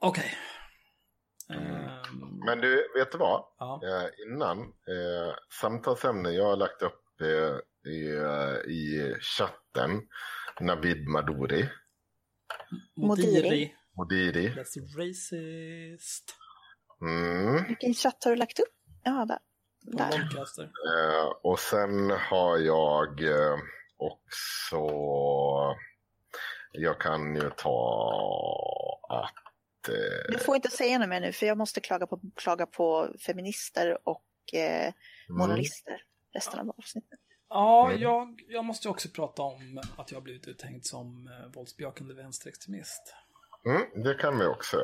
Okej. Men du, vet du vad? Ja. Innan samtalsämne jag har lagt upp i chatten, Navid Maduri. Modiri. That's racist. Vilken chatt har du lagt upp? Ja, där. Och sen har jag också, jag kan ju ta att du får inte säga något mer nu, för jag måste klaga på feminister och moralister resten av avsnittet. Ja, jag måste också prata om att jag har blivit uthängd som våldsbejakande vänsterextremist. Det kan vi också.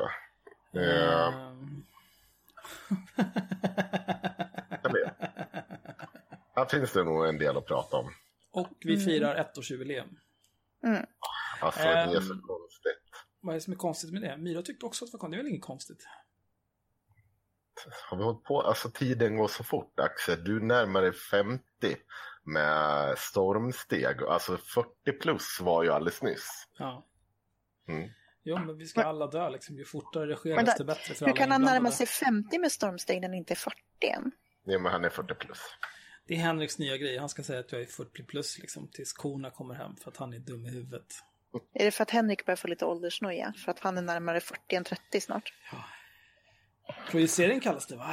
Här finns det nog en del att prata om. Och vi firar 1-årsjubileum. Alltså det är så konstigt. Vad är det som är konstigt med det? Myra tyckte också att det var konstigt. Det är väl inget konstigt. Har vi hållit på? Alltså tiden går så fort, Axel. Du närmar dig 50 med stormsteg. Alltså 40 plus var ju alldeles nyss. Ja. Jo, men vi ska alla dö liksom. Ju fortare det sker, desto bättre för alla. Hur kan han närma sig 50 med stormsteg när han inte är 40 än? Nej, men han är 40 plus. Det är Henriks nya grej. Han ska säga att jag är 40 plus liksom, tills korna kommer hem för att han är dum i huvudet. Är det för att Henrik börjar få lite åldersnoja? För att han är närmare 40 än 30 snart? Ja. Projicering kallas det, va?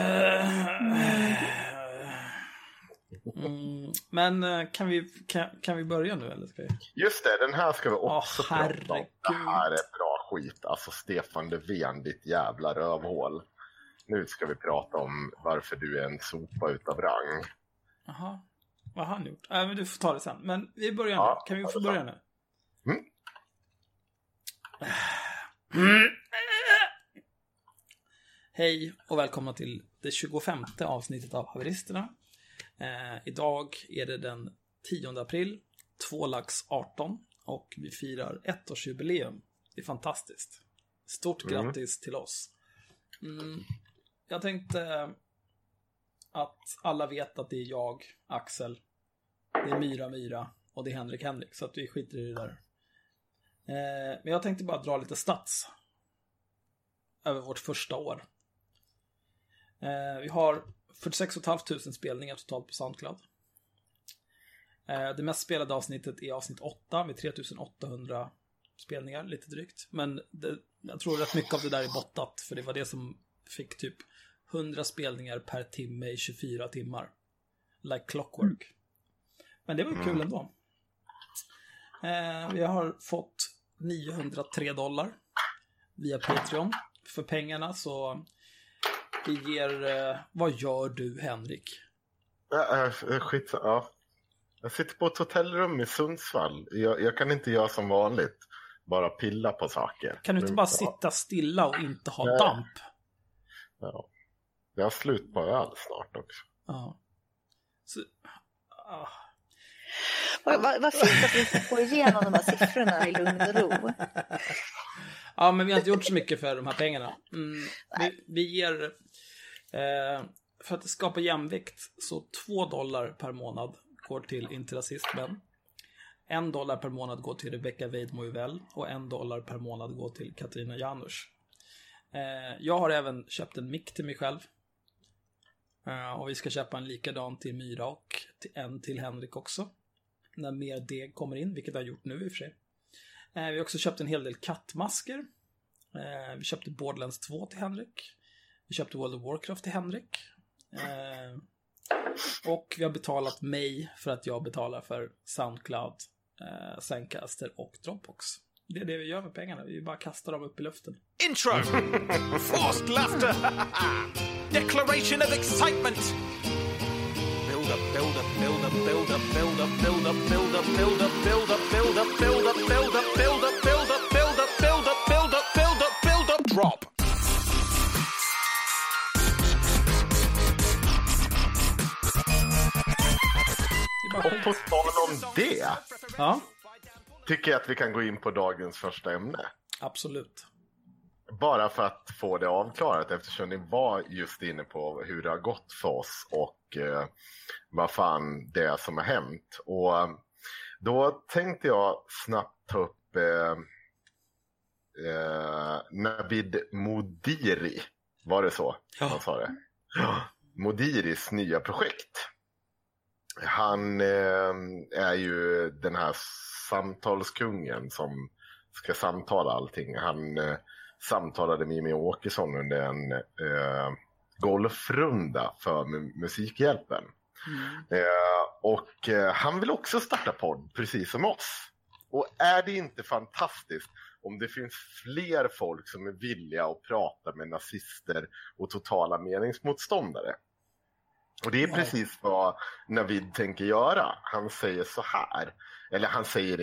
Men kan vi börja nu, eller ska vi? Just det, den här ska vi också prata om. Det här är bra skit. Alltså Stefan Löfven, ditt jävla rövhål. Nu ska vi prata om varför du är en sopa utav rang. Jaha, vad har han gjort? Men du får ta det sen. Men vi börjar nu. Kan vi få börja nu? Hej och välkomna till det 25:e avsnittet av Haveristerna. Idag är det den 10 april 2018 och vi firar 1-årsjubileum. Det är fantastiskt. Stort grattis till oss. Jag tänkte att alla vet att det är jag, Axel, det är Myra och det är Henrik, så att vi skiter i det där. Men jag tänkte bara dra lite stats över vårt första år. Vi har 46 500 spelningar totalt på Soundcloud. Det mest spelade avsnittet är avsnitt 8 med 3800 spelningar, lite drygt. Men jag tror rätt mycket av det där är bottat, för det var det som fick typ 100 spelningar per timme i 24 timmar. Like clockwork. Men det var ju kul ändå. Vi har fått $903 via Patreon. För pengarna så vi ger... vad gör du, Henrik? Skit, ja. Jag sitter på ett hotellrum i Sundsvall. Jag kan inte göra som vanligt. Bara pilla på saker. Kan du inte bara sitta stilla och inte ha damp? Ja. Jag har slut på öl snart också. Ja. Så, Vad fint att vi får igenom de här siffrorna i lugn och ro. Ja, men vi har inte gjort så mycket för de här pengarna. Vi ger... för att skapa jämvikt så $2 per månad går till Interrasismen. $1 per månad går till Rebecca Weidmoivel och $1 per månad går till Katarina Janouch. Jag har även köpt en mick till mig själv. Och vi ska köpa en likadan till Myra och en till Henrik också. När mer deg kommer in, vilket jag har gjort nu i och för sig. Vi har också köpt en hel del kattmasker. Vi köpte Borderlands 2 till Henrik. Vi köpte World of Warcraft till Henrik. Och vi har betalat mig för att jag betalar för Soundcloud, Zencaster och Dropbox. Det är det vi gör med pengarna. Vi bara kastar dem upp i luften. Intro! Forced laughter! Declaration of excitement! Build up, build up, build up, build up, build up, build up, build up, build up, build up, build up, build up, build up, build up, build up, build up, build up, build up, build up, build up, drop! Och på tal om det, ja, tycker jag att vi kan gå in på dagens första ämne. Absolut. Bara för att få det avklarat, eftersom ni var just inne på hur det har gått för oss och vad fan det är som har hänt. Och då tänkte jag snabbt ta upp Navid Modiri. Var det så? Ja. Han sa det. Modiris nya projekt. Han är ju den här samtalskungen som ska samtala allting. Han samtalade med Mimmi Åkesson under en golfrunda för Musikhjälpen. Och han vill också starta podd precis som oss. Och är det inte fantastiskt om det finns fler folk som är villiga att prata med nazister och totala meningsmotståndare? Och det är precis vad Navid tänker göra. Han säger så här, eller han säger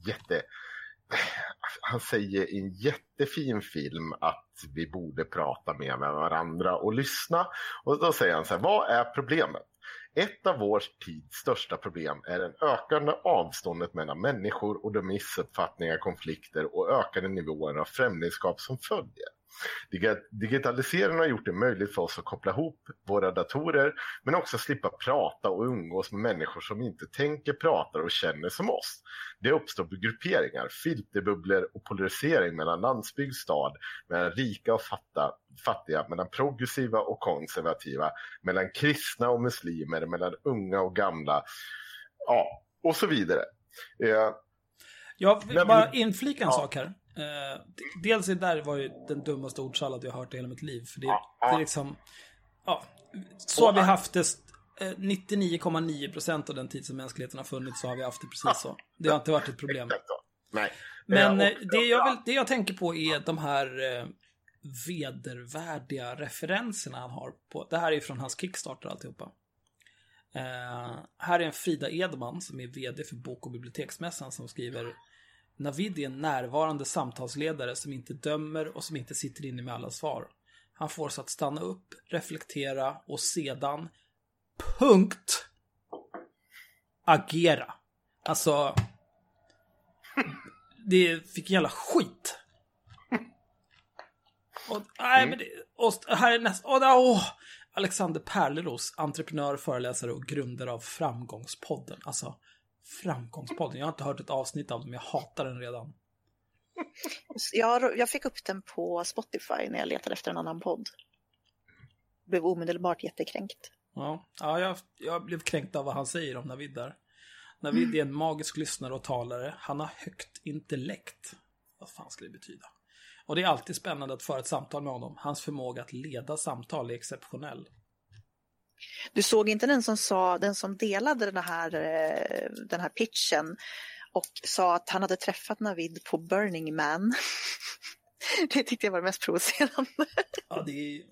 i en jättefin film att vi borde prata med varandra och lyssna. Och då säger han så här, vad är problemet? Ett av vår tids största problem är den ökande avståndet mellan människor och de missuppfattningar, konflikter och ökade nivåer av främlingskap som följer. Digitaliseringen har gjort det möjligt för oss att koppla ihop våra datorer men också slippa prata och umgås med människor som inte tänker, pratar och känner som oss. Det uppstår grupperingar, filterbubblor och polarisering mellan landsbygd och stad, mellan rika och fattiga, mellan progressiva och konservativa, mellan kristna och muslimer, mellan unga och gamla, ja, och så vidare. Jag vill bara inflika en sak här. Dels är där var ju den dummaste ordsallad jag har hört i hela mitt liv. För det är liksom, så har vi haft det 99,9% av den tid som mänskligheten har funnits, så har vi haft det precis så. Det har inte varit ett problem. Nej. Men det jag tänker på är de här vedervärdiga referenserna han har på. Det här är ju från hans Kickstarter alltihopa. Här är en Frida Edman som är vd för Bok- och biblioteksmässan som skriver: Navid är en närvarande samtalsledare som inte dömer och som inte sitter inne med alla svar. Han får oss att stanna upp, reflektera och sedan agera. Alltså, det fick jävla skit. Och, nej, men det, och här är nästa. Alexander Perleros, entreprenör, föreläsare och grundare av Framgångspodden. Alltså, Framgångspodden. Jag har inte hört ett avsnitt av den, men jag hatar den redan. Jag fick upp den på Spotify när jag letade efter en annan podd. Blev omedelbart jättekränkt. Ja, jag blev kränkt av vad han säger om Navid där. Navid är en magisk lyssnare och talare. Han har högt intellekt. Vad fan ska det betyda? Och det är alltid spännande att föra ett samtal med honom. Hans förmåga att leda samtal är exceptionell. Du såg inte den som delade den här pitchen och sa att han hade träffat Navid på Burning Man. Det tyckte jag var det mest provocerande. Ja, det är...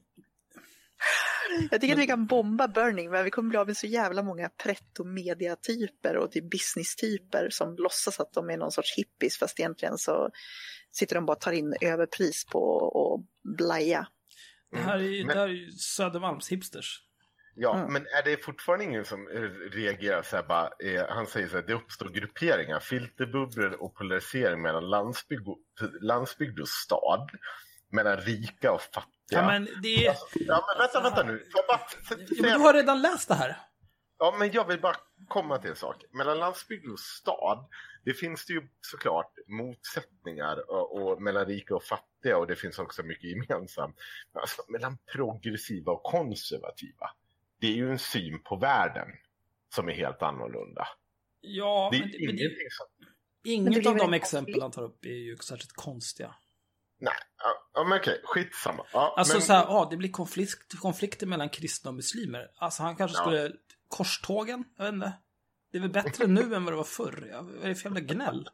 Jag tycker att vi kan bomba Burning, men vi kommer bli av med så jävla många pretto-media-typer och typ business-typer som låtsas att de är någon sorts hippies, fast egentligen så sitter de bara och tar in överpris på och blaja. Det här är ju Södermalms hipsters. Ja, men är det fortfarande ingen som reagerar så här bara, han säger så här, det uppstår grupperingar, filterbubblor och polarisering mellan landsbygd och stad, mellan rika och fattiga. Ja, men det är... Ja, men vänta nu. Du har redan läst det här. Ja, men jag vill bara komma till en sak. Mellan landsbygd och stad, det finns det ju såklart motsättningar och mellan rika och fattiga, och det finns också mycket gemensamt. Men alltså, mellan progressiva och konservativa, det är ju en syn på världen som är helt annorlunda. Ja, det är inget av de exempel han tar upp är ju särskilt konstiga. Nej, men okej, skitsamma. Ja, alltså men... så här, det blir konflikter mellan kristna och muslimer. Alltså han kanske skulle... Korstågen, jag vet inte. Det är väl bättre nu än vad det var förr. Vad är det för jävla gnäll?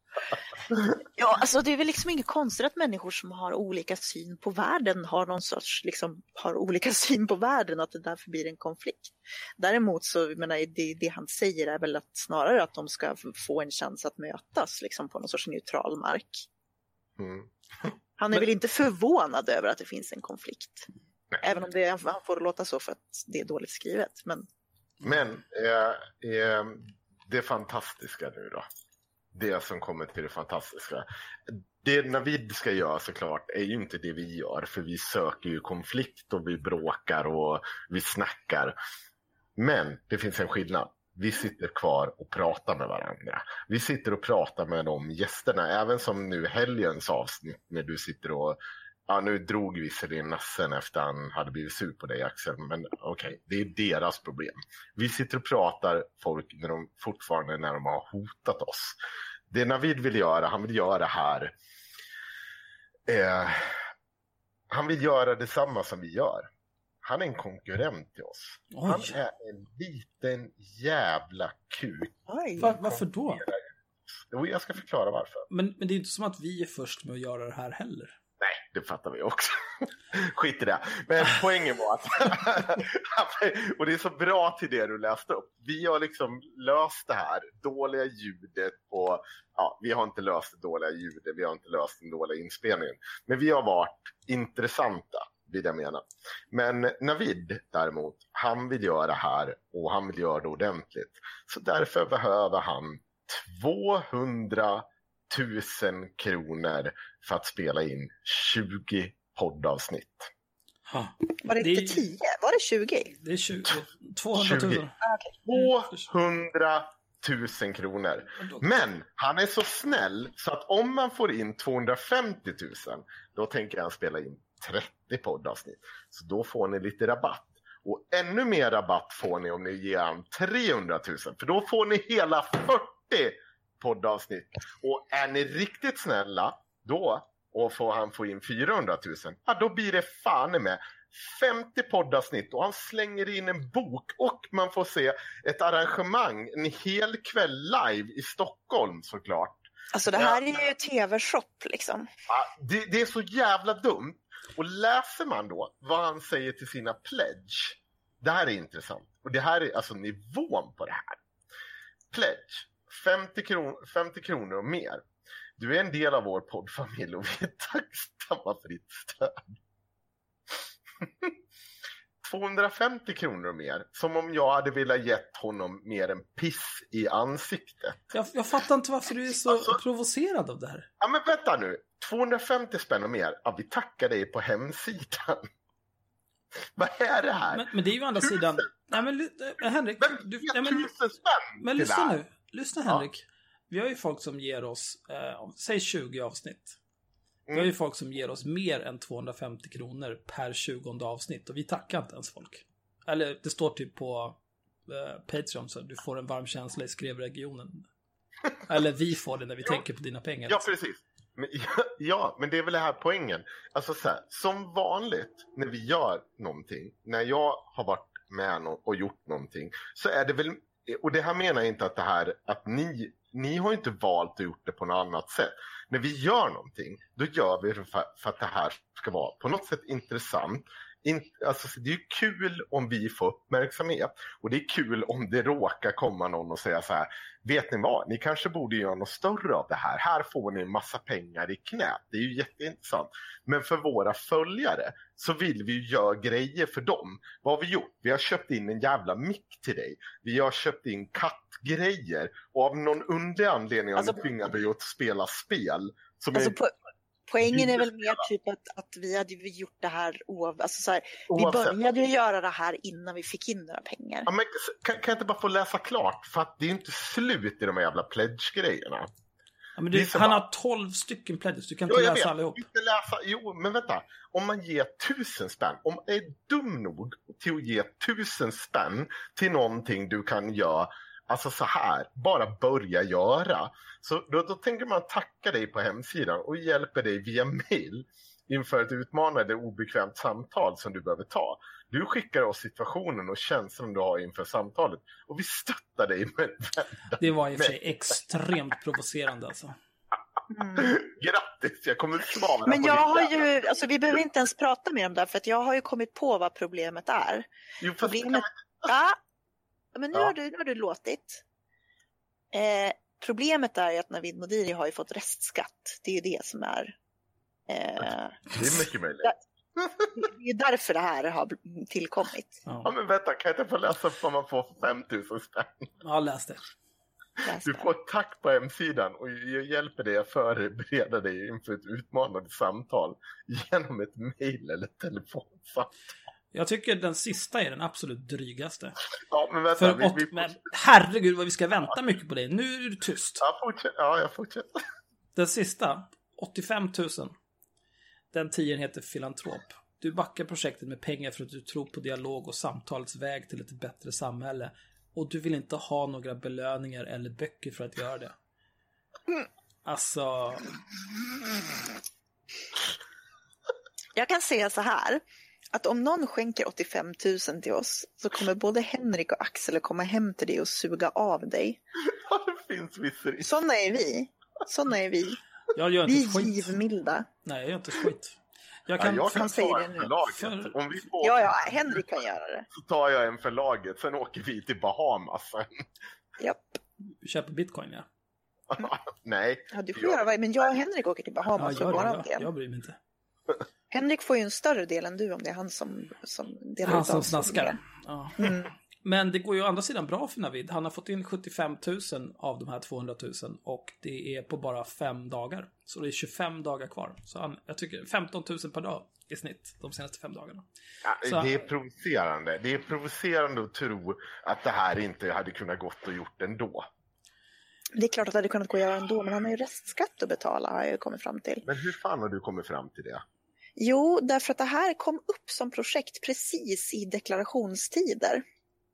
Ja, alltså det är väl liksom inget konstigt att människor som har olika syn på världen har någon sorts, har olika syn på världen, och att det därför blir en konflikt. Däremot så, jag menar, det han säger är väl att snarare att de ska få en chans att mötas liksom på någon sorts neutral mark. Mm. Han är väl inte förvånad över att det finns en konflikt. Nej. Även om han får det låta så för att det är dåligt skrivet. Men det fantastiska nu då. Det som kommer till det fantastiska. Det Navid ska göra såklart är ju inte det vi gör. För vi söker ju konflikt och vi bråkar och vi snackar. Men det finns en skillnad. vi sitter kvar och pratar med varandra. Vi sitter och pratar med de gästerna, även som nu helgens avsnitt när du sitter och nu drog visserligen nassen efter han hade blivit sur på dig, Axel, men okej, det är deras problem. Vi sitter och pratar folk när de har hotat oss. Det Navid vill göra, han vill göra här. Han vill göra detsamma som vi gör. Han är en konkurrent till oss. Oj. Han är en liten jävla kuk. Varför då? Jo, jag ska förklara varför. Men det är inte som att vi är först med att göra det här heller. Nej, det fattar vi också. Skit i det. Men poängen var att och det är så bra till det du läste upp. Vi har liksom löst det här dåliga ljudet och vi har inte löst det dåliga ljudet, vi har inte löst den dåliga inspelningen. Men vi har varit intressanta, vill jag mena. Men Navid däremot, han vill göra det här och han vill göra det ordentligt. Så därför behöver han 200 000 kronor för att spela in 20 poddavsnitt. Var det inte 10? Var det 20? Det är 20. 200 000. 20. 200 000 kronor. Men han är så snäll så att om man får in 250 000, då tänker han spela in 30 poddavsnitt. Så då får ni lite rabatt. Och ännu mer rabatt får ni om ni ger han 300 000. För då får ni hela 40 poddavsnitt. Och är ni riktigt snälla då och får han få in 400 000, då blir det fan med 50 poddavsnitt och han slänger in en bok och man får se ett arrangemang en hel kväll live i Stockholm såklart. Alltså det här är ju tv-shop liksom. Det är så jävla dumt. Och läser man då vad han säger till sina pledge, det här är intressant. Och det här är alltså nivån på det här. Pledge 50 kronor och mer. Du är en del av vår poddfamilj och vi är tacksamma för ditt stöd. 250 kronor och mer. Som om jag hade velat gett honom mer än piss i ansiktet. Jag fattar inte varför du är så provocerad av det här. Ja men vänta nu. 250 spänn och mer. Vi tackar dig på hemsidan. Vad är det här? Men det är ju andra sidan. Nej men Henrik. Men lyssna nu. Lyssna Henrik. Vi har ju folk som ger oss, säg 20 avsnitt. Vi har ju folk som ger oss mer än 250 kronor per 20:e avsnitt. Och vi tackar inte ens folk. Eller det står typ på Patreon så du får en varm känsla i skrevregionen. Eller vi får det när vi tänker på dina pengar. Ja, precis. Men det är väl det här poängen. Alltså så här, som vanligt när vi gör någonting, när jag har varit med och gjort någonting, så är det väl, och det här menar jag inte att det här, att ni har inte valt att gjort det på något annat sätt. När vi gör någonting, då gör vi det för att det här ska vara på något sätt intressant. Alltså, det är ju kul om vi får uppmärksamhet. Och det är kul om det råkar komma någon och säga så här: vet ni vad, ni kanske borde göra något större av det här. Här får ni en massa pengar i knät. Det är ju jätteintressant. Men för våra följare så vill vi ju göra grejer för dem. Vad har vi gjort? Vi har köpt in en jävla mick till dig. Vi har köpt in kattgrejer. Och av någon underlig anledning har vi tvingat dig att spela spel. Som poängen är väl mer typ att vi hade gjort det här alltså så här, vi började ju göra det här innan vi fick in några pengar. Ja, men kan jag inte bara få läsa klart? För att det är inte slut i de här jävla pledge-grejerna. Ja, men han har 12 stycken pledges. Du kan inte läsa allihop. Jo, men vänta. Om man ger 1000 spänn. Om man är dum nog till att ge 1000 spänn till någonting du kan göra. Alltså så här, bara börja göra. Så då tänker man tacka dig på hemsidan och hjälper dig via mail inför ett utmanande obekvämt samtal som du behöver ta. Du skickar oss situationen och känslan du har inför samtalet och vi stöttar dig med det var i och för sig extremt provocerande alltså. Grattis, jag kommer svara. Men jag har ju, alltså vi behöver inte ens prata mer om det för att jag har ju kommit på vad problemet är. Jo, problemet... Men nu har du låtit. Problemet är att Navid Modiri har ju fått restskatt. Det är ju det som är... det är mycket möjligt. Det är därför det här har tillkommit. Ja, men vänta, kan jag inte få läsa vad man får 5000 spänn? Ja, läs det. Du får ett tack på hemsidan och jag hjälper dig att förbereda dig inför ett utmanande samtal genom ett mejl eller telefonsamtal. Jag tycker den sista är den absolut drygaste. Ja, men vänta. Men herregud vad vi ska vänta mycket på dig. Nu är du tyst. Jag fortsätter. Den sista, 85 000. Den 10 heter Filantrop. Du backar projektet med pengar för att du tror på dialog och samtalets väg till ett bättre samhälle. Och du vill inte ha några belöningar eller böcker för att göra det. Alltså... Jag kan säga så här, att om någon skänker 85 000 till oss så kommer både Henrik och Axel att komma hem till dig och suga av dig. Det finns visserligen. Såna är vi. Jag gör inte vi är skit. Givmilda. Nej, jag gör inte skit. Jag kan ta säga en förlaget. Om vi får... Ja, Henrik kan göra det. Så tar jag en förlaget, sen åker vi till Bahamas. Japp. Du köper bitcoin, ja. Nej. Ja, du får göra vad, men jag och Henrik åker till Bahamas för våran del. Jag bryr mig inte. Henrik får ju en större del än du om det är han som delar han ut som snaskar. Ja. Men det går ju å andra sidan bra för Navid. Han har fått in 75 000 av de här 200 000 och det är på bara 5 dagar. Så det är 25 dagar kvar. Så jag tycker 15 000 per dag i snitt de senaste 5 dagarna. Ja, det är provocerande. Det är provocerande att tro att det här inte hade kunnat gått och gjort ändå. Det är klart att det hade kunnat gå att göra ändå, men han har ju restskatt att betala, har jag kommit fram till. Men hur fan har du kommit fram till det? Jo, därför att det här kom upp som projekt precis i deklarationstider.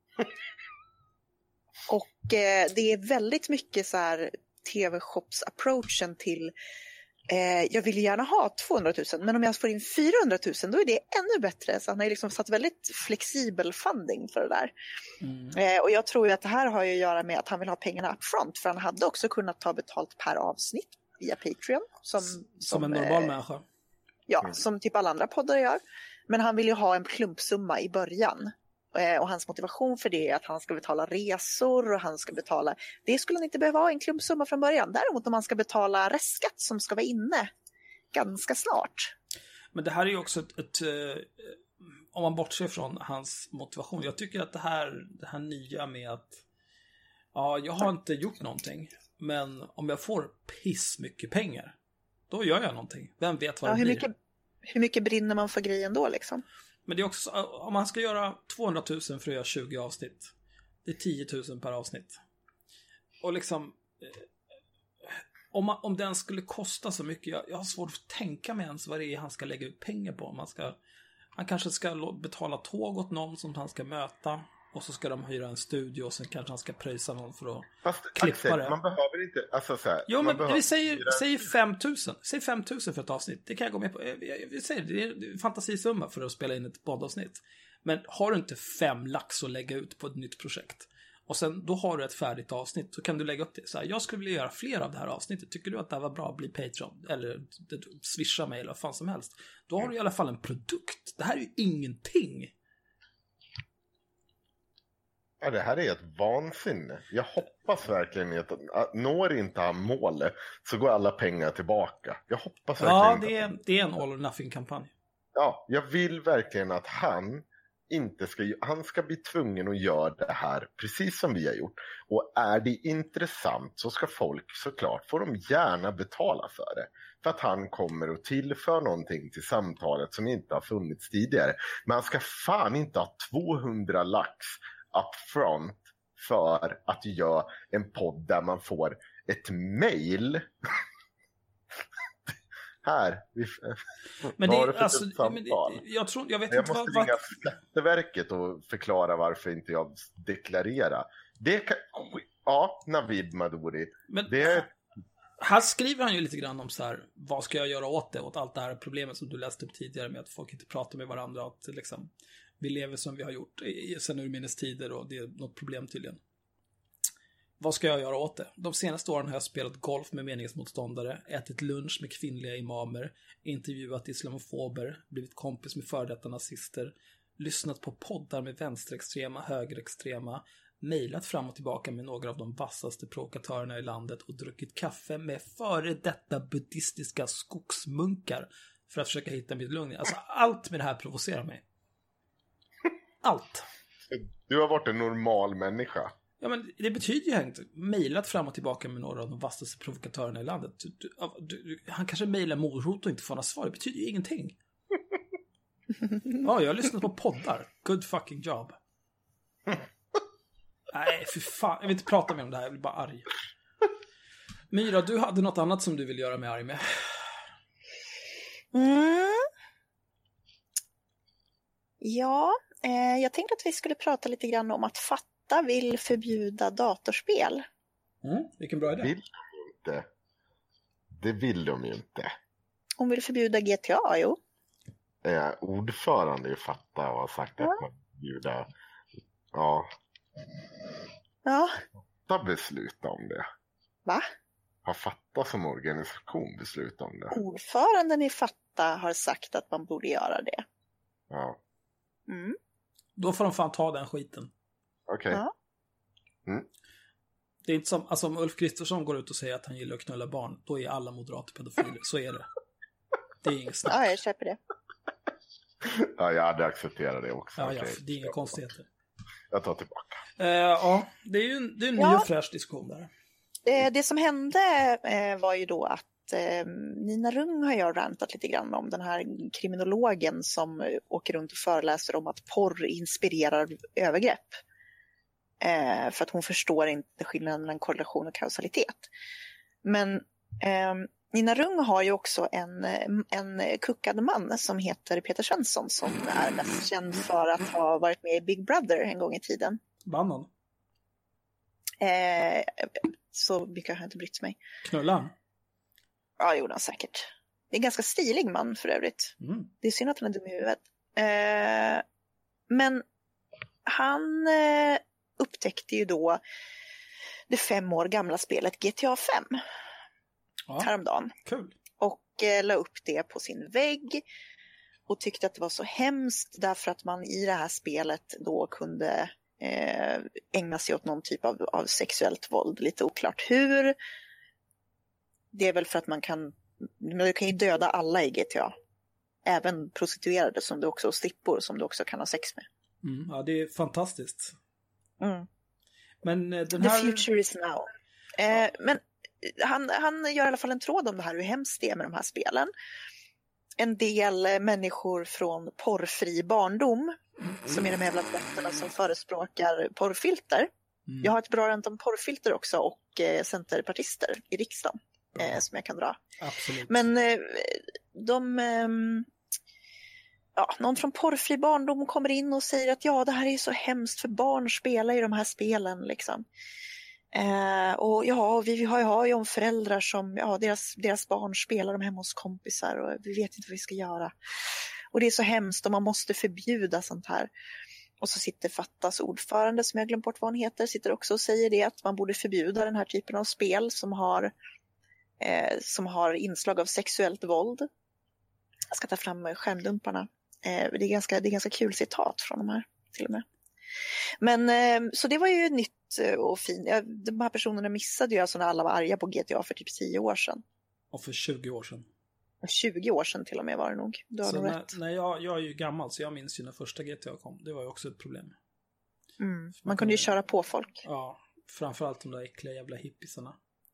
Och det är väldigt mycket så här TV-shops-approachen till jag vill gärna ha 200 000, men om jag får in 400 000 då är det ännu bättre. Så han har ju liksom satt väldigt flexibel funding för det där. Och jag tror ju att det här har ju att göra med att han vill ha pengarna upfront, för han hade också kunnat ta betalt per avsnitt via Patreon. Som en normal människa. Ja, som typ alla andra poddar gör. Men han vill ju ha en klumpsumma i början. Och hans motivation för det är att han ska betala resor och han ska betala... Det skulle han inte behöva ha en klumpsumma från början. Däremot om man ska betala restskatt som ska vara inne ganska snart. Men det här är ju också ett om man bortser från hans motivation. Jag tycker att det här nya med att jag har inte gjort någonting, men om jag får piss mycket pengar, då gör jag någonting. Vem vet vad det blir? Hur mycket brinner man för grejen då liksom? Men det är också, om man ska göra 200 000 för att göra 20 avsnitt, det är 10 000 per avsnitt. Och liksom om den skulle kosta så mycket, jag har svårt att tänka mig ens vad det är han ska lägga ut pengar på. Han kanske ska betala tåg åt någon som han ska möta, och så ska de hyra en studio, och sen kanske han ska pröjsa någon för att klippa Axel, det. Man behöver inte... Alltså, så här, jo, men vi säger 5 000. Säg 5 000 för ett avsnitt. Det kan jag gå med på. Vi säger det är en fantasisumma för att spela in ett poddavsnitt. Men har du inte 5 lax att lägga ut på ett nytt projekt, och sen då har du ett färdigt avsnitt, så kan du lägga upp det. Så här, jag skulle vilja göra fler av det här avsnittet. Tycker du att det här var bra? Bli Patreon. Eller swisha mig eller vad fan som helst. Då har du i alla fall en produkt. Det här är ju ingenting. Ja, det här är ett vansinne. Jag hoppas verkligen att når inte han målet så går alla pengar tillbaka. Jag hoppas verkligen. Ja, det är en all or nothing-kampanj. Ja, jag vill verkligen att han ska bli tvungen att göra det här precis som vi har gjort. Och är det intressant så ska folk såklart, får de gärna betala för det. För att han kommer att tillföra någonting till samtalet som inte har funnits tidigare. Men han ska fan inte ha 200 lax upfront för att göra en podd där man får ett mail. Här. Men det alltså, jag vet inte måste ringa Skatteverket och förklara varför inte jag deklarerar. Det kan, Navid Maduri. Men här skriver han ju lite grann om så här, vad ska jag göra åt allt det här problemet som du läste upp tidigare med att folk inte pratar med varandra, att liksom vi lever som vi har gjort sen urminnes tider, och det är något problem tydligen. Vad ska jag göra åt det? De senaste åren har jag spelat golf med meningsmotståndare, ätit lunch med kvinnliga imamer, intervjuat islamofober, blivit kompis med före detta nazister, lyssnat på poddar med vänsterextrema, högerextrema, mejlat fram och tillbaka med några av de vassaste provokatörerna i landet och druckit kaffe med före detta buddhistiska skogsmunkar för att försöka hitta mitt lugn. Alltså allt med det här provocerar mig. Allt. Du har varit en normal människa. Ja, men det betyder ju inte mejlat fram och tillbaka med några av de vassaste provokatörerna i landet. Han kanske mejlar morot och inte får några svar. Det betyder ju ingenting. Ja, jag har lyssnat på poddar. Good fucking job. Nej, för fan. Jag vill inte prata mer om det här. Jag blir bara arg. Myra, du hade något annat som du vill göra mig arg med. Ja, jag tänkte att vi skulle prata lite grann om att Fatta vill förbjuda datorspel. Vilken bra idé. Vill de inte? Det vill de ju inte. Hon vill förbjuda GTA, jo. Ordförande i Fatta och har sagt att man förbjuder. Ja. Ja. Fatta besluta om det. Va? Har Fatta som organisation beslutat om det? Ordföranden i Fatta har sagt att man borde göra det. Ja. Då får de fan ta den skiten. Okej. Ja. Det är inte som, alltså om Ulf Kristersson går ut och säger att han gillar att knulla barn, då är alla moderater pedofiler. Så är det. Det är inget snack. Ja, jag köper det. Ja, jag hade accepterat det också. Ja, Okej. det är inga konstigheter. Jag tar tillbaka. Ja, det är ju en ny och fräsch diskussion där. Det som hände var ju då att Nina Rung har jag rantat lite grann om, den här kriminologen som åker runt och föreläser om att porr inspirerar övergrepp. För att hon förstår inte skillnaden mellan korrelation och kausalitet. Men Nina Rung har ju också en kuckad man som heter Peter Svensson, som är mest känd för att ha varit med i Big Brother en gång i tiden. Bannan. Så mycket har jag inte brytt mig. Knullan. Ja, gjorde han säkert. Det är en ganska stilig man för övrigt. Det är synd att han är dum i huvudet. Men han upptäckte ju då det 5 år gamla spelet GTA 5 häromdagen. Kul. Och la upp det på sin vägg och tyckte att det var så hemskt därför att man i det här spelet då kunde ägna sig åt någon typ av sexuellt våld. Lite oklart hur. Det är väl för att man kan ju döda alla i GTA. Även prostituerade som du också, och strippor som du också kan ha sex med. Ja, det är fantastiskt. Men den The här... future is now. Men han gör i alla fall en tråd om det här, hur hemskt det är med de här spelen. En del människor från porrfri barndom, som är de jävla bötterna som förespråkar porrfilter. Jag har ett bra rent om porrfilter också och centerpartister i riksdagen som jag kan dra. Absolut. Men någon från porrfri barndom kommer in och säger att det här är så hemskt för barn spelar i de här spelen liksom. Och vi har ju om föräldrar som deras barn spelar de hemma hos kompisar och vi vet inte vad vi ska göra. Och det är så hemskt och man måste förbjuda sånt här. Och så sitter Fattas ordförande, som jag glömt bort vad hon heter, sitter också och säger det, att man borde förbjuda den här typen av spel som har inslag av sexuellt våld. Jag ska ta fram skärmdumparna. Det är ganska kul citat från de här till och med. Men så det var ju nytt och fint. De här personerna missade ju alltså när alla var arga på GTA för typ 10 år sedan. Och för 20 år sedan. 20 år sedan till och med var det nog. Du har nog rätt. Jag är ju gammal så jag minns ju när första GTA kom. Det var ju också ett problem. Man kunde ju köra på folk. Ja, framförallt de där äckliga jävla hippisarna.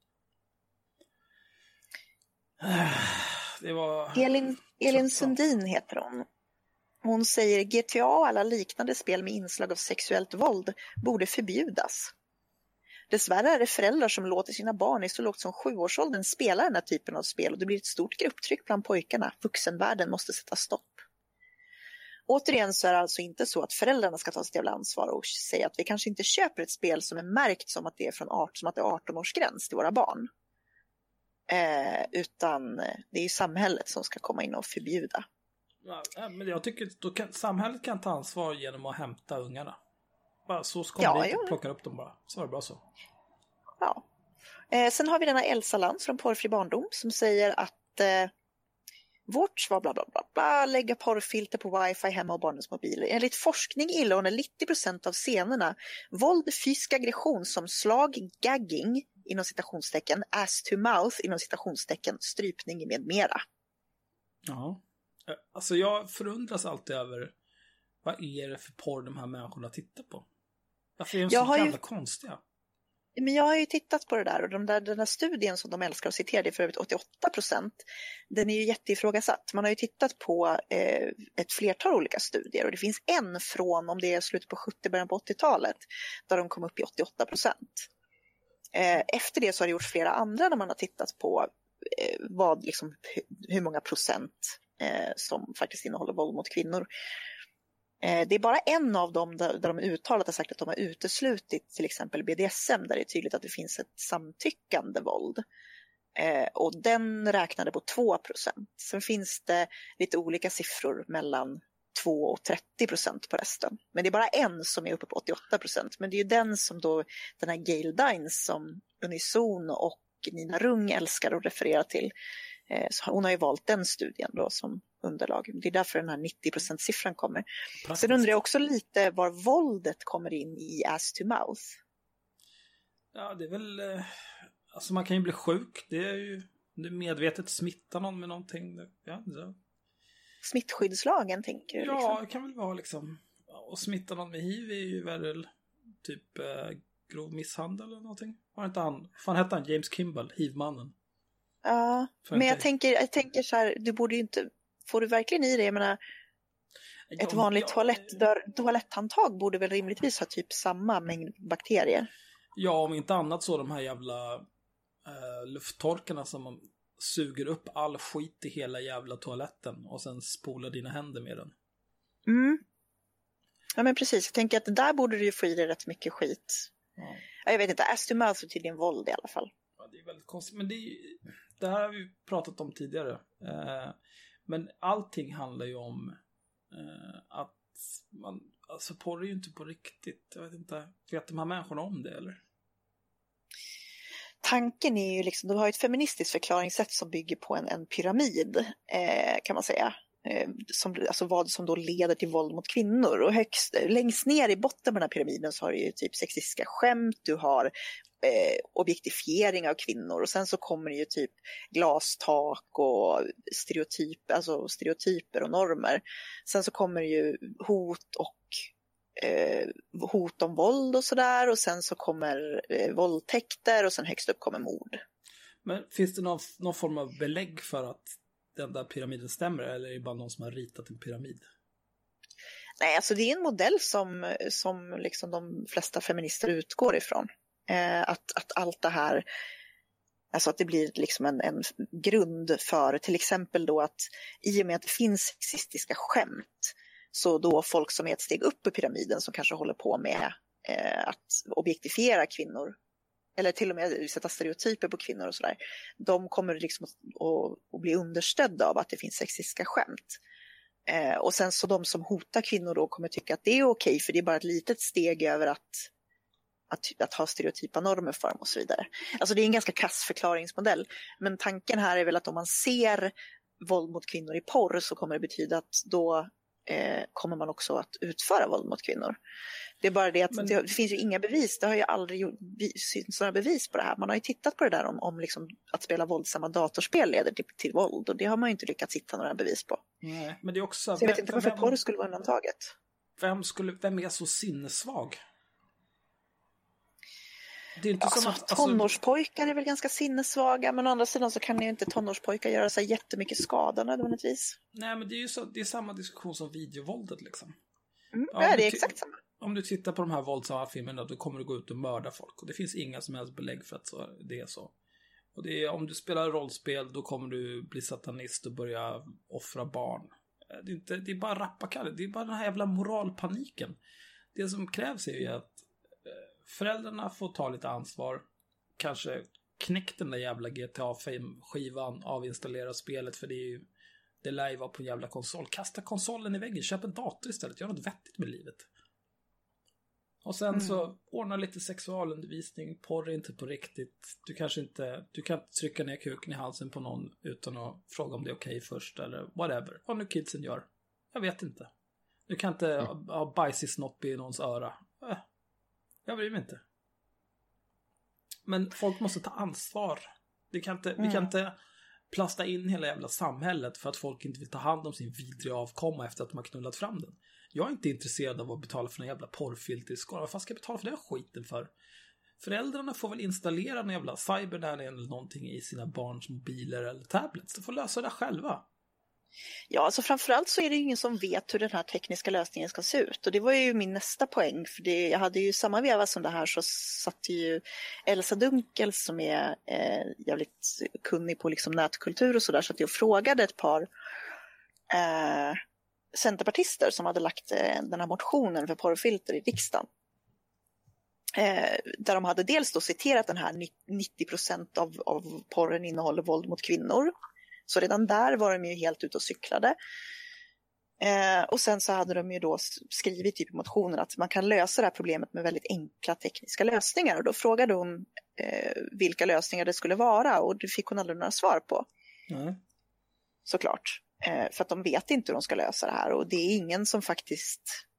Det var... Elin Sundin heter hon. Hon säger GTA och alla liknande spel med inslag av sexuellt våld borde förbjudas. Dessvärre är det föräldrar som låter sina barn i så lågt som 7-årsåldern spela den här typen av spel och det blir ett stort grupptryck bland pojkarna. Vuxenvärlden måste sätta stopp. Återigen så är det alltså inte så att föräldrarna ska ta sitt jävla ansvar och säga att vi kanske inte köper ett spel som är märkt som att det är som att det är 18-årsgräns till våra barn. Utan det är ju samhället som ska komma in och förbjuda. Ja, men jag tycker samhället kan ta ansvar genom att hämta ungarna. Bara så kommer vi inte plocka upp dem bara. Så var det bra så. Ja. Sen har vi denna Elsa Lantz från Porrfri barndom som säger att vårt bla bla bla bla lägga porrfilter på wifi hemma och barnens mobiler. Enligt forskning illånar 90% av scenerna våld, fysisk aggression som slag, gagging inom citationstecken, ass to mouth inom citationstecken, strypning med mera. Ja. Alltså jag förundras alltid över vad är det för porr de här människorna tittar på? Varför är de så jävla konstiga? Men jag har ju tittat på det där och den där studien som de älskar att citera, det är för övrigt 88%, den är ju jätteifrågasatt. Man har ju tittat på ett flertal olika studier och det finns en från, om det är slutet på 70, början på 80-talet, där de kom upp i 88%. Efter det så har det gjorts flera andra där man har tittat på hur många procent som faktiskt innehåller våld mot kvinnor. Det är bara en av dem där de uttalat har sagt att de har uteslutit till exempel BDSM, där det är tydligt att det finns ett samtyckande våld. Och den räknade på 2%. Sen finns det lite olika siffror mellan 2 och 30% på resten. Men det är bara en som är uppe på 88%. Men det är ju den som då, den här Gail Dines som Unison och Nina Rung älskar att referera till. Så hon har ju valt den studien då som underlag. Det är därför den här 90%-siffran kommer. Sen undrar jag också lite var våldet kommer in i ass to mouth. Ja, det är väl... Alltså man kan ju bli sjuk. Det är ju medvetet smitta någon med någonting. Ja, det... Smittskyddslagen tänker du? Ja, det kan väl vara liksom... Och smitta någon med HIV är ju väl typ grov misshandel eller någonting. Var inte han... Fan hette han? James Kimball, HIV-mannen. Ja, men jag tänker så här, du borde ju inte... Får du verkligen i det? Jag menar, ett vanligt toaletthandtag borde väl rimligtvis ha typ samma mängd bakterier. Ja, om inte annat så de här jävla lufttorkarna som man suger upp all skit i hela jävla toaletten och sen spolar dina händer med den. Mm. Ja, men precis. Jag tänker att där borde du ju få i dig rätt mycket skit. Ja. Ja, jag vet inte, ass to mouth är tydligen våld i alla fall. Ja, det är väldigt konstigt, men det här har vi pratat om tidigare. Men allting handlar ju om att man, alltså porr är ju inte på riktigt. Jag vet inte, vet de här människorna om det eller? Tanken är ju liksom, du har ett feministiskt förklaringssätt som bygger på en pyramid kan man säga. Alltså vad som då leder till våld mot kvinnor. Och längst ner i botten på den här pyramiden så har du ju typ sexistiska skämt, du har objektifiering av kvinnor och sen så kommer det ju typ glastak och stereotyper och normer. Sen så kommer det ju hot om våld och sådär och sen så kommer våldtäkter och sen högst upp kommer mord. Men finns det någon form av belägg för att den där pyramiden stämmer eller är det bara någon som har ritat en pyramid? Nej, alltså det är en modell som liksom de flesta feminister utgår ifrån. Att allt det här, alltså att det blir liksom en grund för till exempel då att i och med att det finns sexistiska skämt så då folk som är ett steg upp i pyramiden som kanske håller på med att objektifiera kvinnor eller till och med sätta stereotyper på kvinnor och sådär, de kommer liksom att bli understödda av att det finns sexistiska skämt. Och sen så de som hotar kvinnor då kommer tycka att det är okej för det är bara ett litet steg över att ha stereotypa normer för dem och så vidare. Alltså det är en ganska kass förklaringsmodell. Men tanken här är väl att om man ser våld mot kvinnor i porr så kommer det betyda att då kommer man också att utföra våld mot kvinnor. Det är bara det att det finns ju inga bevis. Det har ju aldrig synts några bevis på det här. Man har ju tittat på det där om liksom att spela våldsamma datorspel leder till våld och det har man ju inte lyckats hitta några bevis på. Nej, men det är också... Så jag vet inte varför porr skulle vara undantaget. Vem är så sinnessvag? Det är inte alltså, tonårspojkar är väl ganska sinnessvaga, men å andra sidan så kan ju inte tonårspojkar göra sig jättemycket skada nödvändigtvis. Nej, men det är ju det är samma diskussion som videovåldet liksom. Ja, det är exakt samma. Om du tittar på de här våldsamma filmerna då kommer du gå ut och mörda folk och det finns inga som helst belägg för att det är så. Och det är, om du spelar rollspel då kommer du bli satanist och börja offra barn. Det är bara rappakallar, det är bara den här jävla moralpaniken. Det som krävs är ju att föräldrarna får ta lite ansvar. Kanske knäck den där jävla GTA 5-skivan, avinstallera spelet för det lär ju vara på en jävla konsol. Kasta konsolen i väggen, köp en dator istället, gör något vettigt med livet. Och sen så ordna lite sexualundervisning, porr är inte på riktigt. Du kan inte trycka ner kuken i halsen på någon utan att fråga om det är okej först eller whatever. Vad nu kidsen gör. Jag vet inte. Du kan inte ha bajs i snopp i någons öra. Jag bryr mig inte. Men folk måste ta ansvar. Vi kan inte plasta in hela jävla samhället för att folk inte vill ta hand om sin vidriga avkomma efter att de har knullat fram den. Jag är inte intresserad av att betala för en jävla porrfilter i skolan. Vad fan ska jag betala för den skiten för? Föräldrarna får väl installera en jävla Cybernanny eller någonting i sina barns mobiler eller tablets. De får lösa det själva. Ja, alltså framförallt så är det ju ingen som vet hur den här tekniska lösningen ska se ut. Och det var ju min nästa poäng. För jag hade ju samma veva som det här så satt ju Elsa Dunkel som är jävligt kunnig på liksom nätkultur och sådär. Så att jag frågade ett par centerpartister som hade lagt den här motionen för porrfilter i riksdagen. Där de hade dels då citerat den här 90% av porren innehåller våld mot kvinnor. Så redan där var de ju helt ute och cyklade. Och sen så hade de ju då skrivit typ i motionen att man kan lösa det här problemet med väldigt enkla tekniska lösningar. Och då frågade hon vilka lösningar det skulle vara och det fick hon aldrig några svar på. Mm. Såklart. För att de vet inte hur de ska lösa det här och det är ingen som faktiskt...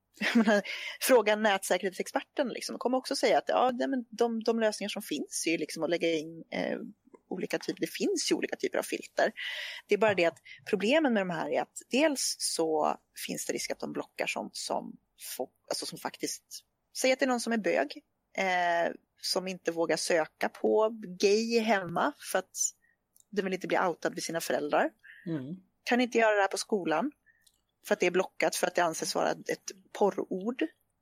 Fråga nätsäkerhetsexperten liksom. De kommer också säga att ja, men de lösningar som finns är ju liksom att lägga in olika typer, det finns ju olika typer av filter. Det är bara det att problemen med de här är att dels så finns det risk att de blockar sånt som faktiskt säger att det är någon som är bög som inte vågar söka på gay hemma för att de vill inte bli outad vid sina föräldrar. Kan inte göra det här på skolan för att det är blockat för att det anses vara ett porrord.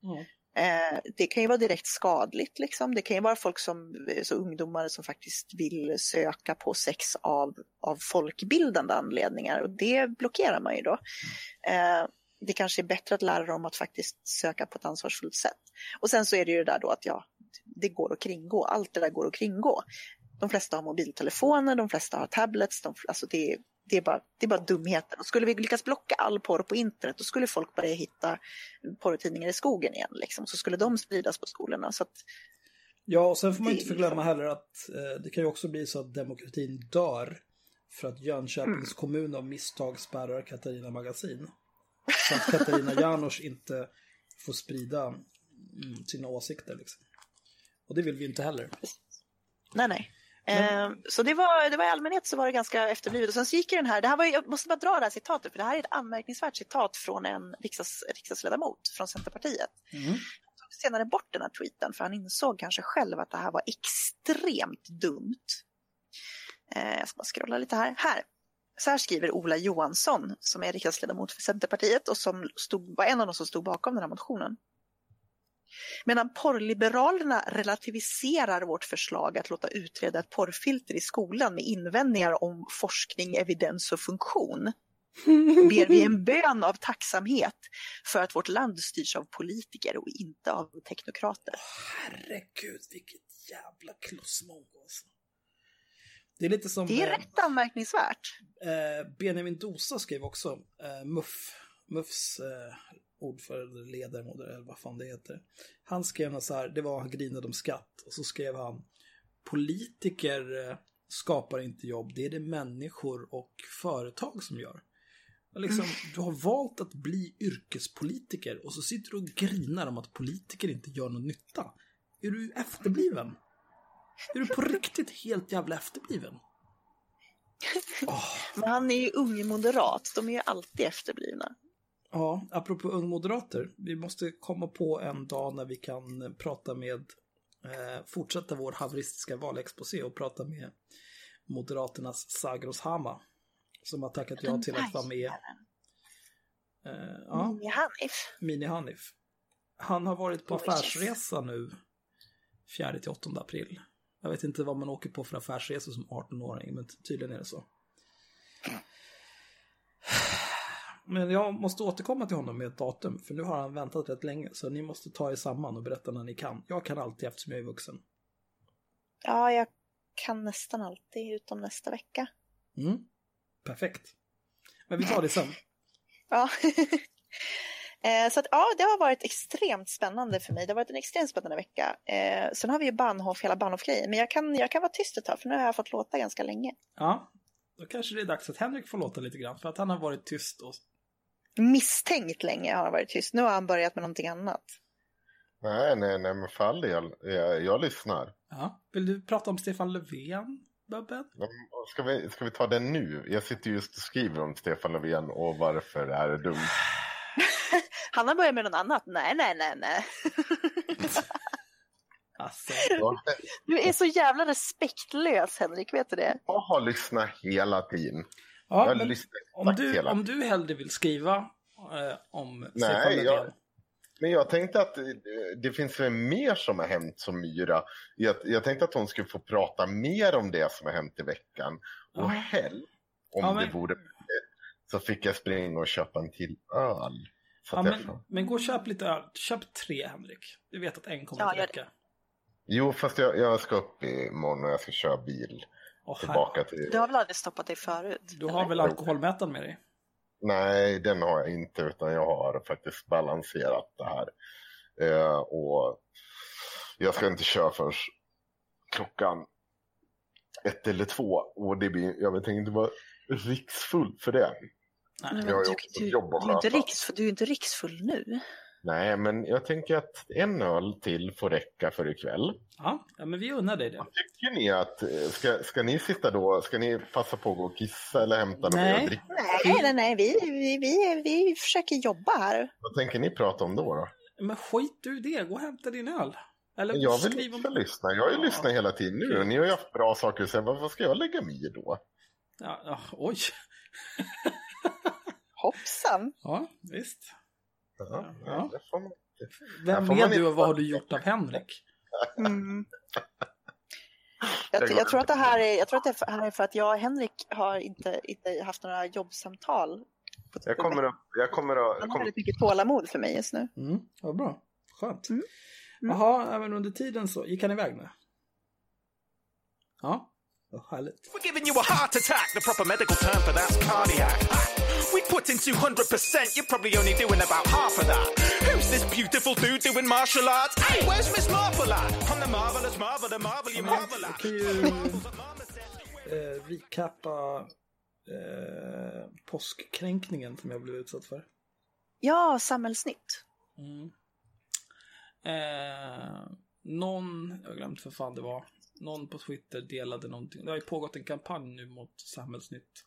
Det kan ju vara direkt skadligt liksom. Det kan ju vara folk så ungdomar som faktiskt vill söka på sex av folkbildande anledningar och det blockerar man ju då. Det kanske är bättre att lära dem att faktiskt söka på ett ansvarsfullt sätt. Och sen så är det ju det där då att det går att kringgå. Allt det där går att kringgå. De flesta har mobiltelefoner, de flesta har tablets, alltså det är bara dumheter. Och skulle vi lyckas blocka all porr på internet då skulle folk börja hitta porrtidningar i skogen igen. Liksom. Så skulle de spridas på skolorna. Så att ja, och sen får man inte förglömma heller att det kan ju också bli så att demokratin dör för att Jönköpings kommun av misstag spärrar Katarina Magasin. Så att Katarina Janouch inte får sprida sina åsikter. Liksom. Och det vill vi inte heller. Nej. Så det var i allmänhet så var det ganska efterblivet. Och sen så gick den här, jag måste bara dra det här citatet för det här är ett anmärkningsvärt citat från en riksdagsledamot från Centerpartiet. Han tog senare bort den här tweeten för han insåg kanske själv att det här var extremt dumt. Jag ska bara scrolla lite här. Så här skriver Ola Johansson som är riksdagsledamot för Centerpartiet och som var en av de som stod bakom den här motionen. Medan porrliberalerna relativiserar vårt förslag att låta utreda ett porrfilter i skolan med invändningar om forskning, evidens och funktion ber vi en bön av tacksamhet för att vårt land styrs av politiker och inte av teknokrater. Herregud, vilket jävla klossmongo alltså. Det är lite som... Det är rätt anmärkningsvärt. Benjamin Dosa skrev också MUFs ordförande, ledare, eller vad fan det heter. Han skrev så här, han grinade om skatt och så skrev han politiker skapar inte jobb, det är det människor och företag som gör. Och liksom, du har valt att bli yrkespolitiker och så sitter du och grinar om att politiker inte gör någon nytta. Är du efterbliven? Är du på riktigt helt jävla efterbliven? Men han är ju ung moderat, de är ju alltid efterblivna. Ja, apropå ungmoderater. Vi måste komma på en dag när vi kan prata med fortsätta vår haveristiska valexposé och prata med Moderaternas Sagros Hama som har tackat ja till att vara med. Mini Hanif. Han har varit på affärsresa nu 4-8 april. Jag vet inte vad man åker på för affärsresor som 18-åring, men tydligen är det så. Men jag måste återkomma till honom med ett datum, för nu har han väntat rätt länge, så ni måste ta er samman och berätta när ni kan. Jag kan alltid eftersom jag är vuxen. Ja, jag kan nästan alltid utom nästa vecka. Perfekt. Men vi tar det sen. Ja. Så att, ja, det har varit extremt spännande för mig. Det har varit en extremt spännande vecka. Sen har vi ju hela Bahnhof-grejen. Men jag kan vara tyst ett tag, för nu har jag fått låta ganska länge. Ja, då kanske det är dags att Henrik får låta lite grann. För att han har varit tyst och... misstänkt länge har han varit tyst. Nu har han börjat med någonting annat. Nej, men för all del. Jag lyssnar. Ja. Vill du prata om Stefan Löfven, Bubben? Ska vi ta den nu? Jag sitter just och skriver om Stefan Löfven och varför det här är dumt. Han har börjat med något annat. Nej. Alltså. Du är så jävla respektlös, Henrik, vet du det? Jag har lyssnat hela tiden. Ja, men om du hellre vill skriva om Stefan Löfven. Men jag tänkte att det finns mer som har hänt som Myra. Jag tänkte att hon skulle få prata mer om det som har hänt i veckan. Och det vore så fick jag springa och köpa en till öl. Men gå och köp lite öl. Köp 3, Henrik. Du vet att en kommer att räcka. Jo, fast jag ska upp imorgon och jag ska köra bil. Tillbaka till... Du har väl aldrig stoppat dig förut? Du har väl alkoholmätaren med dig? Nej, den har jag inte, utan jag har faktiskt balanserat det här. Och jag ska inte köra förrän klockan 1 eller 2. Och det blir, jag vet inte vara riksfull för det. Nej, du är inte riksfull nu. Nej, men jag tänker att en öl till får räcka för ikväll. Ja, men vi unnar dig det. Vad tycker ni att, ska ni sitta då, ska ni passa på att gå och kissa eller hämta något att dricka? Nej, vi försöker jobba här. Vad tänker ni prata om då? Men skit du det, gå och hämta din öl. Eller jag vill inte lyssna, jag har ju lyssnat hela tiden nu och ni har ju haft bra saker att säga, vad ska jag lägga mig i då? Oj. Hoppsan. Ja, visst. Ja. Vem är du och vad har du gjort av Henrik? Jag tror att det här är för att jag och Henrik har inte haft några jobbsamtal. Jag kommer att Han har väldigt mycket tålamod för mig just nu. Vad bra, skönt. Jaha, även under tiden så gick han iväg nu. Ja, härligt. We're giving you a heart attack. The proper medical term for that's cardiac. We put in 200%. You're probably only doing about half of that. Who's this beautiful dude doing martial arts? Hey, where's Miss Marvel at? I'm the marvelous Marvel, the Marvel you marvel at. Jag kan ju recappa påskkränkningen som jag blev utsatt för. Ja, samhällsnytt. Jag har glömt för fan det var. Någon på Twitter delade någonting. Det har ju pågått en kampanj nu mot Samhällsnytt.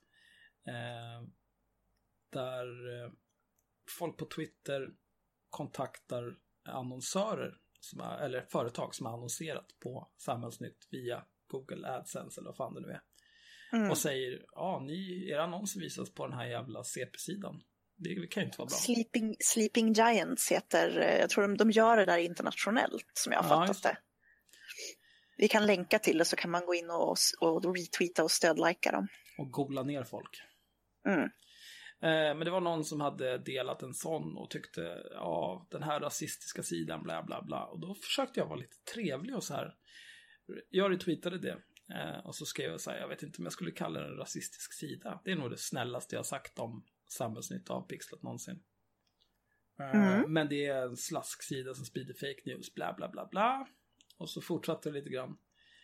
Där folk på Twitter kontaktar annonsörer eller företag som har annonserat på Samhällsnytt via Google AdSense eller vad fan det nu är. Och säger, era annonser visas på den här jävla CP-sidan. Det kan ju inte vara bra. Sleeping Giants heter, jag tror de gör det där internationellt som jag har fattat det. Vi kan länka till det så kan man gå in och retweeta och stödlajka dem. Och googla ner folk. Men det var någon som hade delat en sån och tyckte, den här rasistiska sidan bla bla bla. Och då försökte jag vara lite trevlig och så här. Jag retweetade det. Och så skrev jag så här, jag vet inte om jag skulle kalla det en rasistisk sida. Det är nog det snällaste jag har sagt om Samhällsnytt av Pixlat någonsin. Men det är en slasksida som sprider fake news bla bla bla bla. Och så fortsatte det lite grann.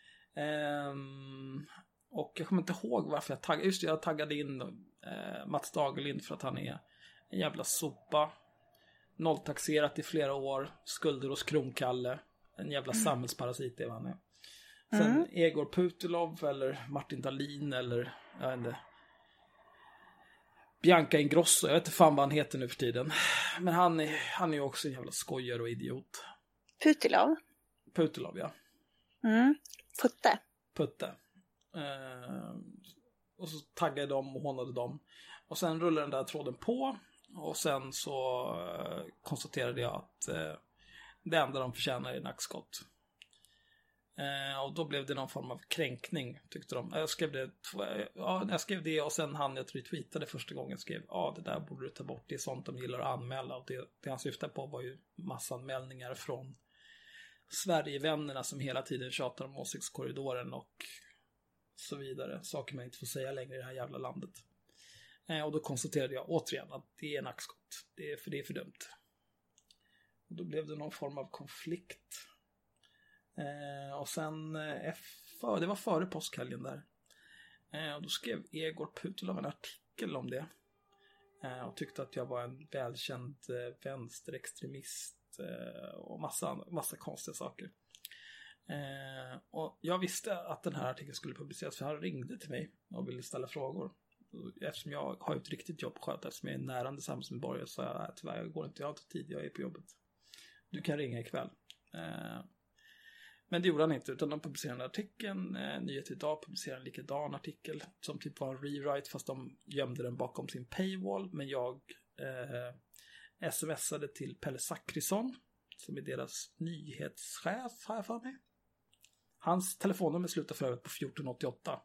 Och jag kommer inte ihåg varför jag taggade in Mats Dagerlind för att han är en jävla sopa. Nolltaxerat i flera år. Skulder hos Kronkalle. En jävla samhällsparasit är vad han är. Sen Egor Putilov eller Martin Dahlin eller jag vet inte. Bianca Ingrosso, jag vet inte fan vad han heter nu för tiden. Men han är ju också en jävla skojare och idiot. Putilov, ja. Putte. Och så taggade de och hånade dem. Och sen rullade den där tråden på. Och sen så konstaterade jag att det enda de förtjänar är nackskott. Och då blev det någon form av kränkning, tyckte de. Jag skrev det och sen han jag retweetade första gången skrev det där borde du ta bort, det är sånt de gillar att anmäla. Och det han syftade på var ju massanmälningar från Sverigevännerna som hela tiden tjatar om åsiktskorridoren och så vidare. Saker man inte får säga längre i det här jävla landet. Och då konstaterade jag återigen att det är en nackskott. Det är för dumt. Och då blev det någon form av konflikt. Och sen det var före påskhelgen där. Och då skrev Egor Putilov en artikel om det. Och tyckte att jag var en välkänd vänsterextremist och massa konstiga saker. Och jag visste att den här artikeln skulle publiceras för han ringde till mig och ville ställa frågor. Eftersom jag har ett riktigt jobb sköt, eftersom jag är närande samhällsmedborgare, så jag tyvärr jag går inte, jag har inte tid, jag är på jobbet. Du kan ringa ikväll. Men det gjorde han inte, utan de publicerade en artikel. Nyhet idag publicerade en likadan artikel som typ var en rewrite, fast de gömde den bakom sin paywall. Men jag smsade till Pelle Zackrisson, som är deras nyhetschef, har jag för mig. Hans telefonnummer slutar för övrigt på 1488.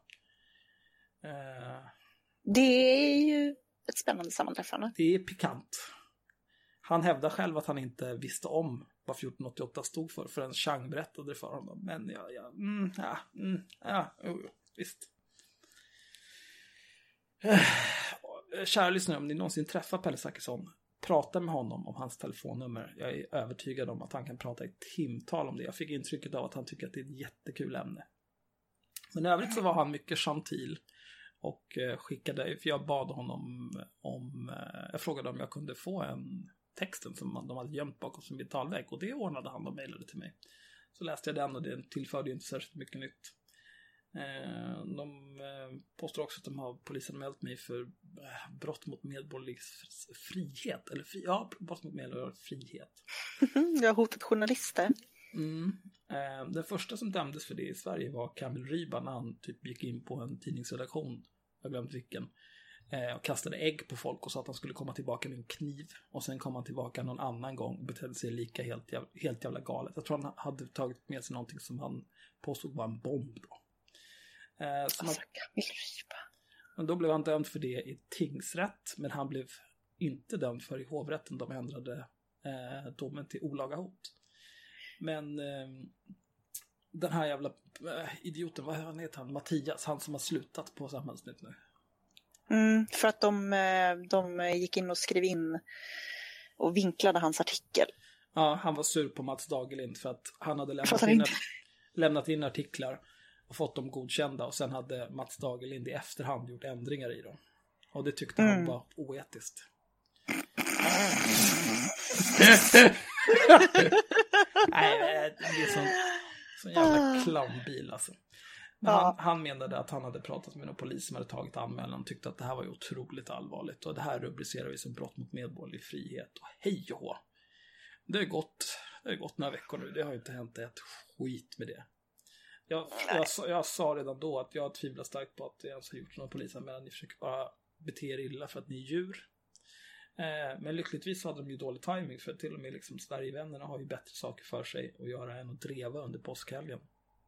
Det är ju ett spännande sammanträffande. Det är pikant. Han hävdar själv att han inte visste om vad 1488 stod för en Chang berättade det för honom. Men visst. Kära lyssnare, om ni någonsin träffar Pelle Zackrisson, prata med honom om hans telefonnummer. Jag är övertygad om att han kan prata i timtal om det. Jag fick intrycket av att han tycker att det är ett jättekul ämne. Men i övrigt så var han mycket gentil och skickade, för jag bad honom jag frågade om jag kunde få en texten som de hade gömt bakom sin betalvägg, och det ordnade han och mejlade till mig. Så läste jag den och det tillförde ju inte särskilt mycket nytt. De påstår också att polisen har mält mig för brott mot medborgerlig frihet. Brott mot medborgerlig frihet. Jag har hotat journalister. Den första som dömdes för det i Sverige var Kamil Ryba, när han typ gick in på en tidningsredaktion, jag glömt vilken, och kastade ägg på folk och sa att han skulle komma tillbaka med en kniv, och sen kom han tillbaka någon annan gång och betedde sig lika helt jävla galet. Jag tror han hade tagit med sig någonting som han påstod var en bomb då. Men då blev han dömd för det i tingsrätt, men han blev inte dömd för i hovrätten. De ändrade domen till olaga hot. Men den här jävla idioten, vad heter han? Mattias, han som har slutat på Samhällsnytt nu. För att de gick in och skrev in och vinklade hans artikel. Ja, han var sur på Mats Dagerlind för att han hade lämnat in artiklar och fått dem godkända, och sen hade Mats Dagerlind i efterhand gjort ändringar i dem. Och det tyckte han var oetiskt. Nej, det är sån jävla clownbil alltså. Men han menade att han hade pratat med någon polis som hade tagit anmälan och tyckte att det här var ju otroligt allvarligt, och det här rubricerar vi som brott mot medborgerlig frihet, och hej och hå. Det har gått några veckor nu, det har ju inte hänt ett skit med det. Jag sa redan då att jag tvivlar starkt på att det ens har gjort någon polisanmälan. Ni försöker bara bete er illa för att ni är djur. Men lyckligtvis hade de ju dålig timing, för till och med liksom Sverigevännerna har ju bättre saker för sig att göra än att dreva under påskhelgen.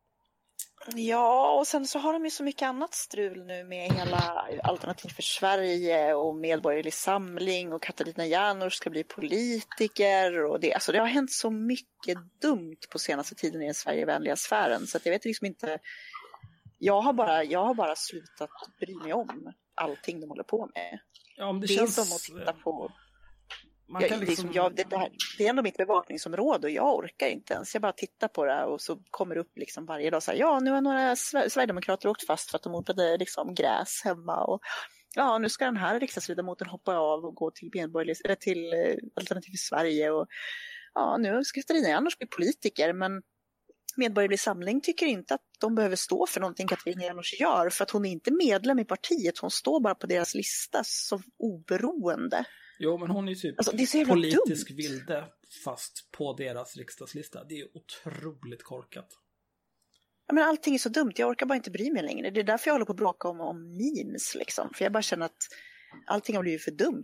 Ja, och sen så har de ju så mycket annat strul nu med hela Alternativ för Sverige och Medborgerlig Samling, och Katarina Janouch ska bli politiker, och det har hänt så mycket dumt på senaste tiden i den Sverigevänliga sfären, så att jag vet liksom inte. Jag har bara slutat bry mig om allting de håller på med. Ja, om det känns känns som att titta på. Man kan Det är ändå mitt bevakningsområde, och jag orkar inte ens. Jag bara tittar på det, och så kommer det upp liksom varje dag så här, ja, nu har några Sverigedemokrater åkt fast för att de odlade liksom gräs hemma, och ja, nu ska den här riksdagsledamoten hoppa av och gå till till Alternativ för Sverige, och ja, nu ska Katarina Janouch bli politiker, men Medborgerlig Samling tycker inte att de behöver stå för någonting Katarina Janouch gör, för att hon är inte medlem i partiet, hon står bara på deras lista som oberoende. Jo, men hon är typ det är så politisk dumt. vilde fast på deras riksdagslista. Det är otroligt korkat. Ja, men allting är så dumt, jag orkar bara inte bry mig längre. Det är därför jag håller på att bråka om memes liksom. För jag bara känner att allting har blivit för dumt.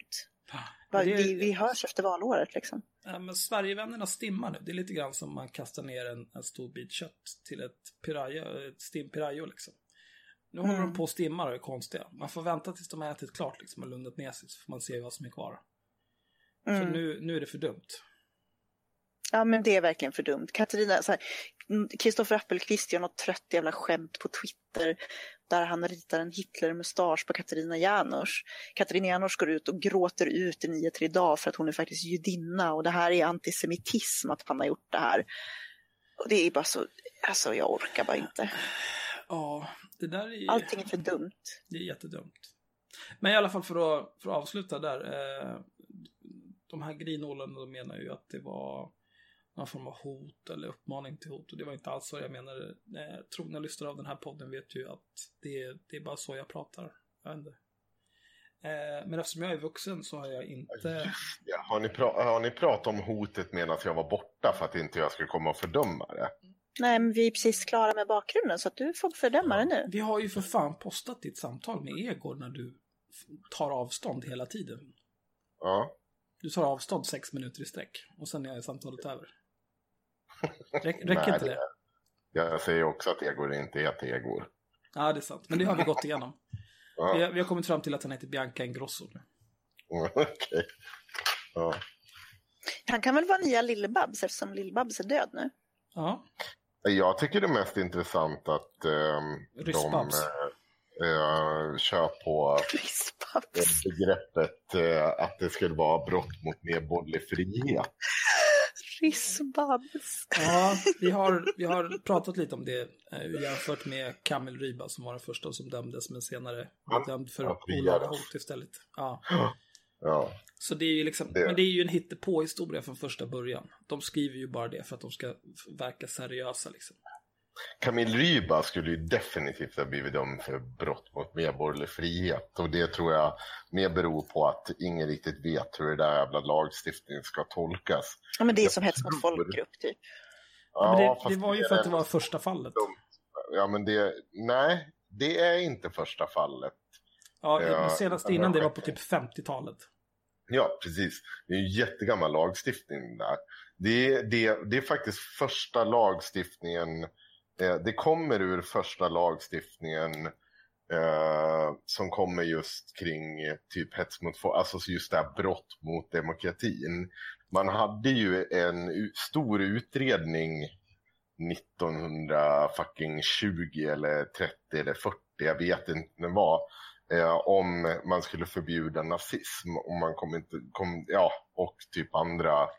Vi hörs efter valåret liksom. Ja, men Sverigevännerna stimmar nu. Det är lite grann som man kastar ner en stor bit kött till ett stimpirajo liksom. Nu håller de på att stimma och är konstiga. Man får vänta tills de har ätit klart liksom, och lugnat ner sig, så får man se vad som är kvar. För nu är det för dumt. Ja, men det är verkligen för dumt. Katarina, Kristoffer Appelqvist gör något trött jävla skämt på Twitter där han ritar en Hitler-mustasch på Katarina Janouch. Katarina Janouch går ut och gråter ut i Nyheter idag för att hon är faktiskt judinna, och det här är antisemitism att han har gjort det här. Och det är bara så, alltså jag orkar bara inte. Ja, det där är... Allting är för dumt. Det är jättedumt. Men i alla fall för att avsluta där. De här grinålarna, de menar ju att det var någon form av hot eller uppmaning till hot. Och det var inte alls så jag menade. Trogna lyssnare av den här podden vet ju att det är bara så jag pratar. Jag vet inte. Men eftersom jag är vuxen så har jag inte... Ja, har ni pratat om hotet medan jag var borta för att inte jag skulle komma och fördöma det? Nej, men vi är precis klara med bakgrunden så att du får fördöma det nu. Vi har ju för fan postat ditt samtal med Egor när du tar avstånd hela tiden. Ja. Du tar avstånd 6 minuter i sträck och sen är samtalet över. Räcker inte det? Jag säger också att Egor inte heter Egor. Ja, det är sant. Men det har vi gått igenom. Ja. Vi har kommit fram till att han heter Bianca Ingrosso nu. Okej. Ja. Han kan väl vara nya Lill-Babs eftersom Lill-Babs är död nu. Ja. Jag tycker det är mest intressant att de kör på begreppet att det skulle vara brott mot medborgerlig frihet. Rissbabs. Ja, vi har pratat lite om det jämfört med Kamil Ryba som var den första som dömdes men senare var dömd för olaga hot istället. Ja. Ja. Så det är ju liksom, men det är ju en hittepå-historia från första början. De skriver ju bara det för att de ska verka seriösa liksom. Kamil Ryba skulle ju definitivt ha blivit dömd för brott mot medborgerlig frihet. Och det tror jag mer beror på att ingen riktigt vet hur det där jävla lagstiftningen ska tolkas. Ja, men det är som hets mot folkgrupp typ. Ja, men det var ju för att det var första fallet. Ja, men nej, det är inte första fallet. Ja, senast innan det var på typ 50-talet. Ja, precis. Det är en jättegammal lagstiftning där. Det är faktiskt första lagstiftningen. Det kommer ur första lagstiftningen som kommer just kring typ hets mot alltså just det här brott mot demokratin. Man hade ju en stor utredning 1920 eller 30 eller 40, jag vet inte när det var, om man skulle förbjuda nazism, om man och typ andra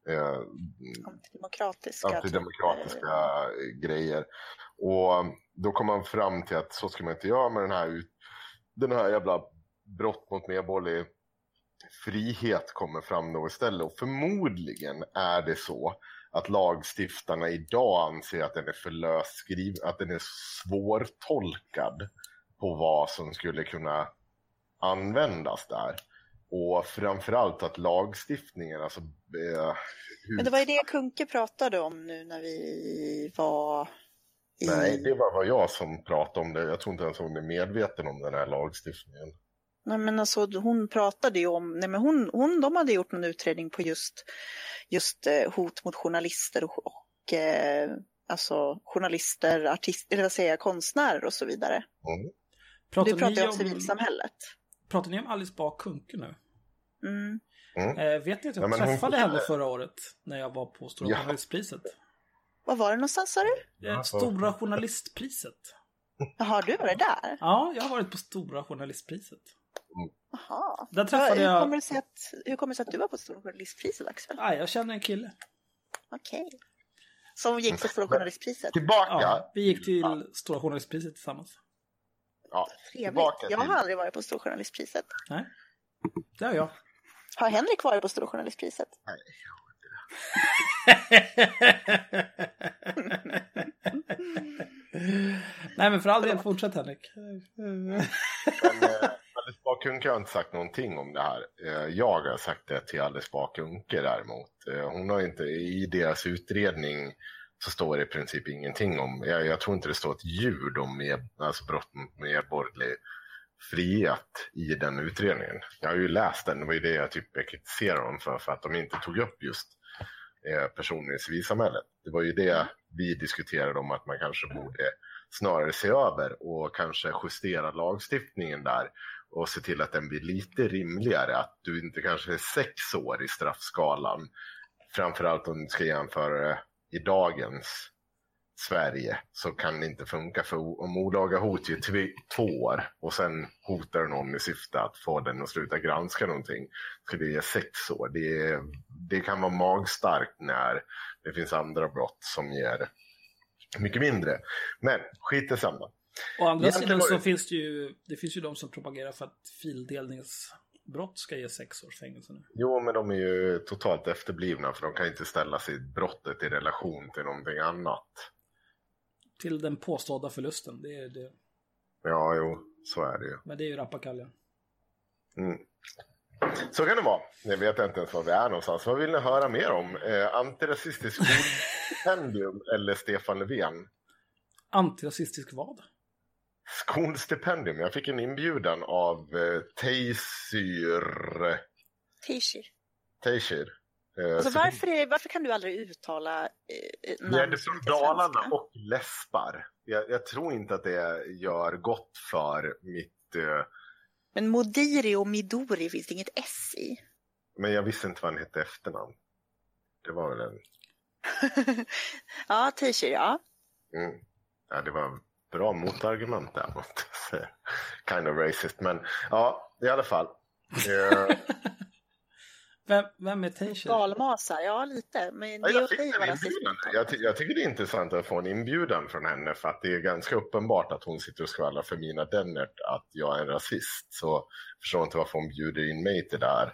antidemokratiska grejer. Och då kom man fram till att så ska man inte göra med den här jävla brott mot medborgerlig frihet kommer fram då istället. Och förmodligen är det så att lagstiftarna idag anser att den är för lösskriven, att den är svårtolkad på vad som skulle kunna användas där. Och framförallt att lagstiftningen, alltså... Men det var ju det Kunke pratade om nu när vi var i... Nej, det var jag som pratade om det. Jag tror inte ens hon är medveten om den här lagstiftningen. Nej, men alltså hon pratade ju om... Nej, men de hade gjort en utredning på just hot mot journalister och alltså journalister, artister, eller vad säger jag, konstnärer och så vidare. Mm. Du pratar om civilsamhället. Pratar ni om Alice Bah Kuhnke nu? Mm. Vet ni att jag träffade henne förra året när jag var på Stora Journalistpriset? Var var det någonstans, sa du? Stora Journalistpriset. Har du varit där? Ja, jag har varit på Stora Journalistpriset. Jaha. Där träffade jag... Hur kommer det sig att du var på Stora Journalistpriset, Axel? Nej, jag känner en kille. Okej. Som gick till Stora Journalistpriset? Tillbaka. Ja, vi gick till Stora Journalistpriset tillsammans. Ja, trevligt. Jag har aldrig varit på Stora Journalistpriset. Nej, det har jag. Har Henrik varit på Stora Journalistpriset? Nej, jag har inte det. Nej, men för all del, fortsätt Henrik. Alice Bah Kuhnke har inte sagt någonting om det här. Jag har sagt det till Alice Bah Kuhnke däremot. Hon har inte, i deras utredning så står det i princip ingenting om, jag tror inte det står ett ljud om alltså brott mot medborgerlig frihet i den utredningen. Jag har ju läst den, det var ju det jag typ kritiserade dem för att de inte tog upp just personer i civilsamhället. Det var ju det vi diskuterade om, att man kanske borde snarare se över och kanske justera lagstiftningen där och se till att den blir lite rimligare, att du inte kanske är 6 år i straffskalan, framförallt om du ska jämföra det i dagens Sverige, så kan det inte funka, för om olaga hot är 2 år och sen hotar någon i syfte att få den att sluta granska någonting, så det är 6 år. Det kan vara magstarkt när det finns andra brott som ger mycket mindre. Men skit i samma. Å andra sidan så finns det finns ju de som propagerar för att fildelningsbrott ska ge 6 års fängelse nu. Jo, men de är ju totalt efterblivna, för de kan inte ställa sig brottet i relation till någonting annat. Till den påstådda förlusten, det är det. Ja, jo, så är det ju. Men det är ju rappakallen. Mm. Så kan det vara. Jag vet inte ens var vi är någonstans. Vad vill ni höra mer om? Antirasistisk skolstipendium eller Stefan Löfven? Antirasistisk vad? Skolstipendium. Jag fick en inbjudan av Teisir. Alltså varför kan du aldrig uttala namn? Jag är från Dalarna och läspar. Jag tror inte att det gör gott för mitt... Men Modiri och Midori finns det inget S i. Men jag visste inte vad han hette efternamn. Det var väl en... Ja, Teisir, ja. Ja, det var bra motargument där. Kind of racist, men ja, i alla fall. Vem är Teisir? Galmasa, ja lite. Men det är okej att vara rasist. Jag tycker det är intressant att få en inbjudan från henne, för att det är ganska uppenbart att hon sitter och skvallrar för Mina Dennert att jag är en rasist. Så förstår inte varför hon bjuder in mig till det här.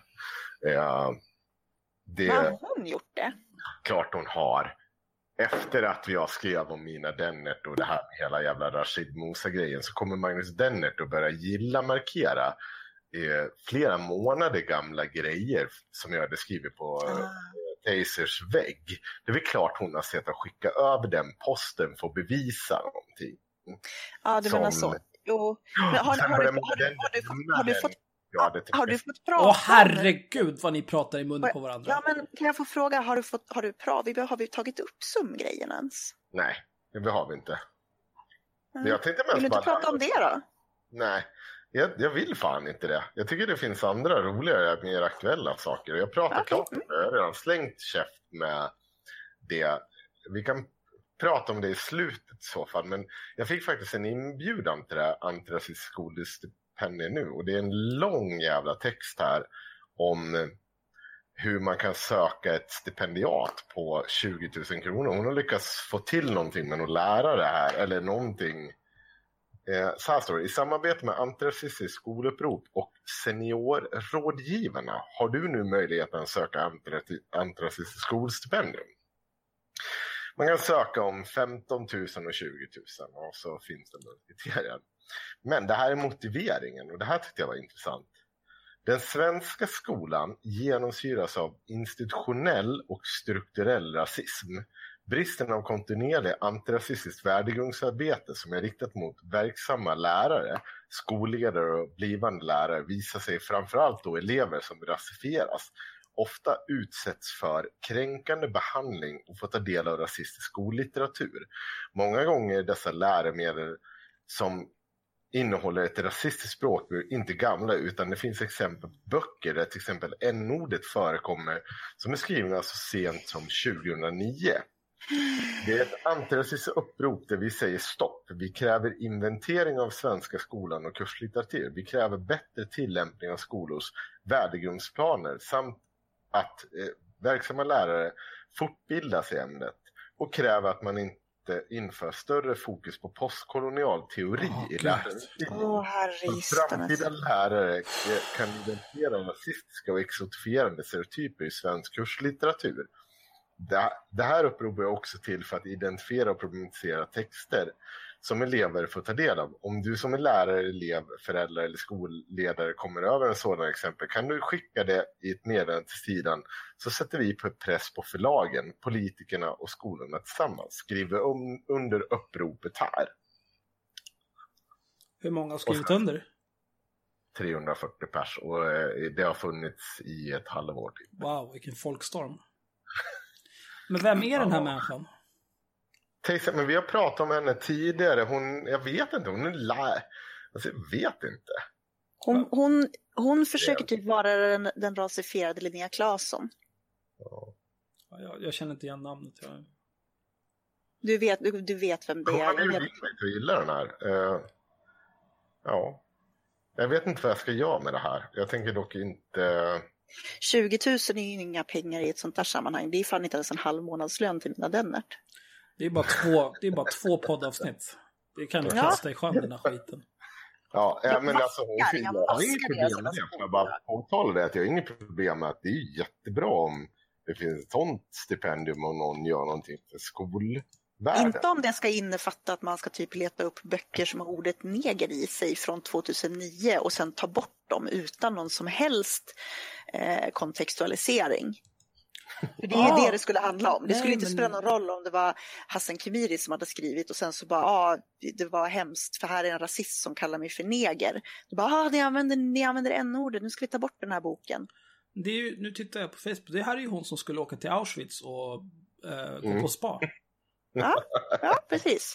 Har hon gjort det? Klart hon har. Efter att jag skrev om Mina Dennert och det här hela jävla Rashid Musa-grejen, så kommer Magnus Dennert att börja markera flera månader gamla grejer som jag hade skrivit på Teisirs vägg. Det är väl klart hon har sett att skicka över den posten för att bevisa någonting. Ja, du menar så. Jo. Men har du fått prata? Herregud vad ni pratar i munnen på varandra. Ja, men kan jag få fråga, har vi tagit upp sumgrejen ens? Nej, det har vi inte. Jag tänkte vill du inte prata om det då? Nej. Jag vill fan inte det. Jag tycker det finns andra roligare, mer aktuella saker. Jag pratar klart om det. Jag har redan slängt käft med det. Vi kan prata om det i slutet i så fall. Men jag fick faktiskt en inbjudan till det här antirasistisk skolstipendium nu. Och det är en lång jävla text här om hur man kan söka ett stipendiat på 20 000 kronor. Hon har lyckats få till någonting med att lära det här. Eller någonting. Så här står det: i samarbete med Antirasistisk skolupprop och seniorrådgivarna har du nu möjligheten att söka antirasistisk skolstipendium. Man kan söka om 15 000 och 20 000 och så finns det kriterier. Men det här är motiveringen, och det här tyckte jag var intressant. Den svenska skolan genomsyras av institutionell och strukturell rasism. Bristen av kontinuerlig antirasistiskt värdegrundsarbete som är riktat mot verksamma lärare, skolledare och blivande lärare visar sig framförallt då elever som rasifieras ofta utsätts för kränkande behandling och får ta del av rasistisk skollitteratur. Många gånger dessa läromedel som innehåller ett rasistiskt språk inte gamla, utan det finns exempel på böcker där till exempel n-ordet förekommer som är skrivna så sent som 2009. Det är ett antirasistiskt upprop där vi säger stopp. Vi kräver inventering av svenska skolan och kurslitteratur. Vi kräver bättre tillämpning av skolors värdegrundsplaner samt att verksamma lärare fortbildas i ämnet, och kräver att man inte inför större fokus på postkolonial teori i lärarutbildningen. Framtida lärare kan identifiera rasistiska och exotifierande stereotyper i svensk kurslitteratur. Det här uppropar jag också till för att identifiera och problematisera texter som elever får ta del av. Om du som är lärare, elev, förälder eller skolledare kommer över en sådan exempel, kan du skicka det i ett meddelande till sidan, så sätter vi på press på förlagen, politikerna och skolorna tillsammans. Skriver under uppropet här. Hur många har skrivit under? 340 pers, och det har funnits i ett halvår. Wow, vilken folkstorm. Men vem är den här människan? Men vi har pratat om henne tidigare. Jag vet inte, hon är alltså, jag vet inte. Hon försöker typ vara den rasifierade Linnea Claesson. Ja. Jag känner inte igen namnet. Du vet vem det är. Jag gillar den här. Ja. Jag vet inte vad jag ska göra med det här. Jag tänker dock inte... 20 000 är ju inga pengar i ett sånt här sammanhang. Det är fan inte ens en halv månadslön till Mina Dennert. Det är bara två poddavsnitt. Det kan du kasta i sjön, den här skiten. Ja, men alltså jag har inget problem med det. Jag bara påtalar det, att jag har inget problem med att det är jättebra om det finns ett sånt stipendium och någon gör någonting för världen. Inte om det ska innefatta att man ska typ leta upp böcker som har ordet neger i sig från 2009 och sen ta bort dem utan någon som helst kontextualisering. För det är ju det skulle handla om. Det skulle inte spela någon roll om det var Hassan Khemiri som hade skrivit och sen så bara, det var hemskt för här är en rasist som kallar mig för neger. Du bara, ni använder n-ordet, nu ska vi ta bort den här boken. Det är ju, nu tittar jag på Facebook, det här är ju hon som skulle åka till Auschwitz och gå på spa. Ja, precis.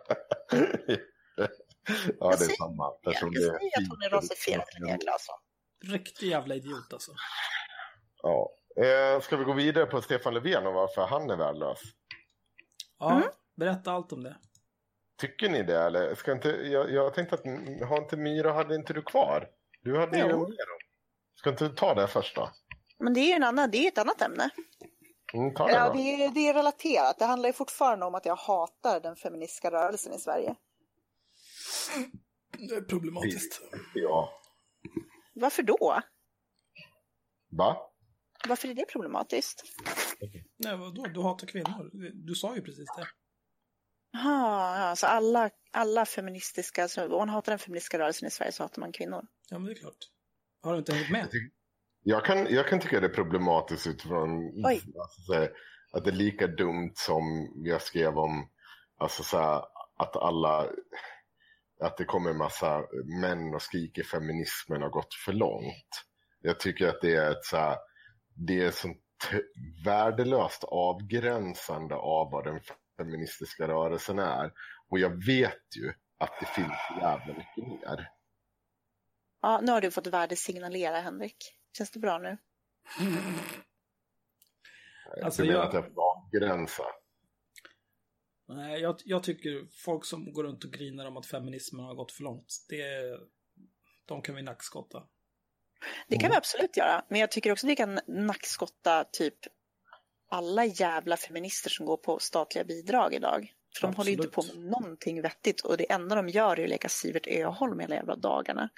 Ja, det är samma person. Jag säger att hon är rasifierad neger alltså. Riktig jävla idiot alltså. Ja. Ska vi gå vidare på Stefan Löfven och varför han är värdelös? Ja, berätta allt om det. Tycker ni det? Eller ska inte, jag tänkte att har inte Myra, hade inte du kvar? Du hade ju mer om. Ska inte ta det först då? Men det är ju ett annat ämne. Ta det då. Det är relaterat. Det handlar ju fortfarande om att jag hatar den feministiska rörelsen i Sverige. Det är problematiskt. Ja. Varför då? Va? Varför är det problematiskt? Nej, vadå? Du hatar kvinnor. Du sa ju precis det. Ja, så alla feministiska, alltså, om man hatar den feministiska rörelsen i Sverige så hatar man kvinnor. Ja, men det är klart. Har du inte hängt med? Jag kan tycka det är problematiskt utifrån alltså, att det är lika dumt som jag skrev om alltså, så här, att det kommer en massa män och skriker feminismen har gått för långt. Jag tycker att det är ett sånt värdelöst avgränsande av vad den feministiska rörelsen är. Och jag vet ju att det finns jävla mycket mer. Ja, nu har du fått värdesignalera, Henrik. Känns det bra nu? Alltså, jag menar att jag får avgränsa. Nej, jag tycker folk som går runt och grinar om att feminismen har gått för långt, de kan vi nackskotta. Det kan vi absolut göra. Men jag tycker också att vi kan nackskotta typ alla jävla feminister som går på statliga bidrag idag. För de håller ju inte på med någonting vettigt. Och det enda de gör är att leka Sivert Öholm hela jävla dagarna.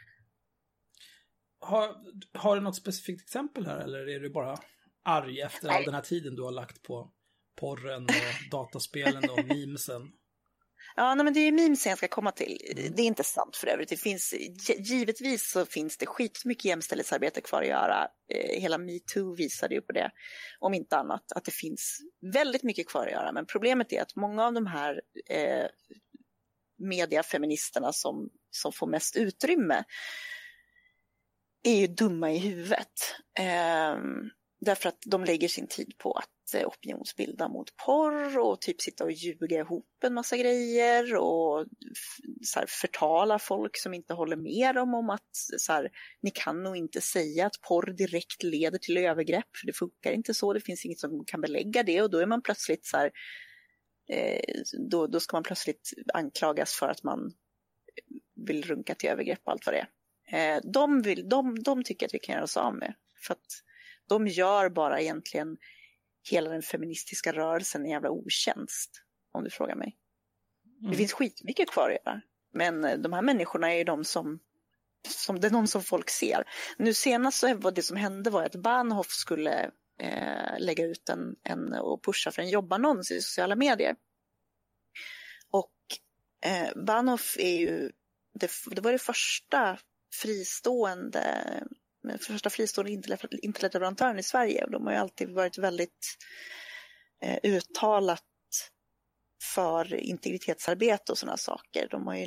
Har du något specifikt exempel här? Eller är du bara arg efter all den här tiden du har lagt på porren och dataspelen och memesen? Ja, men det är ju memesen jag ska komma till. Det är inte sant för övrigt. Givetvis så finns det skitmycket jämställdhetsarbete kvar att göra. Hela MeToo visade ju på det. Om inte annat. Att det finns väldigt mycket kvar att göra. Men problemet är att många av de här mediafeministerna som får mest utrymme är ju dumma i huvudet. Därför att de lägger sin tid på att opinionsbilda mot porr och typ sitta och ljuga ihop en massa grejer och så här, förtala folk som inte håller med dem om att så här, ni kan nog inte säga att porr direkt leder till övergrepp, för det funkar inte så, det finns inget som kan belägga det, och då är man plötsligt så här, då ska man plötsligt anklagas för att man vill runka till övergrepp och allt vad det är. De tycker att vi kan göra oss av med, för att de gör bara egentligen hela den feministiska rörelsen en jävla otjänst, om du frågar mig. Det finns skitmycket kvar att göra. Men de här människorna är ju de som det är någon som folk ser. Nu senast så var det som hände var att Bahnhof skulle lägga ut en och pusha för en jobbannons i sociala medier. Och Bahnhof är ju det var det första fristående internetleverantören i Sverige, och de har ju alltid varit väldigt uttalat för integritetsarbete och sådana saker.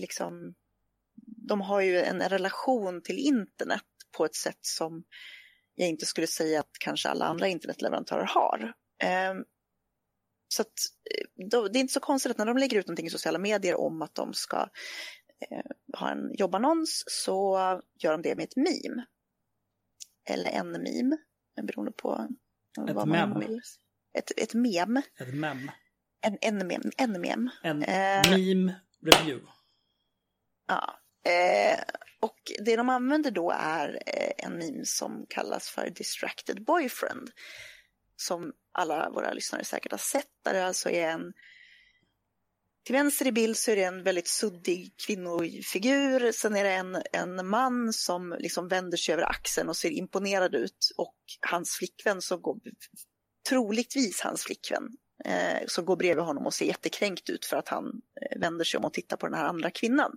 De har ju en relation till internet på ett sätt som jag inte skulle säga att kanske alla andra internetleverantörer har. Så att, det är inte så konstigt att när de lägger ut någonting i sociala medier om att de ska ha en jobbannons, så gör de det med ett meme. Eller en meme, beroende på vad man vill. Ett mem. Ett mem. En mem. En meme review. Ja. Och det de använder då är en meme som kallas för Distracted Boyfriend. Som alla våra lyssnare säkert har sett. Där det alltså är till vänster i bild så är det en väldigt suddig kvinnofigur. Sen är det en man som liksom vänder sig över axeln och ser imponerad ut. Och hans flickvän, som går, troligtvis hans flickvän, som går bredvid honom och ser jättekränkt ut för att han vänder sig om och tittar på den här andra kvinnan.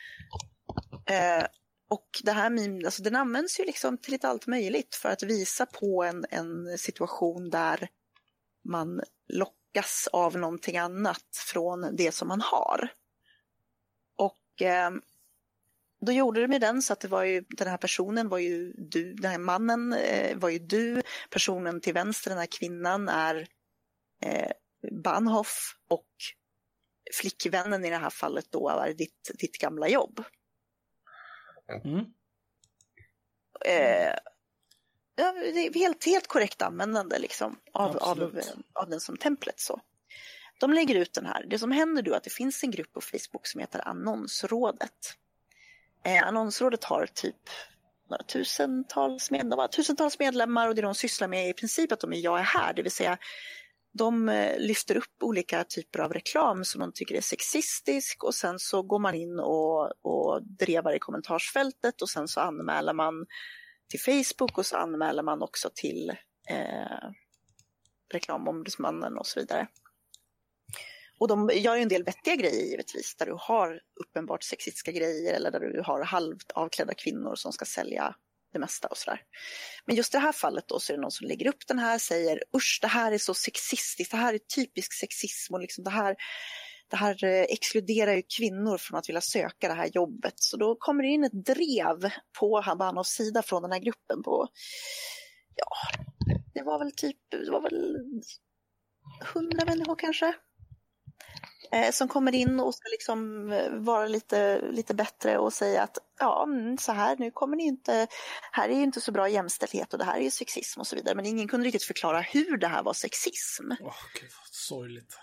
Och det här meme, alltså den används ju liksom till lite allt möjligt för att visa på en situation där man lockas av någonting annat från det som man har. Och då gjorde de med den så att det var ju, den här personen var ju du, den här mannen var ju du, personen till vänster, den här kvinnan är Bahnhof och flickvännen i det här fallet då är ditt gamla jobb. Mm. Ja, det är helt korrekt användande liksom, av den som templet. Så. De lägger ut den här. Det som händer då är att det finns en grupp på Facebook som heter Annonsrådet. Annonsrådet har typ tusentals medlemmar och det de sysslar med är i princip att jag är här. Det vill säga de lyfter upp olika typer av reklam som de tycker är sexistisk och sen så går man in och drevar i kommentarsfältet och sen så anmäler man till Facebook och så anmäler man också till reklamombudsmannen och så vidare. Och de gör ju en del vettiga grejer givetvis där du har uppenbart sexistiska grejer eller där du har halvt avklädda kvinnor som ska sälja det mesta och sådär. Men just i det här fallet då så är det någon som lägger upp den här säger usch det här är så sexistiskt, det här är typisk sexism och liksom det här exkluderar ju kvinnor från att vilja söka det här jobbet. Så då kommer det in ett drev på Habanovs sida från den här gruppen på, ja, det var väl 100 människor kanske. Som kommer in och ska liksom vara lite bättre och säga att ja, så här, nu kommer ni inte, här är ju inte så bra jämställdhet och det här är ju sexism och så vidare. Men ingen kunde riktigt förklara hur det här var sexism. Gud, vad sorgligt.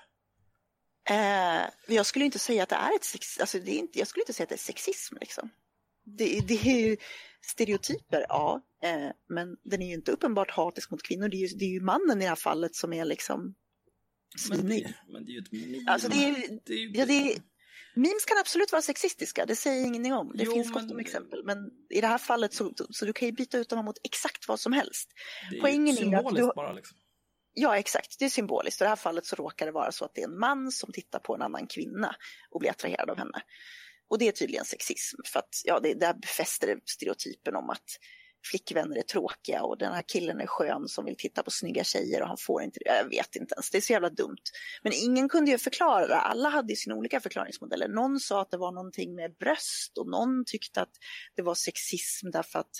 Jag skulle inte säga att det är jag skulle inte säga att det är sexism liksom. Det är ju stereotyper, ja. Men den är ju inte uppenbart hatisk mot kvinnor. Det är ju mannen i det här fallet som är liksom men det är ju ett meme. Alltså memes kan absolut vara sexistiska, det säger ingenting om. Det finns gott om exempel. Men i det här fallet så du kan ju byta ut dem mot exakt vad som helst. Poängen är symboliskt bara liksom. Ja, exakt. Det är symboliskt. I det här fallet så råkar det vara så att det är en man som tittar på en annan kvinna och blir attraherad av henne. Och det är tydligen sexism. För att det där befäster stereotypen om att flickvänner är tråkiga och den här killen är skön som vill titta på snygga tjejer och han får inte det. Jag vet inte ens. Det är så jävla dumt. Men ingen kunde ju förklara det. Alla hade ju sina olika förklaringsmodeller. Någon sa att det var någonting med bröst och någon tyckte att det var sexism därför att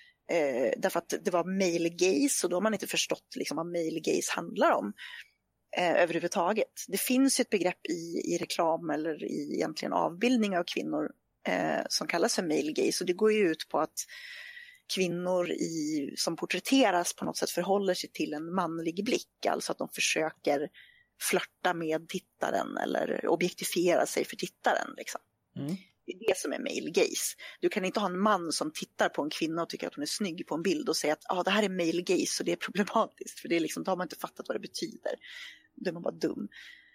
det var male gaze och då har man inte förstått liksom vad male gaze handlar om överhuvudtaget. Det finns ett begrepp i reklam eller i egentligen avbildning av kvinnor som kallas för male gaze och det går ju ut på att kvinnor som porträtteras på något sätt förhåller sig till en manlig blick, alltså att de försöker flirta med tittaren eller objektifiera sig för tittaren liksom. Det är det som är male gaze. Du kan inte ha en man som tittar på en kvinna och tycker att hon är snygg på en bild och säga att det här är male gaze och det är problematiskt. För det är liksom, då har man inte fattat vad det betyder. Då är man bara dum.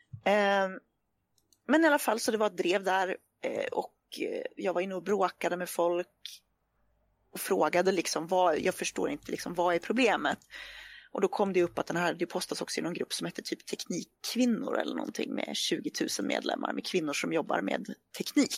Men i alla fall så det var ett drev där och jag var inne och bråkade med folk och frågade liksom jag förstår inte liksom, vad är problemet? Och då kom det upp att det postas också i någon grupp som heter typ teknikkvinnor eller någonting med 20 000 medlemmar med kvinnor som jobbar med teknik.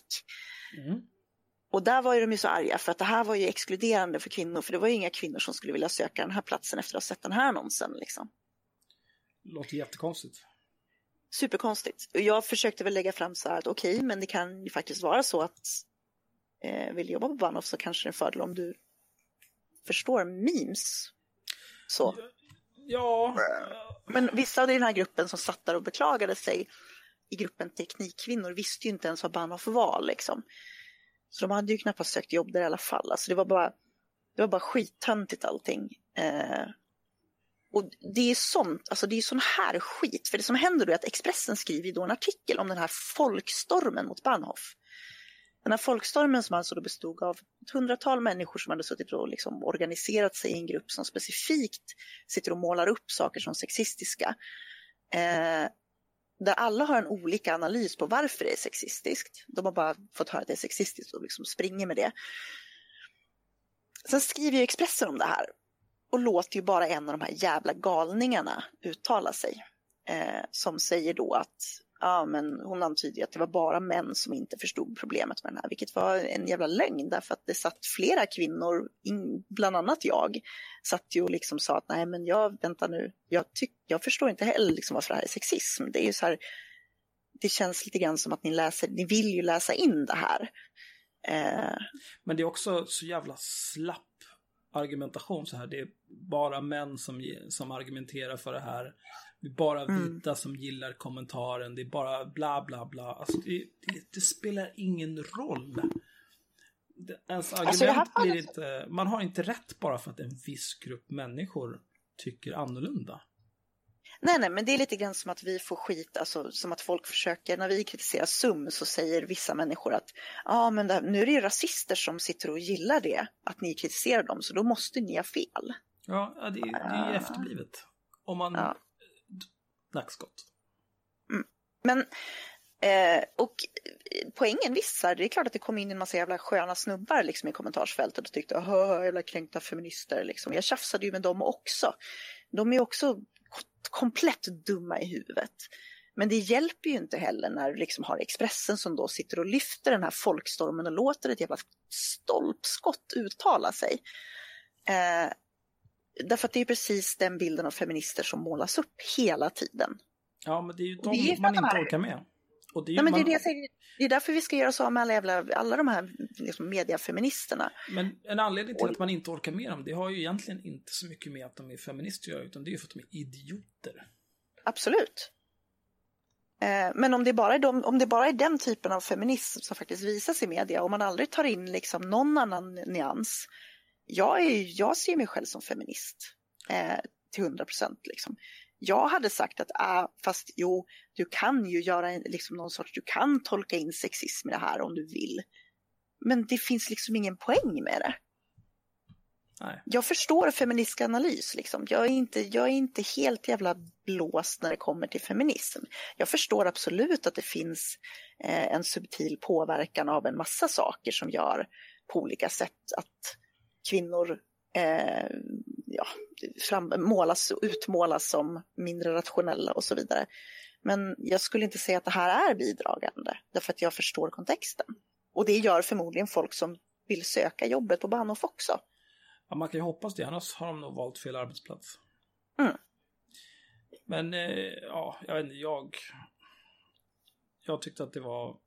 Och där var ju de ju så arga för att det här var ju exkluderande för kvinnor för det var ju inga kvinnor som skulle vilja söka den här platsen efter att ha sett den här annonsen liksom. Låter jättekonstigt. Superkonstigt. Och jag försökte väl lägga fram så här att okej, men det kan ju faktiskt vara så att vill jobba på Bahnhof så kanske det är en fördel om du förstår memes. Så. Ja. Men vissa av den här gruppen som satt där och beklagade sig i gruppen teknikkvinnor visste ju inte ens vad Bahnhof var liksom. Så de hade ju knappast sökt jobb där i alla fall. Alltså det var bara skittöntigt allting. Och det är sånt, alltså det är sån här skit. För det som händer då är att Expressen skriver då en artikel om den här folkstormen mot Bahnhof. Den här folkstormen som alltså då bestod av ett 100-tal människor som hade suttit och liksom organiserat sig i en grupp som specifikt sitter och målar upp saker som sexistiska. Där alla har en olika analys på varför det är sexistiskt. De har bara fått höra att det är sexistiskt och liksom springer med det. Sen skriver ju Expressen om det här och låter ju bara en av de här jävla galningarna uttala sig. som säger då att men hon antyder att det var bara män som inte förstod problemet med den här, vilket var en jävla lögn, därför att det satt flera kvinnor, bland annat jag, satt ju och liksom sa att nej men vänta nu, jag förstår inte heller liksom varför det här är sexism. Det är ju så här, det känns lite grann som att ni vill ju läsa in det här. Men det är också så jävla slapp argumentation så här. Det är bara män som argumenterar för det här. Det är bara vita som gillar kommentaren. Det är bara bla bla bla. Alltså det spelar ingen roll. Ens argument blir inte... Man har inte rätt bara för att en viss grupp människor tycker annorlunda. Nej, men det är lite grann som att vi får skit, alltså som att folk försöker, när vi kritiserar SUM så säger vissa människor att men nu är det ju rasister som sitter och gillar det, att ni kritiserar dem, så då måste ni ha fel. Ja, det är ju efterblivet. Om man... Nackskott. Men och poängen vissa, det är klart att det kom in en massa jävla sköna snubbar liksom i kommentarsfältet och tyckte jävla kränkta feminister liksom. Jag tjafsade ju med dem också. De är ju också komplett dumma i huvudet. Men det hjälper ju inte heller när du liksom har Expressen som då sitter och lyfter den här folkstormen och låter ett jävla stolpskott uttala sig. Därför att det är precis den bilden av feminister som målas upp hela tiden. Ja, men det är ju de man inte orkar med. Och det är, det är därför vi ska göra så med alla de här liksom, mediafeministerna. Men en anledning till att man inte orkar med dem, det har ju egentligen inte så mycket med att de är feminister att göra, utan det är ju för att de är idioter. Absolut. Men om det bara är den typen av feminism som faktiskt visas i media och man aldrig tar in liksom någon annan nyans. Jag ser mig själv som feminist till 100% liksom. Jag hade sagt att fast du kan ju göra liksom någon sorts, du kan tolka in sexism i det här om du vill. Men det finns liksom ingen poäng med det. Nej. Jag förstår feministisk analys liksom. Jag är inte helt jävla blåst när det kommer till feminism. Jag förstår absolut att det finns en subtil påverkan av en massa saker som gör på olika sätt att kvinnor utmålas som mindre rationella och så vidare. Men jag skulle inte säga att det här är bidragande, därför att jag förstår kontexten. Och det gör förmodligen folk som vill söka jobbet på Bahnhof också. Ja, man kan ju hoppas det, annars har de nog valt fel arbetsplats. Men jag vet inte, jag tyckte att det var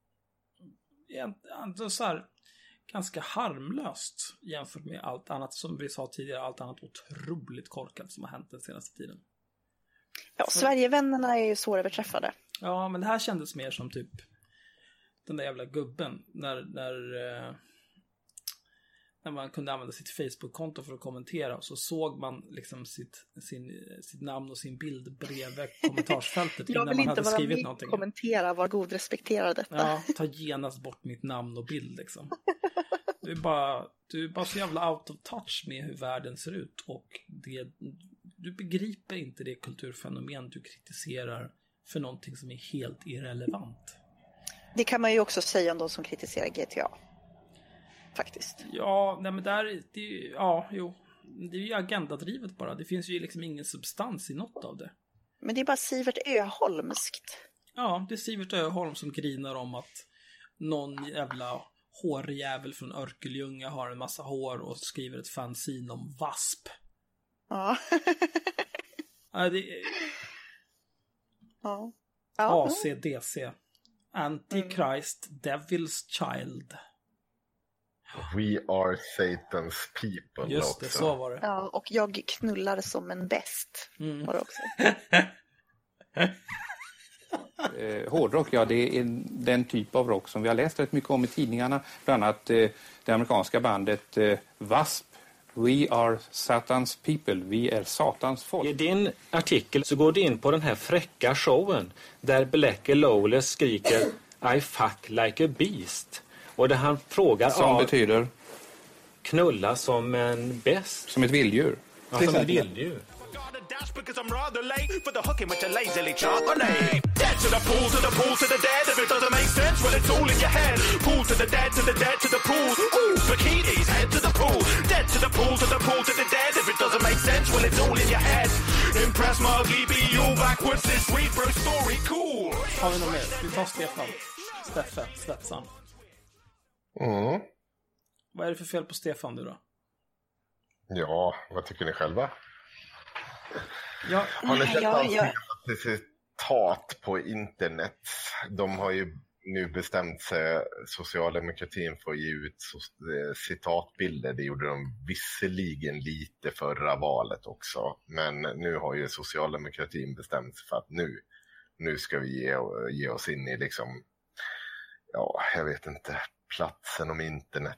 så här ganska harmlöst jämfört med allt annat som vi sa tidigare, allt annat otroligt korkat som har hänt den senaste tiden. Ja, Sverigevännerna är ju svåröverträffade. Ja, men det här kändes mer som typ den där jävla gubben när man kunde använda sitt Facebook-konto för att kommentera, och så såg man liksom sitt namn och sin bild bredvid kommentarsfältet innan man hade skrivit någonting. Jag vill inte kommentera, var god, respektera detta. Ja, ta genast bort mitt namn och bild liksom. Du är bara så jävla out of touch med hur världen ser ut, och du begriper inte det kulturfenomen du kritiserar för någonting som är helt irrelevant. Det kan man ju också säga om de som kritiserar GTA. Faktiskt. Ja, nej men det är ju agendadrivet bara. Det finns ju liksom ingen substans i något av det. Men det är bara Sivert Öholmskt. Ja, det är Sivert Öholm som grinar om att någon jävla hårjävel från Örkelljunga har en massa hår och skriver ett fanzine om wasp. Ja. Ja. ACDC. Antichrist, Devil's Child. We are Satan's people. Just också. Det, så var det. Ja, och jag knullar som en bäst. Var det också. Hårdrock, ja, det är den typ av rock som vi har läst rätt mycket om i tidningarna. Bland annat det amerikanska bandet W.A.S.P. We are Satans people, vi är Satans folk. I din artikel så går du in på den här fräcka showen där Blackie Lawless skriker I fuck like a beast. Och där han frågar som betyder knulla som en bäst. Som ett vilddjur. Ja, som ett vilddjur. Because I'm rather late for the hooking with your lazily chocolate. Dead to the pool, to the pool, to the dead. If it doesn't make sense, well, it's all in your head. Pool to the dead, to the dead, to the pool. Ooh, bikinis, head to the pool. Dead to the pool, to the pool, to the dead. If it doesn't make sense, well, it's all in your head. Impress Muggy, be you backwards this week. no story cool. Har vi något mer? Vi tar Steffan. Vad är det för fel på Stefan nu då? Ja, vad tycker ni själva? Ja. Har ni sett hans citat på internet? De har ju nu bestämt sig, socialdemokratin får ge ut citatbilder. Det gjorde de visserligen lite förra valet också. Men nu har ju socialdemokratin bestämt sig för att nu ska vi ge oss in i liksom, ja, jag vet inte, platsen om internet.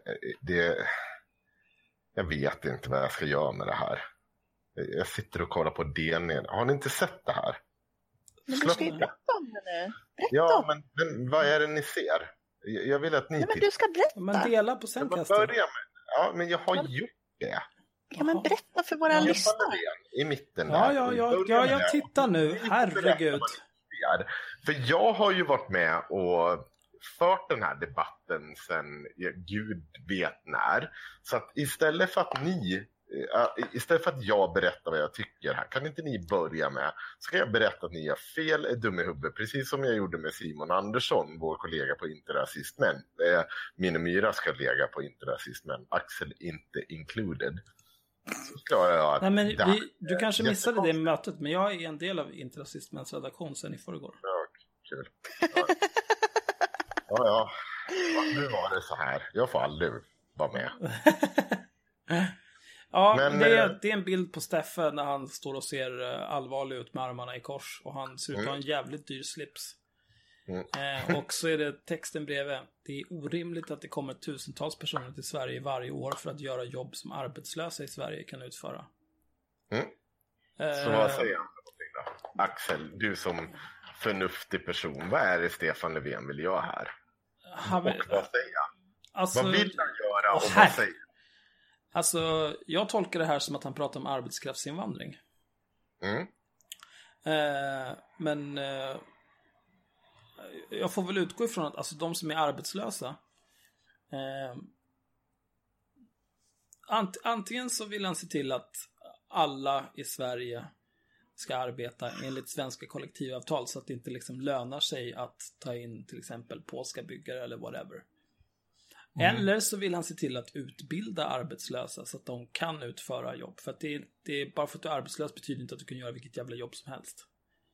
Jag vet inte vad jag ska göra med det här. Jag sitter och kollar på DN. Har ni inte sett det här? Men du ska ju berätta om det nu. Ja, men vad är det ni ser? Jag vill att ni men du ska berätta. Men dela på Zencaster. Ja, men jag har gjort det. Ja, men berätta för våra lyssnare. I mitten där. Ja, jag tittar nu. Herregud. För jag har ju varit med och fört den här debatten sen Gud vet när. Så att istället för att jag berättar vad jag tycker här, kan inte ni börja med, så kan jag berätta att ni är fel, är dum i huvudet, precis som jag gjorde med Simon Andersson, vår kollega på Inte Rasist Men. Min och Myra ska lägga på Inte Rasist Men, Axel inte included. Så klarar jag att... Nej, men du kanske missade det mötet, men jag är en del av Inte Rasist Mens redaktion sen i förrgår. Ja, kul. Ja. Nu var det så här. Jag får aldrig vara med. Ja, men det är en bild på Steffen när han står och ser allvarlig ut med armarna i kors. Och han ser ut att ha en jävligt dyr slips. Och så är det texten bredvid. Det är orimligt att det kommer tusentals personer till Sverige varje år för att göra jobb som arbetslösa i Sverige kan utföra. Så vad säger han då? Axel, du som förnuftig person, vad är det Stefan Löfven vill göra här? Och vad säger han? Alltså, vad vill han göra och vad säger han? Alltså, jag tolkar det här som att han pratar om arbetskraftsinvandring. Men jag får väl utgå ifrån att alltså, de som är arbetslösa, antingen så vill han se till att alla i Sverige ska arbeta enligt svenska kollektivavtal så att det inte liksom lönar sig att ta in till exempel polska byggare eller whatever. Eller så vill han se till att utbilda arbetslösa så att de kan utföra jobb. För att det är bara för att du är arbetslös betyder inte att du kan göra vilket jävla jobb som helst.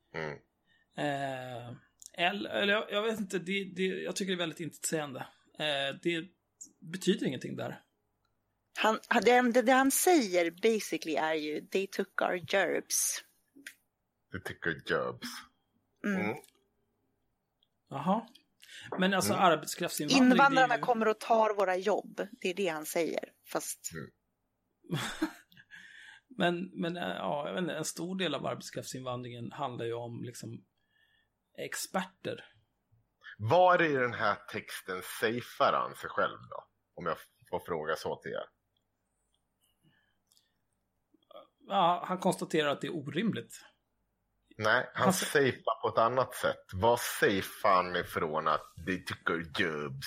Eller jag vet inte, jag tycker det är väldigt intetsägande. Det betyder ingenting där. Det han säger basically är ju they took our jobs. They took our jobs. Jaha. Men alltså arbetskraftsinvandring... Invandrarna kommer och tar våra jobb. Det är det han säger. Fast... men ja, jag vet inte, en stor del av arbetskraftsinvandringen handlar ju om liksom experter. Var i den här texten safear han sig själv då? Om jag får fråga så till er. Ja, han konstaterar att det är orimligt. Nej, han safear på ett annat sätt. Vad safear han ifrån att de tycker jobs?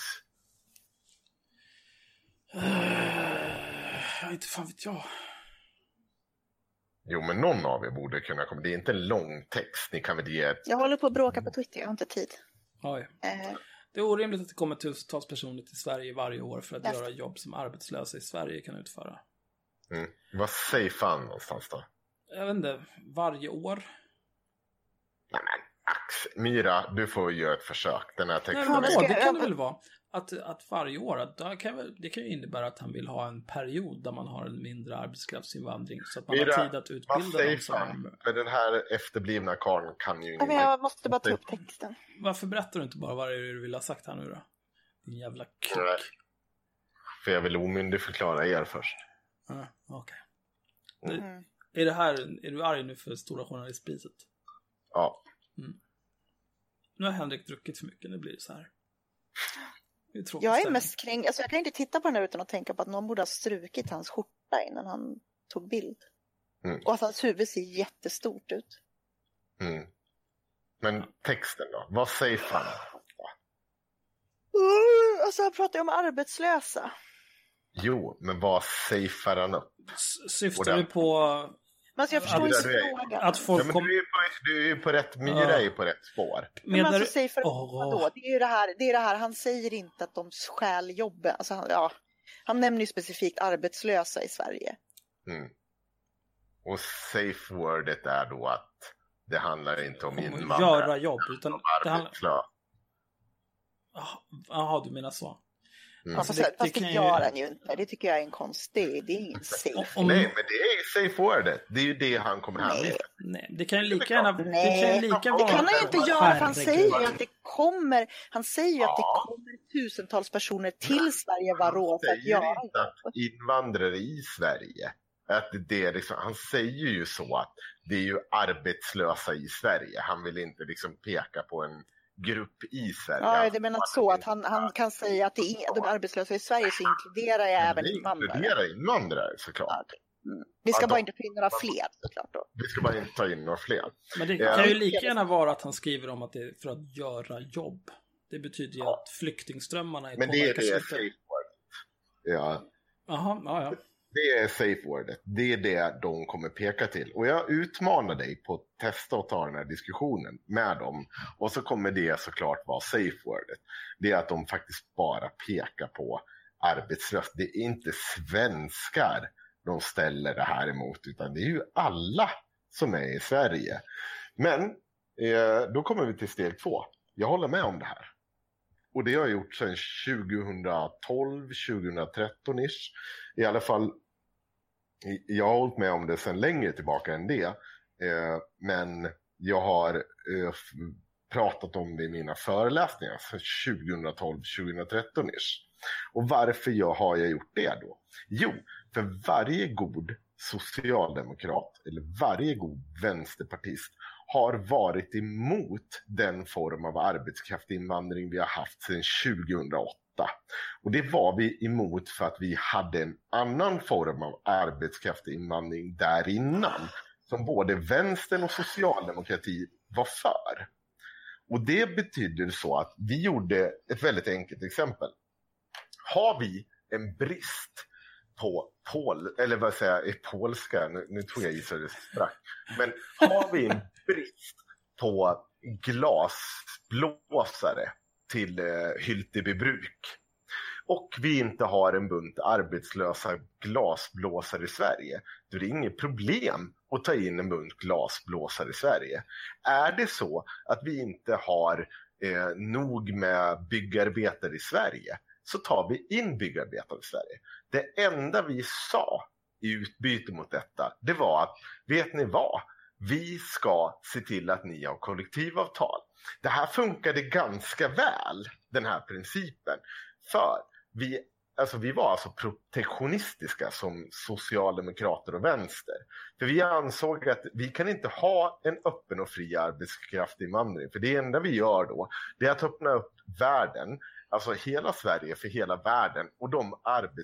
Inte fan vet jag. Jo, men någon av er borde kunna komma. Det är inte en lång text. Ni kan väl ge ett... Jag håller på att bråka på Twitter, jag har inte tid. Oj. Det är orimligt att det kommer tusentals personer till Sverige varje år för att göra jobb som arbetslösa i Sverige kan utföra. Vad safear han någonstans då? Jag vet inte, varje år. Nej, men Myra, du får göra ett försök. Den här texten. Nej, det kan det väl vara. Att varje år, det kan ju innebära att han vill ha en period där man har en mindre arbetskraftsinvandring. Så att man Myra, har tid att utbilda dem som... För den här efterblivna karln kan ju inte... Jag måste bara ta upp texten. Varför berättar du inte bara vad det är du vill ha sagt här nu då? Din jävla kuck. För jag vill omyndigförklara er först. Okej. Är du arg nu för Stora Journalistpriset? Ja. Nu har Henrik druckit för mycket, nu blir det så här. Jag är mest kring, alltså jag kan inte titta på den här utan att tänka på att någon borde ha strukit hans skjorta innan han tog bild. Och att hans huvud ser jättestort ut. Men texten då? Vad säger han? Alltså han pratar ju om arbetslösa. Jo, men vad safear han upp? Syftar du på Men jag förstår inte frågan. Att folk du är ju på rätt myra, är på rätt spår. Men alltså, säg för vadå? Det är ju det här, han säger inte att de stjäl jobb. Alltså, han nämner ju specifikt arbetslösa i Sverige. Mm. Och safe wordet är då att det handlar inte om invandrare. Göra jobb, utan det handlar... Jaha, du menar så. Mm. Alltså, fast det gör han ju inte. Det tycker jag är en konstig. Det är ingen safe. Nej, men det är safe wordet. Det är ju det han kommer hem med. Nej, det kan ju lika gärna vara. Det kan han ju inte göra, för han säger ju att det kommer. Han säger ju att det kommer tusentals personer till Sverige varje år för att göra inte att invandrare i Sverige. Att det är liksom, han säger ju så att det är ju arbetslösa i Sverige. Han vill inte liksom peka på en grupp i Sverige. Ja, det menar så att han kan säga att det är de arbetslösa i Sverige, så inkluderar jag även invandrare. Inkluderar invandrare, såklart. Ja, vi ska bara inte ta in några fler, såklart då. Vi ska bara inte ta in några fler. Men det kan ju lika gärna vara att han skriver om att det är för att göra jobb. Det betyder ju att flyktingströmmarna är. Men det är det safe word. Ja. Jaha, ja. Det är safe wordet. Det är det de kommer peka till. Och jag utmanar dig på att testa och ta den här diskussionen med dem. Och så kommer det såklart vara safe wordet. Det är att de faktiskt bara pekar på arbetslös. Det är inte svenskar de ställer det här emot, utan det är ju alla som är i Sverige. Men då kommer vi till steg 2. Jag håller med om det här. Och det har jag gjort sedan 2012, 2013-ish. I alla fall, jag har hållit med om det sedan längre tillbaka än det. Men jag har pratat om det i mina föreläsningar sedan 2012, 2013-ish. Och varför har jag gjort det då? Jo, för varje god socialdemokrat eller varje god vänsterpartist har varit emot den form av arbetskraftinvandring vi har haft sedan 2008. Och det var vi emot för att vi hade en annan form av arbetskraftinvandring där innan, som både vänstern och socialdemokrati var för. Och det betyder så att vi gjorde ett väldigt enkelt exempel. Har vi en brist på polska, nu tror jag gissar det sprack. Men har vi en brist på glasblåsare till Hyltebybruk och vi inte har en bunt arbetslösa glasblåsare i Sverige, då är det inget problem att ta in en bunt glasblåsare i Sverige. Är det så att vi inte har nog med byggarbetare i Sverige, så tar vi in byggarbetare i Sverige. Det enda vi sa i utbyte mot detta, det var att, vet ni vad? Vi ska se till att ni har kollektivavtal. Det här funkade ganska väl, den här principen. För vi var alltså protektionistiska som socialdemokrater och vänster. För vi ansåg att vi kan inte ha en öppen och fri arbetskraftinvandring. För det enda vi gör då, det är att öppna upp världen, alltså hela Sverige för hela världen, och de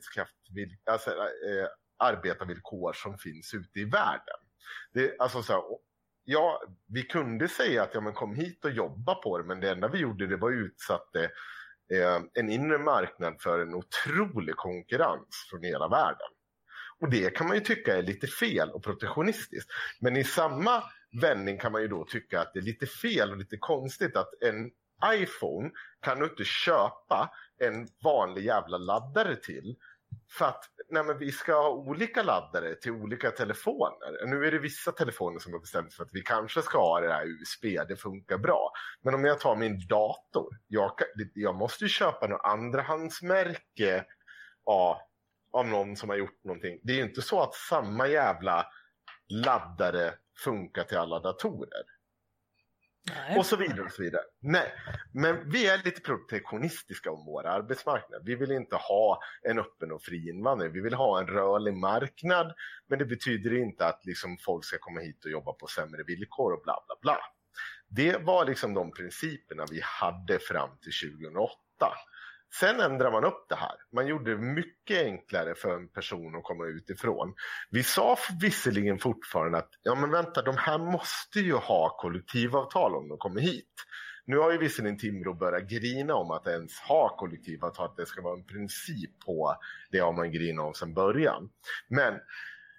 arbetarvillkor som finns ute i världen. Det, alltså så här, vi kunde säga att men kom hit och jobba på det, men det enda vi gjorde, det var utsatte en inre marknad för en otrolig konkurrens från hela världen. Och det kan man ju tycka är lite fel och protektionistiskt. Men i samma vändning kan man ju då tycka att det är lite fel och lite konstigt att en iPhone kan du inte köpa en vanlig jävla laddare till, för att vi ska ha olika laddare till olika telefoner. Nu är det vissa telefoner som har bestämt för att vi kanske ska ha det här USB, det funkar bra. Men om jag tar min dator, jag måste ju köpa något andrahandsmärke av någon som har gjort någonting. Det är ju inte så att samma jävla laddare funkar till alla datorer. Nej. Och så vidare och så vidare. Nej, men vi är lite protektionistiska om vår arbetsmarknad. Vi vill inte ha en öppen och fri invandring. Vi vill ha en rörlig marknad, men det betyder inte att liksom folk ska komma hit och jobba på sämre villkor och bla bla bla. Det var liksom de principerna vi hade fram till 2008. Sen ändrar man upp det här. Man gjorde det mycket enklare för en person att komma utifrån. Vi sa visserligen fortfarande att men vänta, de här måste ju ha kollektivavtal om de kommer hit. Nu har ju visserligen Timbro börjat grina om att ens ha kollektivavtal, att det ska vara en princip på det har man grina om sedan början. Men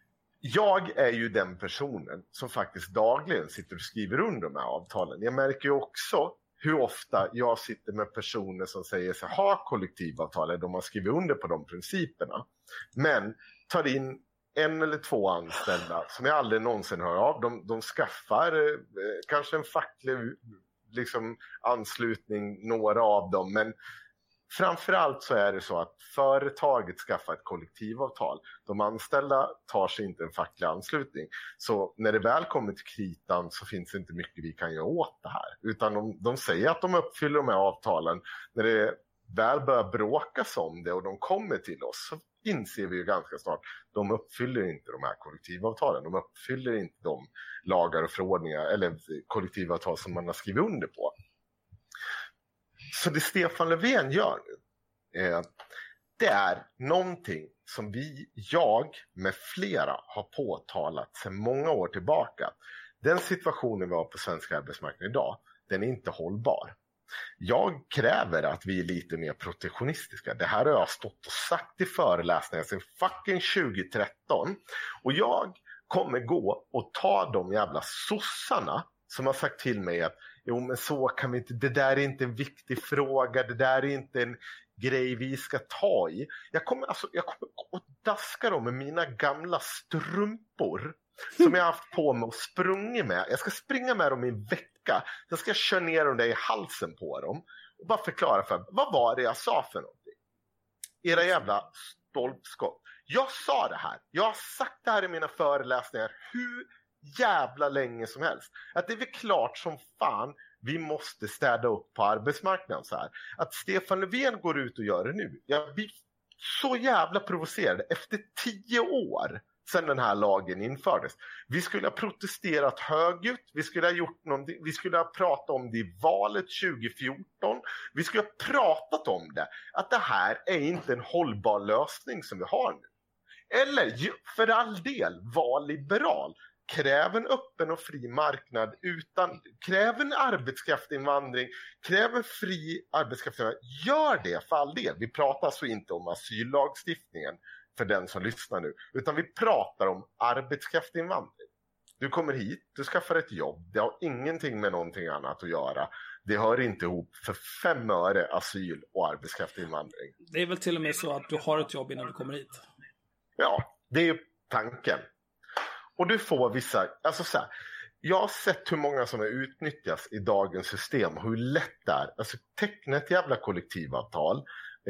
jag är ju den personen som faktiskt dagligen sitter och skriver under de här avtalen. Jag märker ju också hur ofta jag sitter med personer som säger sig ha kollektivavtal, eller de har skrivit under på de principerna, men tar in 1 eller 2 anställda som jag aldrig någonsin hör av. De skaffar kanske en facklig liksom, anslutning, några av dem, men framförallt så är det så att företaget skaffar ett kollektivavtal. De anställda tar sig inte en facklig anslutning. Så när det väl kommer till kritan så finns det inte mycket vi kan göra åt det här. Utan de säger att de uppfyller de här avtalen. När det väl börjar bråkas om det och de kommer till oss så inser vi ju ganska snart de uppfyller inte de här kollektivavtalen. De uppfyller inte de lagar och förordningar eller kollektivavtal som man har skrivit under på. Så det Stefan Löfven gör nu, det är någonting som jag med flera har påtalat sedan många år tillbaka. Den situationen vi har på svensk arbetsmarknad idag, den är inte hållbar. Jag kräver att vi är lite mer protektionistiska. Det här har jag stått och sagt i föreläsningar sedan fucking 2013. Och jag kommer gå och ta de jävla sossarna som har sagt till mig att jo, men så kan vi inte, det där är inte en viktig fråga, det där är inte en grej vi ska ta i. Jag kommer att daska dem med mina gamla strumpor som jag har haft på mig och sprungit med. Jag ska springa med dem i en vecka. Jag ska köra ner dem där i halsen på dem och bara förklara för dem, vad var det jag sa för någonting? Era jävla stolpskott. Jag sa det här. Jag har sagt det här i mina föreläsningar hur jävla länge som helst. Att det är väl klart som fan vi måste städa upp på arbetsmarknaden så här. Att Stefan Löfven går ut och gör det nu. Jag blir så jävla provocerad efter 10 år sedan den här lagen infördes. Vi skulle ha protesterat högljutt. Vi skulle ha gjort någonting. Vi skulle ha pratat om det i valet 2014. Vi skulle ha pratat om det. Att det här är inte en hållbar lösning som vi har nu. Eller för all del, var liberal. Kräv en öppen och fri marknad kräv en arbetskraftsinvandring, kräv en fri arbetskraftsinvandring. Gör det för all del. Vi pratar alltså inte om asyllagstiftningen för den som lyssnar nu, utan vi pratar om arbetskraftsinvandring. Du kommer hit, du skaffar ett jobb, det har ingenting med någonting annat att göra. Det hör inte ihop för 5 öre asyl och arbetskraftsinvandring. Det är väl till och med så att du har ett jobb innan du kommer hit. Ja, det är ju tanken. Och du får vissa, alltså så här, jag har sett hur många som utnyttjas i dagens system, hur lätt det är. Alltså teckna ett jävla kollektivavtal,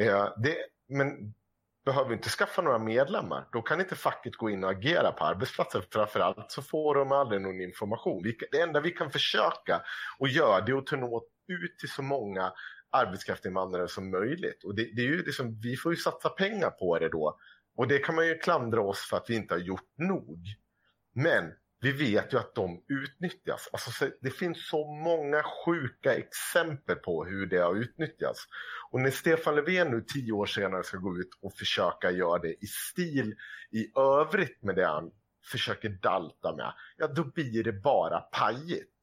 men behöver inte skaffa några medlemmar. Då kan inte facket gå in och agera på arbetsplatser. Framförallt så får de aldrig någon information. Det enda vi kan försöka och göra det är att nå ut till så många arbetskraftsinvandrare som möjligt. Och det är ju liksom, vi får ju satsa pengar på det då. Och det kan man ju klandra oss för att vi inte har gjort nog. Men vi vet ju att de utnyttjas. Alltså, det finns så många sjuka exempel på hur det har utnyttjats. Och när Stefan Löfven nu 10 år senare ska gå ut och försöka göra det i stil i övrigt med det han försöker dalta med, ja då blir det bara pajigt.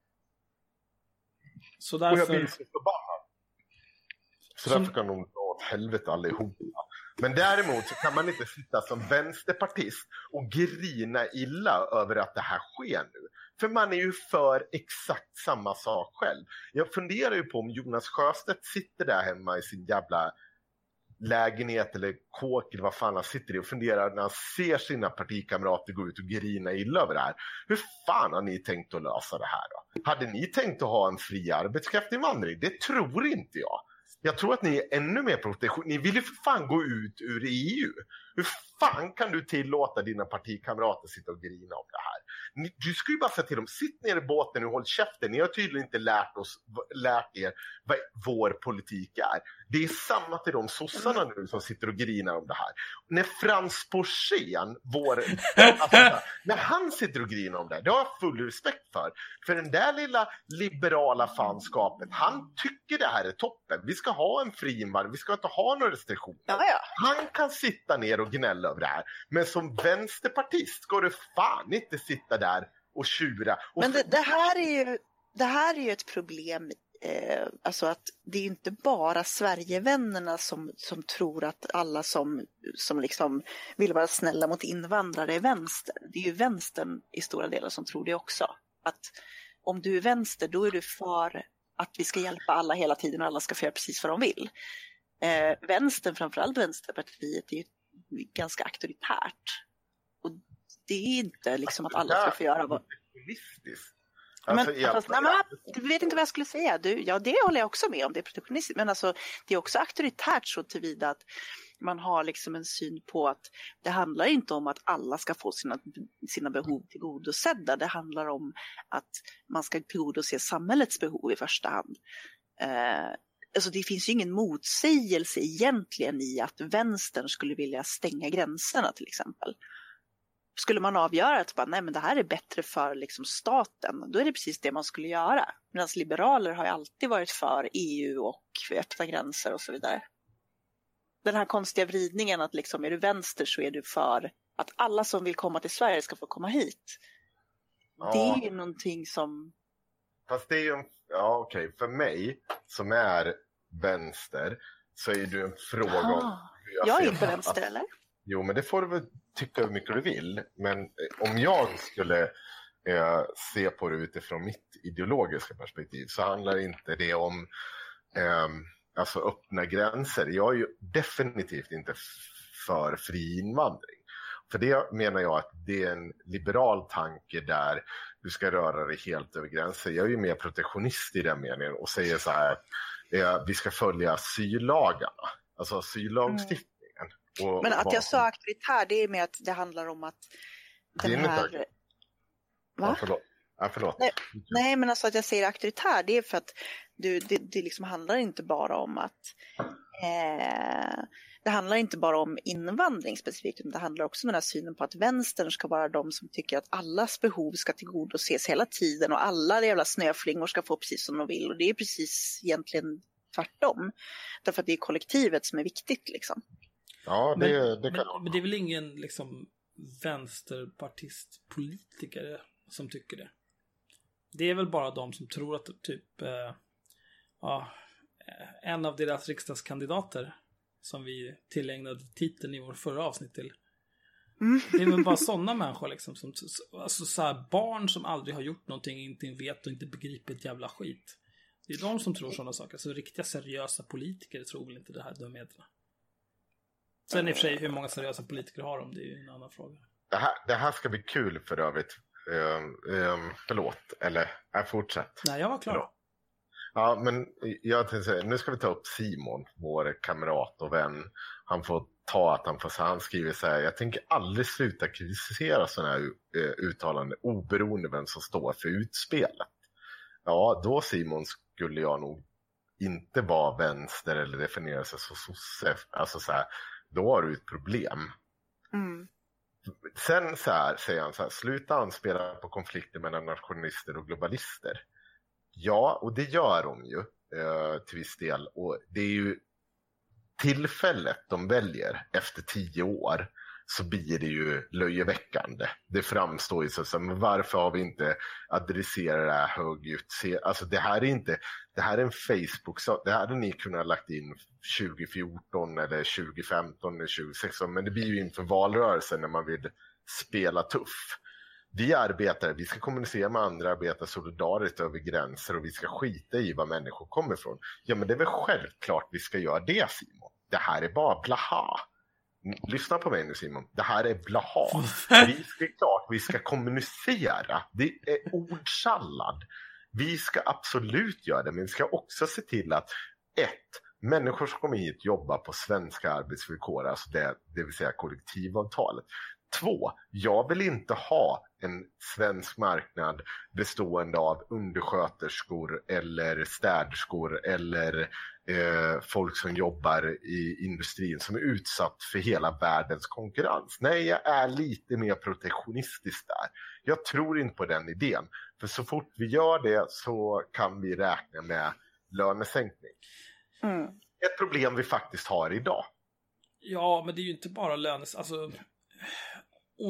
Så därför... Och jag blir så förbannad. Så därför kan de dra åt helvete allihopa. Men däremot så kan man inte sitta som vänsterpartist och grina illa över att det här sker nu. För man är ju för exakt samma sak själv. Jag funderar ju på om Jonas Sjöstedt sitter där hemma i sin jävla lägenhet eller kåk eller vad fan han sitter i och funderar när han ser sina partikamrater gå ut och grina illa över det här. Hur fan har ni tänkt att lösa det här då? Hade ni tänkt att ha en fri arbetskraftsinvandring? Det tror inte jag. Jag tror att ni är ännu mer protektion. Ni vill ju för fan gå ut ur EU. Hur fan kan du tillåta dina partikamrater sitta och grina om det här? Du ska ju bara säga till dem, sitt ner i båten och håll käften. Ni har tydligen inte lärt er vad vår politik är. Det är samma till de sossarna nu som sitter och grinar om det här. När Frans Borssén, när han sitter och grinar om det här, det har jag full respekt för. För den där lilla liberala fanskapet, han tycker det här är toppen. Vi ska ha en fri invandring, vi ska inte ha några restriktioner. Ja. Han kan sitta ner och gnälla över det här. Men som vänsterpartist ska du fan inte sitta där och tjura. Och men det här är ju ett problem alltså att det är inte bara Sverigevännerna som tror att alla som liksom vill vara snälla mot invandrare är vänster. Det är ju vänstern i stora delar som tror det också. Att om du är vänster, då är du för att vi ska hjälpa alla hela tiden och alla ska få göra precis vad de vill. Vänstern, framförallt Vänsterpartiet, är ju ganska auktoritärt. Och det är inte liksom att alla ska få göra vad... Du vet inte vad jag skulle säga. Det håller jag också med om. Det är protektionistiskt. Men alltså, det är också auktoritärt så tillvida att man har liksom en syn på att det handlar inte om att alla ska få sina behov tillgodosedda. Det handlar om att man ska tillgodose samhällets behov i första hand. Alltså det finns ju ingen motsägelse egentligen i att vänstern skulle vilja stänga gränserna till exempel. Skulle man avgöra att bara, nej, men det här är bättre för liksom staten, då är det precis det man skulle göra. Medan liberaler har ju alltid varit för EU och öppna gränser och så vidare. Den här konstiga vridningen att liksom, är du vänster så är du för att alla som vill komma till Sverige ska få komma hit. Ja. Det är ju någonting som... Fast det är ju okej. För mig som är vänster så är det en fråga om... Jag är inte vänster, eller? Jo, men det får du väl tycka hur mycket du vill. Men om jag skulle se på det utifrån mitt ideologiska perspektiv så handlar inte det om alltså öppna gränser. Jag är ju definitivt inte för fri invandring. För det menar jag att det är en liberal tanke där du ska röra dig helt över gränser. Jag är ju mer protektionist i den meningen och säger så här, vi ska följa asyllagarna, alltså asyllagstiftningen. Men att jag sa auktoritär, det är med att det handlar om att den här... Va? Förlåt. Nej, men alltså att jag säger auktoritär, det är för att det liksom handlar inte bara om att... det handlar inte bara om invandring specifikt, utan det handlar också om den här synen på att vänstern ska vara de som tycker att allas behov ska tillgodoses hela tiden och alla jävla snöflingor ska få precis som de vill. Och det är precis egentligen tvärtom. Därför att det är kollektivet som är viktigt liksom. Ja, men det är väl ingen liksom vänsterpartistpolitiker som tycker det. Det är väl bara de som tror att typ en av deras riksdagskandidater som vi tillägnade titeln i vår förra avsnitt till. Det är väl bara sådana människor liksom som, alltså så här, barn som aldrig har gjort någonting, inte vet och inte begriper ett jävla skit. Det är de som tror sådana saker. Så riktiga seriösa politiker tror väl inte det här dumheterna. Sen i och för sig hur många seriösa politiker har de, det är ju en annan fråga. Det här ska bli kul för övrigt. Förlåt, eller fortsätt. Nej, jag var klar. Förlåt. Ja, men jag tänkte säga, nu ska vi ta upp Simon, vår kamrat och vän. Han får ta att han skriver så här: jag tänker aldrig sluta kritisera sådana här uttalanden oberoende vem som står för utspelet. Ja, då Simon skulle jag nog inte vara vänster eller definiera sig som sosse. Alltså så här, då har du ett problem. Sen så här, säger han så här: sluta anspela på konflikter mellan nationalister och globalister. Ja, och det gör de ju till viss del. Och det är ju tillfället de väljer efter 10 år, så blir det ju löjeväckande. Det framstår ju så som, varför har vi inte adresserat det här högljutt? Alltså det här är en Facebook, så det här hade ni kunnat ha lagt in 2014 eller 2015 eller 2016, men det blir ju inför valrörelsen när man vill spela tuff. Vi arbetar, vi ska kommunicera med andra, arbeta solidariskt över gränser och vi ska skita i var människor kommer ifrån. Ja, men det är väl självklart vi ska göra det, Simon. Det här är bara blaha. Lyssna på mig nu, Simon. Det här är blaha. Vi ska kommunicera. Det är ordsallad. Vi ska absolut göra det, men vi ska också se till att människor som kommer hit jobbar på svenska arbetsvillkor, alltså det vill säga kollektivavtalet. 2, jag vill inte ha en svensk marknad bestående av undersköterskor eller städerskor eller folk som jobbar i industrin som är utsatt för hela världens konkurrens. Nej, jag är lite mer protektionistisk där. Jag tror inte på den idén. För så fort vi gör det så kan vi räkna med lönesänkning. Ett problem vi faktiskt har idag. Ja, men det är ju inte bara alltså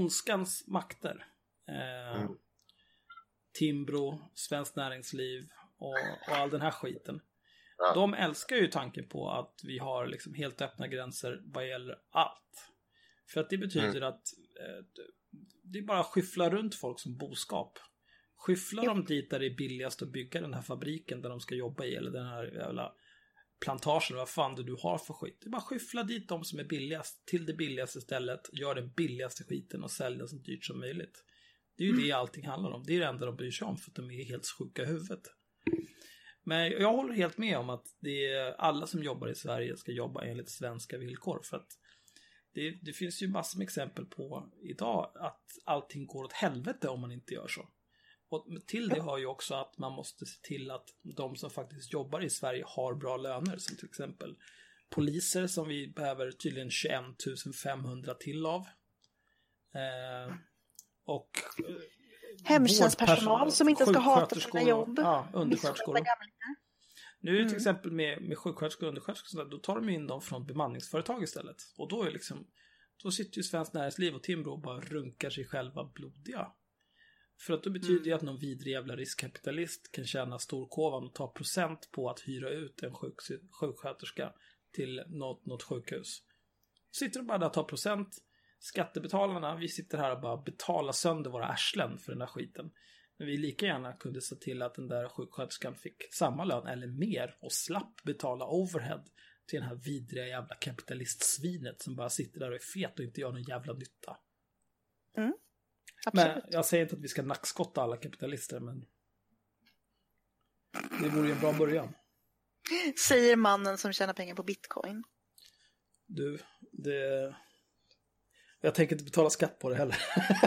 ondskans makter. Timbro, Svenskt Näringsliv och all den här skiten. Ja. De älskar ju tanken på att vi har liksom helt öppna gränser vad gäller allt. För att det betyder att det är bara att skyffla runt folk som boskap. Skyffla dem dit där det är billigast att bygga den här fabriken där de ska jobba i, eller den här jävla plantagen, vad fan du har för skit. Det är bara skyffla dit de som är billigast till det billigaste stället, gör den billigaste skiten och sälj den så dyrt som möjligt. Det är ju det allting handlar om. Det är det enda de bryr sig om för att de är helt sjuka i huvudet. Men jag håller helt med om att det är alla som jobbar i Sverige ska jobba enligt svenska villkor, för att det finns ju massor med exempel på idag att allting går åt helvete om man inte gör så. Och till det har ju också att man måste se till att de som faktiskt jobbar i Sverige har bra löner, som till exempel poliser som vi behöver tydligen 21 500 till av. Och hemtjänstpersonal som inte ska hata sina jobb. Ja, undersköterskor. Nu till exempel med sjuksköterskor och undersköterskor, då tar de in dem från bemanningsföretag istället. Och då är liksom, då sitter ju Svenskt Näringsliv och Timbro och bara runkar sig själva blodiga. För att det betyder ju att någon vidrig jävla riskkapitalist kan tjäna storkovan och ta procent på att hyra ut en sjuksköterska till något sjukhus. Sitter de bara där och tar procent. Skattebetalarna, vi sitter här och bara betalar sönder våra arslen för den där skiten. Men vi lika gärna kunde se till att den där sjuksköterskan fick samma lön eller mer och slapp betala overhead till den här vidriga jävla kapitalistsvinet som bara sitter där och är fet och inte gör någon jävla nytta. Men jag säger inte att vi ska nackskotta alla kapitalister, men det vore ju en bra början. Säger mannen som tjänar pengar på bitcoin. Du, jag tänker inte betala skatt på det heller.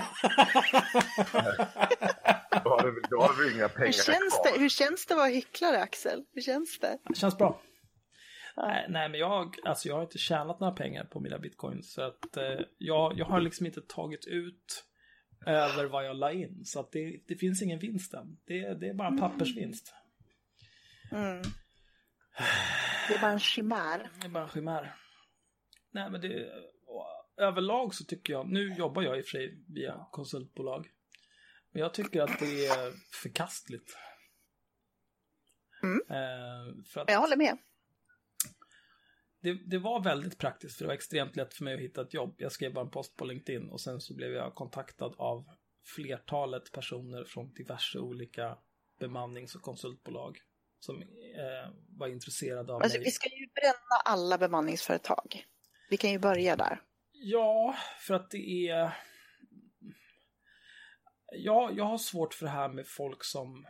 Då har du inga pengar hur känns det att vara hycklare, Axel? Hur känns det? Det känns bra. Nej, men jag har inte tjänat några pengar på mina bitcoins. Så att jag har liksom inte tagit ut över vad jag la in. Så att det finns ingen vinst än. Det är bara en pappersvinst. Det är bara en chimär. Det är bara en chimär. Nej, men överlag så tycker jag, nu jobbar jag i och för sig via konsultbolag, men jag tycker att det är förkastligt. För att jag håller med. Det var väldigt praktiskt, för det var extremt lätt för mig att hitta ett jobb. Jag skrev bara en post på LinkedIn och sen så blev jag kontaktad av flertalet personer från diverse olika bemannings- och konsultbolag som var intresserade av mig. Vi ska ju bränna alla bemanningsföretag. Vi kan ju börja där. Ja, för att det är... Jag har svårt för det här med folk som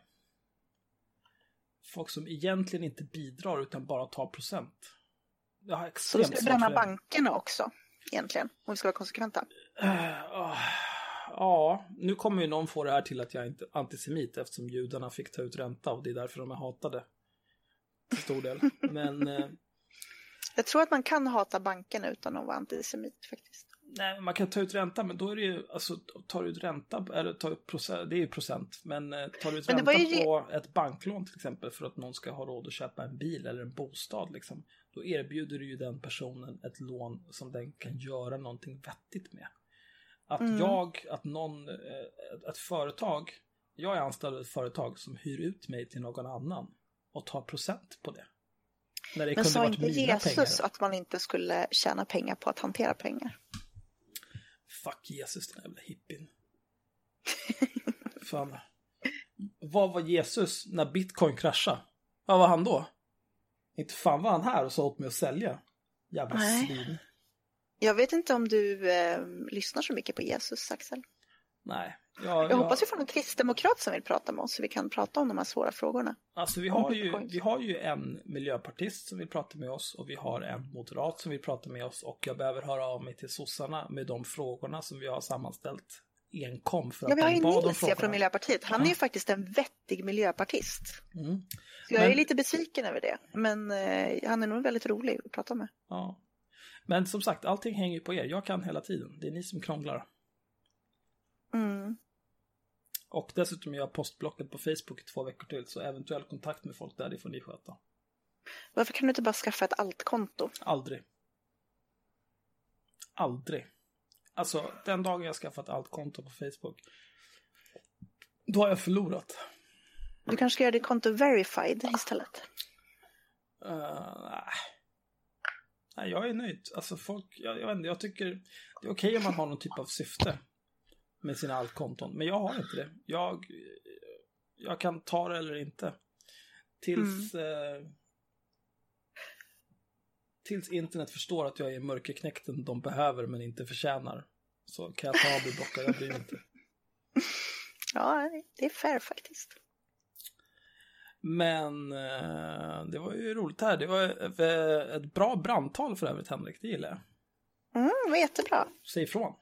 egentligen inte bidrar utan bara tar procent. Jag har så du ska bränna bankerna också, egentligen, om vi ska vara konsekventa? Ja, nu kommer ju någon få det här till att jag är antisemit eftersom judarna fick ta ut ränta och det är därför de är hatade. Till stor del. Men... Jag tror att man kan hata bankerna utan att vara antisemit faktiskt. Nej, man kan ta ut ränta, men då är det ju, alltså, tar du ut ränta, eller tar ut procent, det är ju procent, men tar du ut ränta på ett banklån till exempel för att någon ska ha råd att köpa en bil eller en bostad liksom, då erbjuder du ju den personen ett lån som den kan göra någonting vettigt med. Ett företag, jag är anställd i ett företag som hyr ut mig till någon annan och tar procent på det. Men sa inte Jesus att man inte skulle tjäna pengar på att hantera pengar? Fuck Jesus, den jävla hippien. Fan. Vad var Jesus när bitcoin kraschade? Vad var han då? Inte fan var han här och sa åt mig att sälja. Jävla svin. Jag vet inte om du lyssnar så mycket på Jesus, Axel. Nej. Jag hoppas vi får en kristdemokrat som vill prata med oss så vi kan prata om de här svåra frågorna. Alltså vi har ju en miljöpartist som vill prata med oss och vi har en moderat som vill prata med oss och jag behöver höra av mig till sossarna med de frågorna som vi har sammanställt enkom för att vi har ju Nils från Miljöpartiet. Han är ju faktiskt en vettig miljöpartist. Så jag är lite besviken över det. Men han är nog väldigt rolig att prata med. Ja. Men som sagt, allting hänger på er. Jag kan hela tiden. Det är ni som krånglar. Och dessutom gör jag postblocket på Facebook i 2 veckor till. Så eventuell kontakt med folk där, det får ni sköta. Varför kan du inte bara skaffa ett altkonto? Aldrig. Alltså, den dagen jag skaffat altkonto på Facebook, då har jag förlorat. Du kanske ska göra ditt konto verified istället. Nej, jag är nöjd. Alltså jag vet inte, jag tycker det är okej om man har någon typ av syfte med sina altkonton. Men jag har inte det. Jag kan ta det eller inte. Tills internet förstår att jag är mörkerknäkten de behöver men inte förtjänar. Så kan jag ta och bli blockad, jag blir inte. Ja, det är fair faktiskt. Men det var ju roligt här. Det var ett bra brandtal för övrigt, Henrik. Det gillar jag. Det var jättebra. Säg ifrån.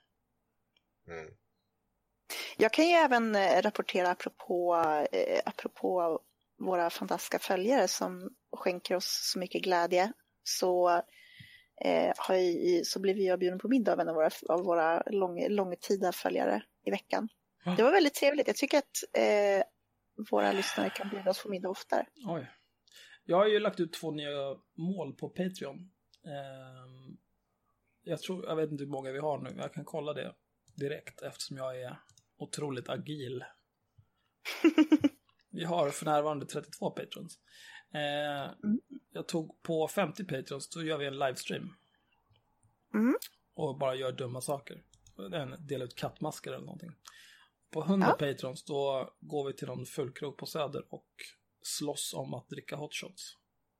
Jag kan ju även rapportera apropå våra fantastiska följare som skänker oss så mycket glädje. Så blev jag bjuden på middag av en av våra långtida följare i veckan. Det var väldigt trevligt. Jag tycker att våra lyssnare kan bjuda oss på middag oftare. Oj. Jag har ju lagt ut 2 nya mål på Patreon. Jag vet inte hur många vi har nu. Jag kan kolla det direkt eftersom jag är otroligt agil. Vi har för närvarande 32 patrons. Jag tog på 50 patrons, så gör vi en livestream. Och bara gör dumma saker. Dela ut kattmasker eller någonting. På 100 patrons då går vi till någon fullkrog på Söder och slåss om att dricka hotshots.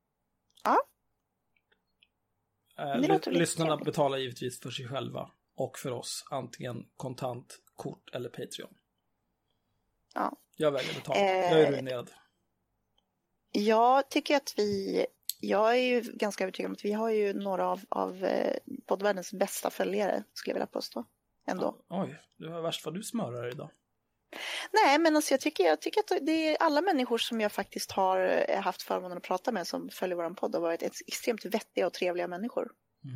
Lyssnarna betalar givetvis för sig själva och för oss antingen kontant, kort eller Patreon. Jag vägrar betala. Jag är ruinerad. Jag tycker att jag är ju ganska övertygad om att vi har ju några av poddvärldens bästa följare, skulle jag vilja påstå. Ändå. Oj, det var värst vad du smörar idag. Nej, men alltså jag tycker att det är alla människor som jag faktiskt har haft förmånen att prata med som följer våran podd och varit extremt vettiga och trevliga människor.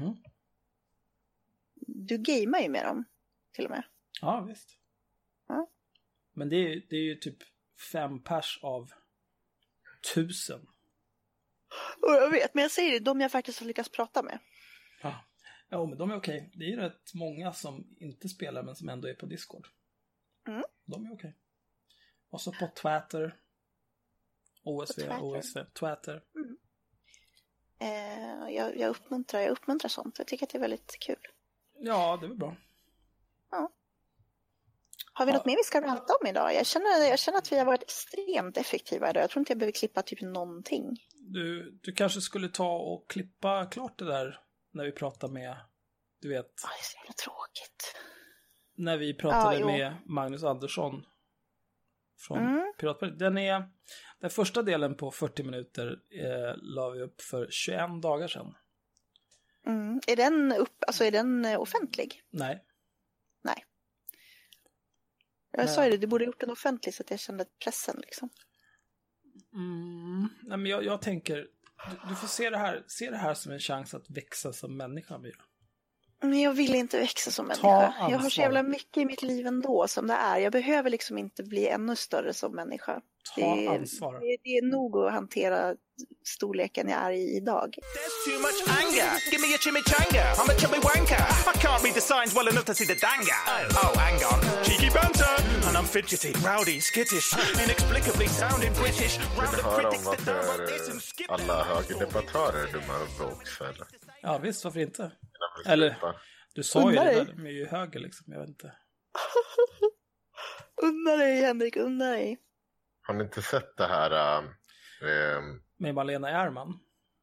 Du gamear ju med dem, till och med. Ja, visst. Men det är ju typ 5 pers av 1000. Och jag vet, men jag säger det, de jag faktiskt har lyckats prata med. Ja, men de är okej. Det är ju rätt många som inte spelar men som ändå är på Discord. De är okej. Och så på Twitter. OSV, Twitter. Jag uppmuntrar sånt. Jag tycker att det är väldigt kul. Ja, det är bra. Har vi något mer vi ska ranta om idag? Jag känner att vi har varit extremt effektiva idag. Jag tror inte jag behöver klippa typ någonting. Du kanske skulle ta och klippa klart det där när vi pratar med, du vet. Det är så jävla tråkigt. När vi pratade med Magnus Andersson från Piratpartiet. Den första delen på 40 minuter la vi upp för 21 dagar sedan. Är den offentlig? Nej. Jag sa ju det borde gjort den offentlig så att jag kände pressen liksom. Nej, men jag tänker, du får se det här som en chans att växa som människa, Mira. Men jag vill inte växa som människa. Jag har så jävla mycket i mitt liv ändå som det är. Jag behöver liksom inte bli ännu större som människa. Ta ansvar. Det är nog att hantera storleken jag är i idag. There's too much anger. Give me a chimichanga. I'm a chubby wanker. I can't read the signs well enough to see the danga. Oh, hang on. Cheeky banter. And I'm fidgety, rowdy, skittish, inexplicably sounding British. Vill du höra om varför alla högerdebattörer dumma bråks, eller? Ja, visst, varför inte? Eller, du sa ju det där, de är ju höger liksom, jag vet inte. Unna dig, Henrik, unna dig. Har ni inte sett det här? Med Malena Ärman?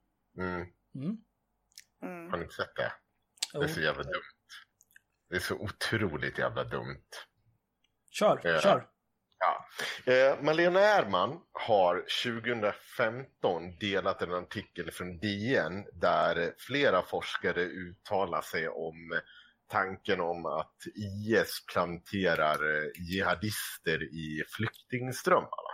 Har ni inte sett det? Det är så jävla dumt. Det är så otroligt jävla dumt. Kör. Ja. Malena Ärman har 2015 delat en artikel från DN där flera forskare uttalar sig om tanken om att IS planterar jihadister i flyktingströmmarna.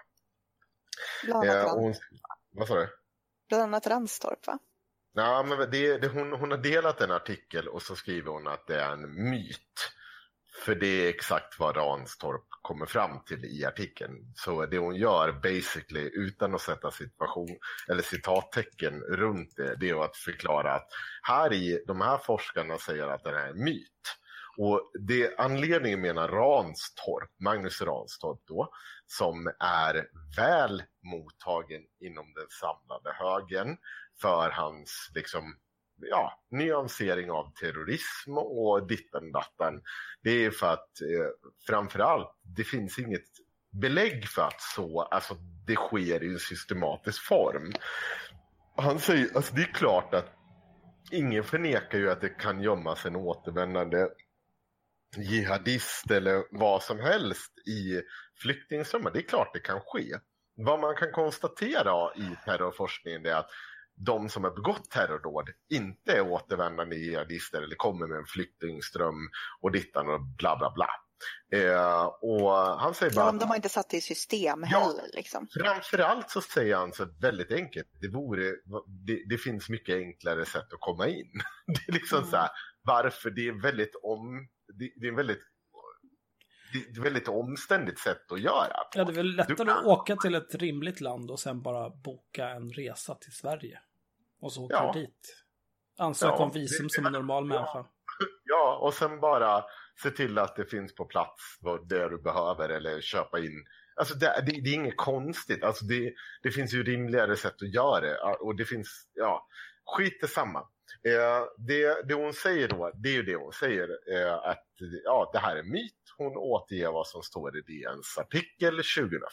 Vad sa du? Bland annat Ranstorp, va? Ja, men hon har delat en artikel och så skriver hon att det är en myt. För det är exakt vad Ranstorp kommer fram till i artikeln. Så det hon gör basically utan att sätta situation eller citattecken runt det är att förklara att de här forskarna säger att det är en myt. Och anledningen menar Magnus Ranstorp då, som är väl mottagen inom den samlade högern för hans liksom, nyansering av terrorism och ditten datten. Det är för att framförallt det finns inget belägg för att det sker i en systematisk form. Han säger, det är klart att ingen förnekar ju att det kan gömmas en återvändande jihadist eller vad som helst i flyktingströmmar. Det är klart det kan ske. Vad man kan konstatera i terrorforskningen är att de som har begått terrordåd inte är återvändande jihadister eller kommer med en flyktingström och dittan och bla bla bla. Och han säger bara de har inte satt det i system heller. Liksom. Framförallt så säger han så väldigt enkelt. Det finns mycket enklare sätt att komma in. Det är liksom så här, varför det är det är ett väldigt omständigt sätt att göra. Ja, det är väl lättare att åka till ett rimligt land och sen bara boka en resa till Sverige. Och så åker du dit. Ansöka om visum som en normal människa. Ja, och sen bara se till att det finns på plats det du behöver eller köpa in. Alltså det är inget konstigt. Alltså det finns ju rimligare sätt att göra det. Och det finns, skit är samma. Det hon säger då, det är ju det hon säger, att det här är myt. Hon återger vad som står i DNs artikel 2015.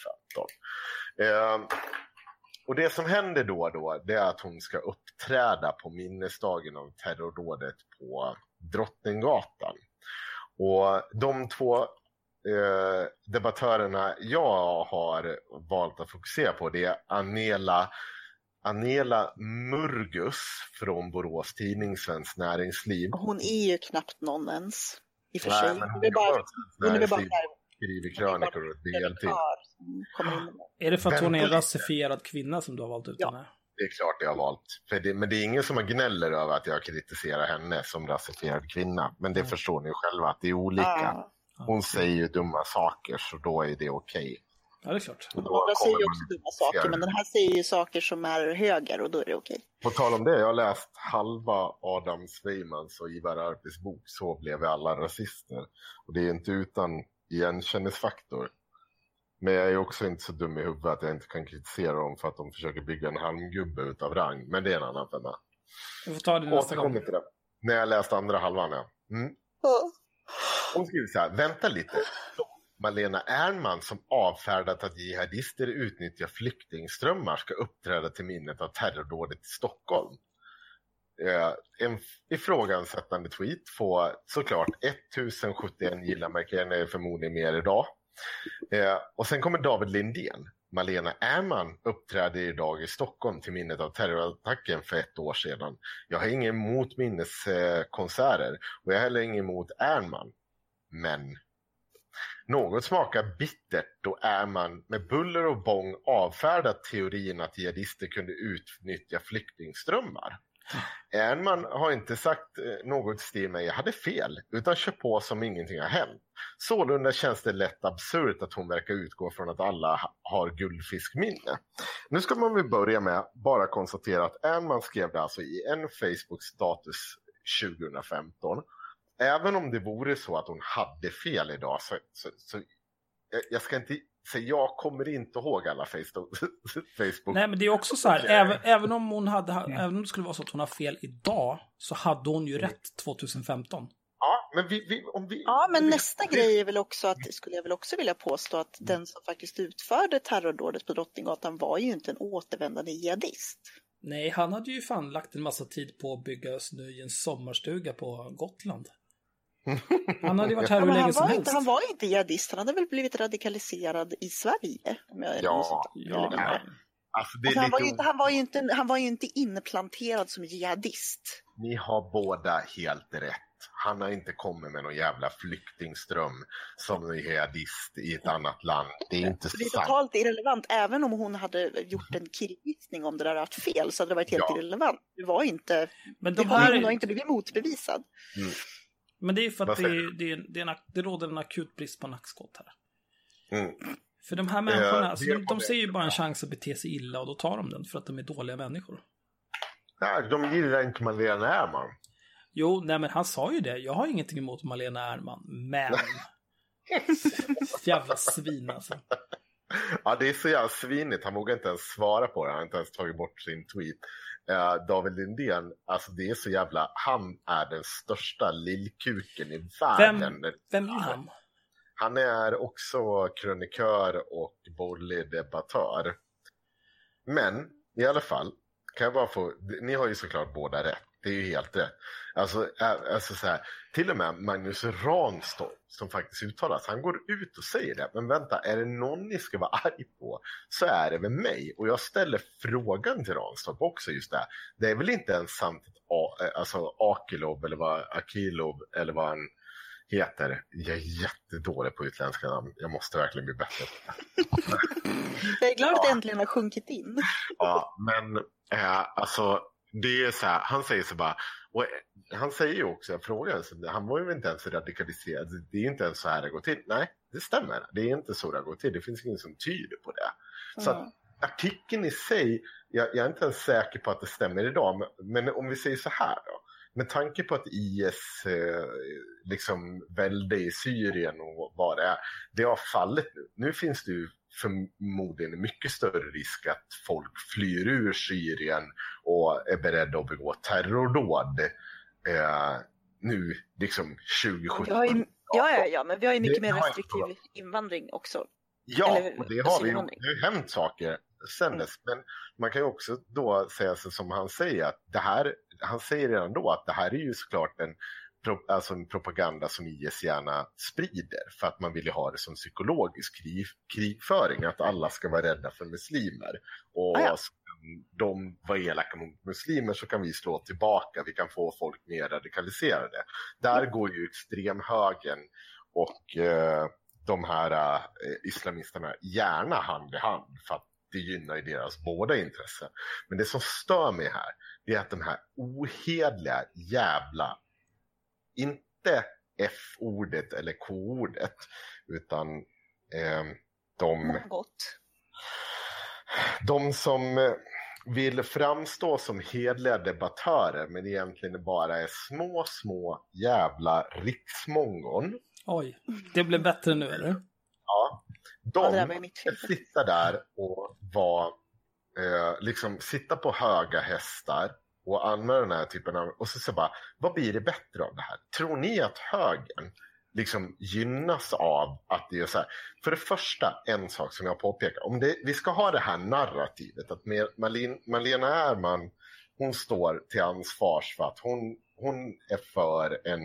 Och det som händer då det är att hon ska uppträda på minnesdagen av terrordådet på Drottninggatan. Och de två debattörerna jag har valt att fokusera på, det är Anela Murgus från Borås Tidning Svenskt Näringsliv. Hon är ju knappt någon ens i och för sig. Hon är bara skriver krönikor och DLT. Är det för att hon är en rasifierad kvinna som du har valt ut henne? Det är klart jag har valt. Men det är ingen som har gnäller över att jag kritiserar henne som rasifierad kvinna. Men det förstår ni själva att det är olika. Hon säger ju dumma saker, så då är det okej. Ja, det är klart. Andra säger ju också dumma saker, men den här säger ju saker som är höger och då är det okej. På tal om det, jag har läst halva Adam Sveimans och Ivar Arpis bok Så blev vi alla rasister. Och det är inte utan igenkänningsfaktor. Men jag är också inte så dum i huvudet att jag inte kan kritisera dem för att de försöker bygga en halmgubbe utav rang. Men det är en annan femma. Du får ta det nästa gång. Till det. När jag läste andra halvan, Hon skriver så här, vänta lite. Malena Ernman som avfärdat att jihadister utnyttjar flyktingströmmar ska uppträda till minnet av terrordådet i Stockholm. En ifrågasättande tweet får såklart 1071 gillarmärken, är förmodligen mer idag. Och sen kommer David Lindén. Malena Ernman uppträdde idag i Stockholm till minnet av terrorattacken för 1 år sedan. Jag har ingen emot minneskonserter och jag har heller ingen emot Ernman. Men något smakar bittert då Ernman med buller och bång avfärdat teorin att jihadister kunde utnyttja flyktingströmmar. Ernman har inte sagt något till mig, jag hade fel, utan kör på som ingenting har hänt. Sålunda känns det lätt absurt att hon verkar utgå från att alla har guldfiskminne. Nu ska man väl börja med bara konstatera att Ernman skrev det alltså i en Facebook-status 2015. Även om det vore så att hon hade fel idag så jag ska inte säga, jag kommer inte ihåg alla Facebook. Nej, men det är också så här, även om det skulle vara så att hon har fel idag, så hade hon ju rätt 2015. Ja, men nästa grej är väl också att, skulle jag väl också vilja påstå, att den som faktiskt utförde terrordådet på Drottninggatan var ju inte en återvändande jihadist. Nej, han hade ju fan lagt en massa tid på att bygga i en sommarstuga på Gotland. Han hade ju varit här hur länge som helst. Han var inte jihadist, han hade väl blivit radikaliserad i Sverige. Han var ju inte inplanterad som jihadist. Ni har båda helt rätt. Han har inte kommit med någon jävla flyktingström som jihadist i ett annat land. Det är inte sant. Det är totalt irrelevant. Även om hon hade gjort en killgissning om det där varit fel, så hade det varit helt irrelevant. Det var inte, hon har inte blivit motbevisad. Men det är för att det råder en akut brist på nackskott här. För de här människorna, alltså, de ser ju bara en chans att bete sig illa, och då tar de den för att de är dåliga människor. Nej, de gillar inte Malena Ernman. Jo, nej men han sa ju det. Jag har ingenting emot Malena Ernman, men jävla svin alltså. Ja, det är så jävla svinigt. Han vågar inte ens svara på det. Han har inte ens tagit bort sin tweet. David Lindén, alltså det är så jävla... Han är den största lillkuken i världen. Vem är han? Han är också krönikör och borgerlig debattör. Men i alla fall, kan jag bara få... Ni har ju såklart båda rätt. Det är ju helt rätt. Alltså så här, till och med Magnus Ranstorp som faktiskt uttalas, han går ut och säger det. Men vänta, är det någon ni ska vara arg på så är det väl mig. Och jag ställer frågan till Ranstorp också just det. Det är väl inte ens sant alltså Akilov eller vad han heter. Jag är jättedålig på utländska namn. Jag måste verkligen bli bättre. Jag är glad att det äntligen har sjunkit in. Ja, men alltså det är så här, han säger så bara, och han säger ju också, jag frågar, han var ju inte ens radikaliserad, det är inte ens så här det går till. Nej, det stämmer, det är inte så det går till, det finns ingen som tyder på det. Så att artikeln i sig, jag är inte ens säker på att det stämmer idag, men om vi säger så här då, med tanke på att IS liksom välde i Syrien och vad det är, det har fallit nu. Nu finns det ju förmodligen mycket större risk att folk flyr ur Syrien och är beredda att begå terrordåd nu liksom 2017. Ja, men vi har ju mycket mer restriktiv invandring också. Ja, och det har vi ju. Det har ju hänt saker sen dess. Men man kan ju också då säga så som han säger att det här, han säger redan då att det här är ju såklart en propaganda som IS gärna sprider för att man vill ha det som psykologisk krigföring, att alla ska vara rädda för muslimer och de var elaka mot muslimer så kan vi slå tillbaka, vi kan få folk mer radikaliserade. Där går ju extremhögern och de här islamisterna gärna hand i hand för att det gynnar ju deras båda intressen. Men det som stör mig här är att de här ohedliga jävla, inte F-ordet eller K-ordet, utan de som vill framstå som hedliga debattörer men egentligen bara är små jävla riksmongon. Oj, det blev bättre nu eller? Ja, de sitter där och liksom sitta på höga hästar och använda den här typen av, och så bara, vad blir det bättre av det här? Tror ni att högern liksom gynnas av att det är så här? För det första, en sak som jag påpekar, om vi ska ha det här narrativet att Malena Ernman, hon står till ansvars för att hon är för en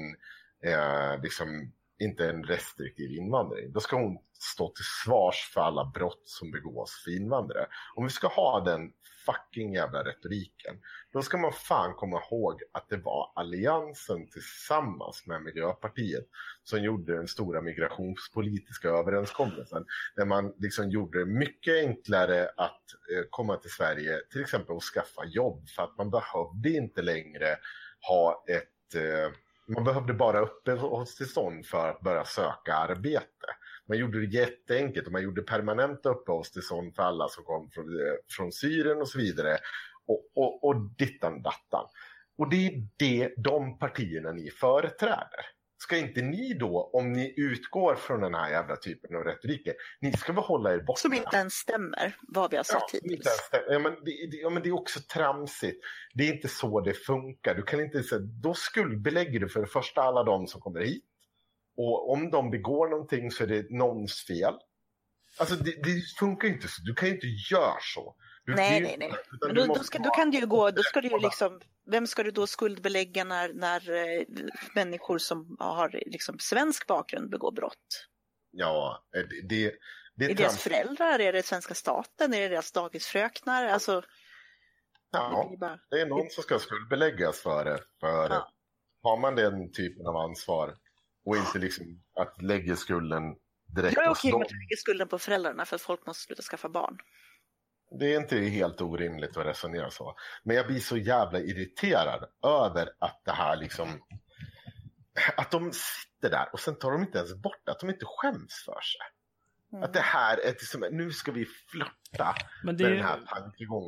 liksom inte en restriktiv invandring. Då ska hon stå till svars för alla brott som begås för invandrare. Om vi ska ha den fucking jävla retoriken, då ska man fan komma ihåg att det var alliansen tillsammans med Miljöpartiet som gjorde den stora migrationspolitiska överenskommelsen. Där man liksom gjorde det mycket enklare att komma till Sverige, till exempel att skaffa jobb, för att man behövde inte längre ha man behövde bara uppehållstillstånd för att börja söka arbete. Man gjorde det jätteenkelt och man gjorde permanenta uppehållstillstånd för alla som kom från Syrien och så vidare. Och dittan dattan. Och det är de partierna ni företräder. Ska inte ni då, om ni utgår från den här jävla typen av retoriker, ni ska väl hålla er borta. Som inte ens stämmer, vad vi har sagt hittills. Men det är också tramsigt. Det är inte så det funkar. Du kan inte säga, då skuldbelägger du för det första alla de som kommer hit. Och om de begår någonting så är det någons fel. Alltså det funkar inte så. Du kan ju inte göra så. Nej. Men då kan du ju gå, då ska du ju liksom, vem ska du då skuldbelägga när människor som har liksom svensk bakgrund begår brott? Ja, det är deras föräldrar, är det svenska staten, är det deras dagisfröknar? Alltså, ja, det är någon som ska skuldbeläggas för det. Har man den typen av ansvar och inte liksom att lägga skulden direkt. Jag är okej med att lägga skulden på föräldrarna för att folk måste sluta skaffa barn. Det är inte helt orimligt att resonera så. Men jag blir så jävla irriterad över att det här liksom, att de sitter där och sen tar de inte ens bort, att de inte skäms för sig. Att det här är liksom, nu ska vi flirta med den här tankegången.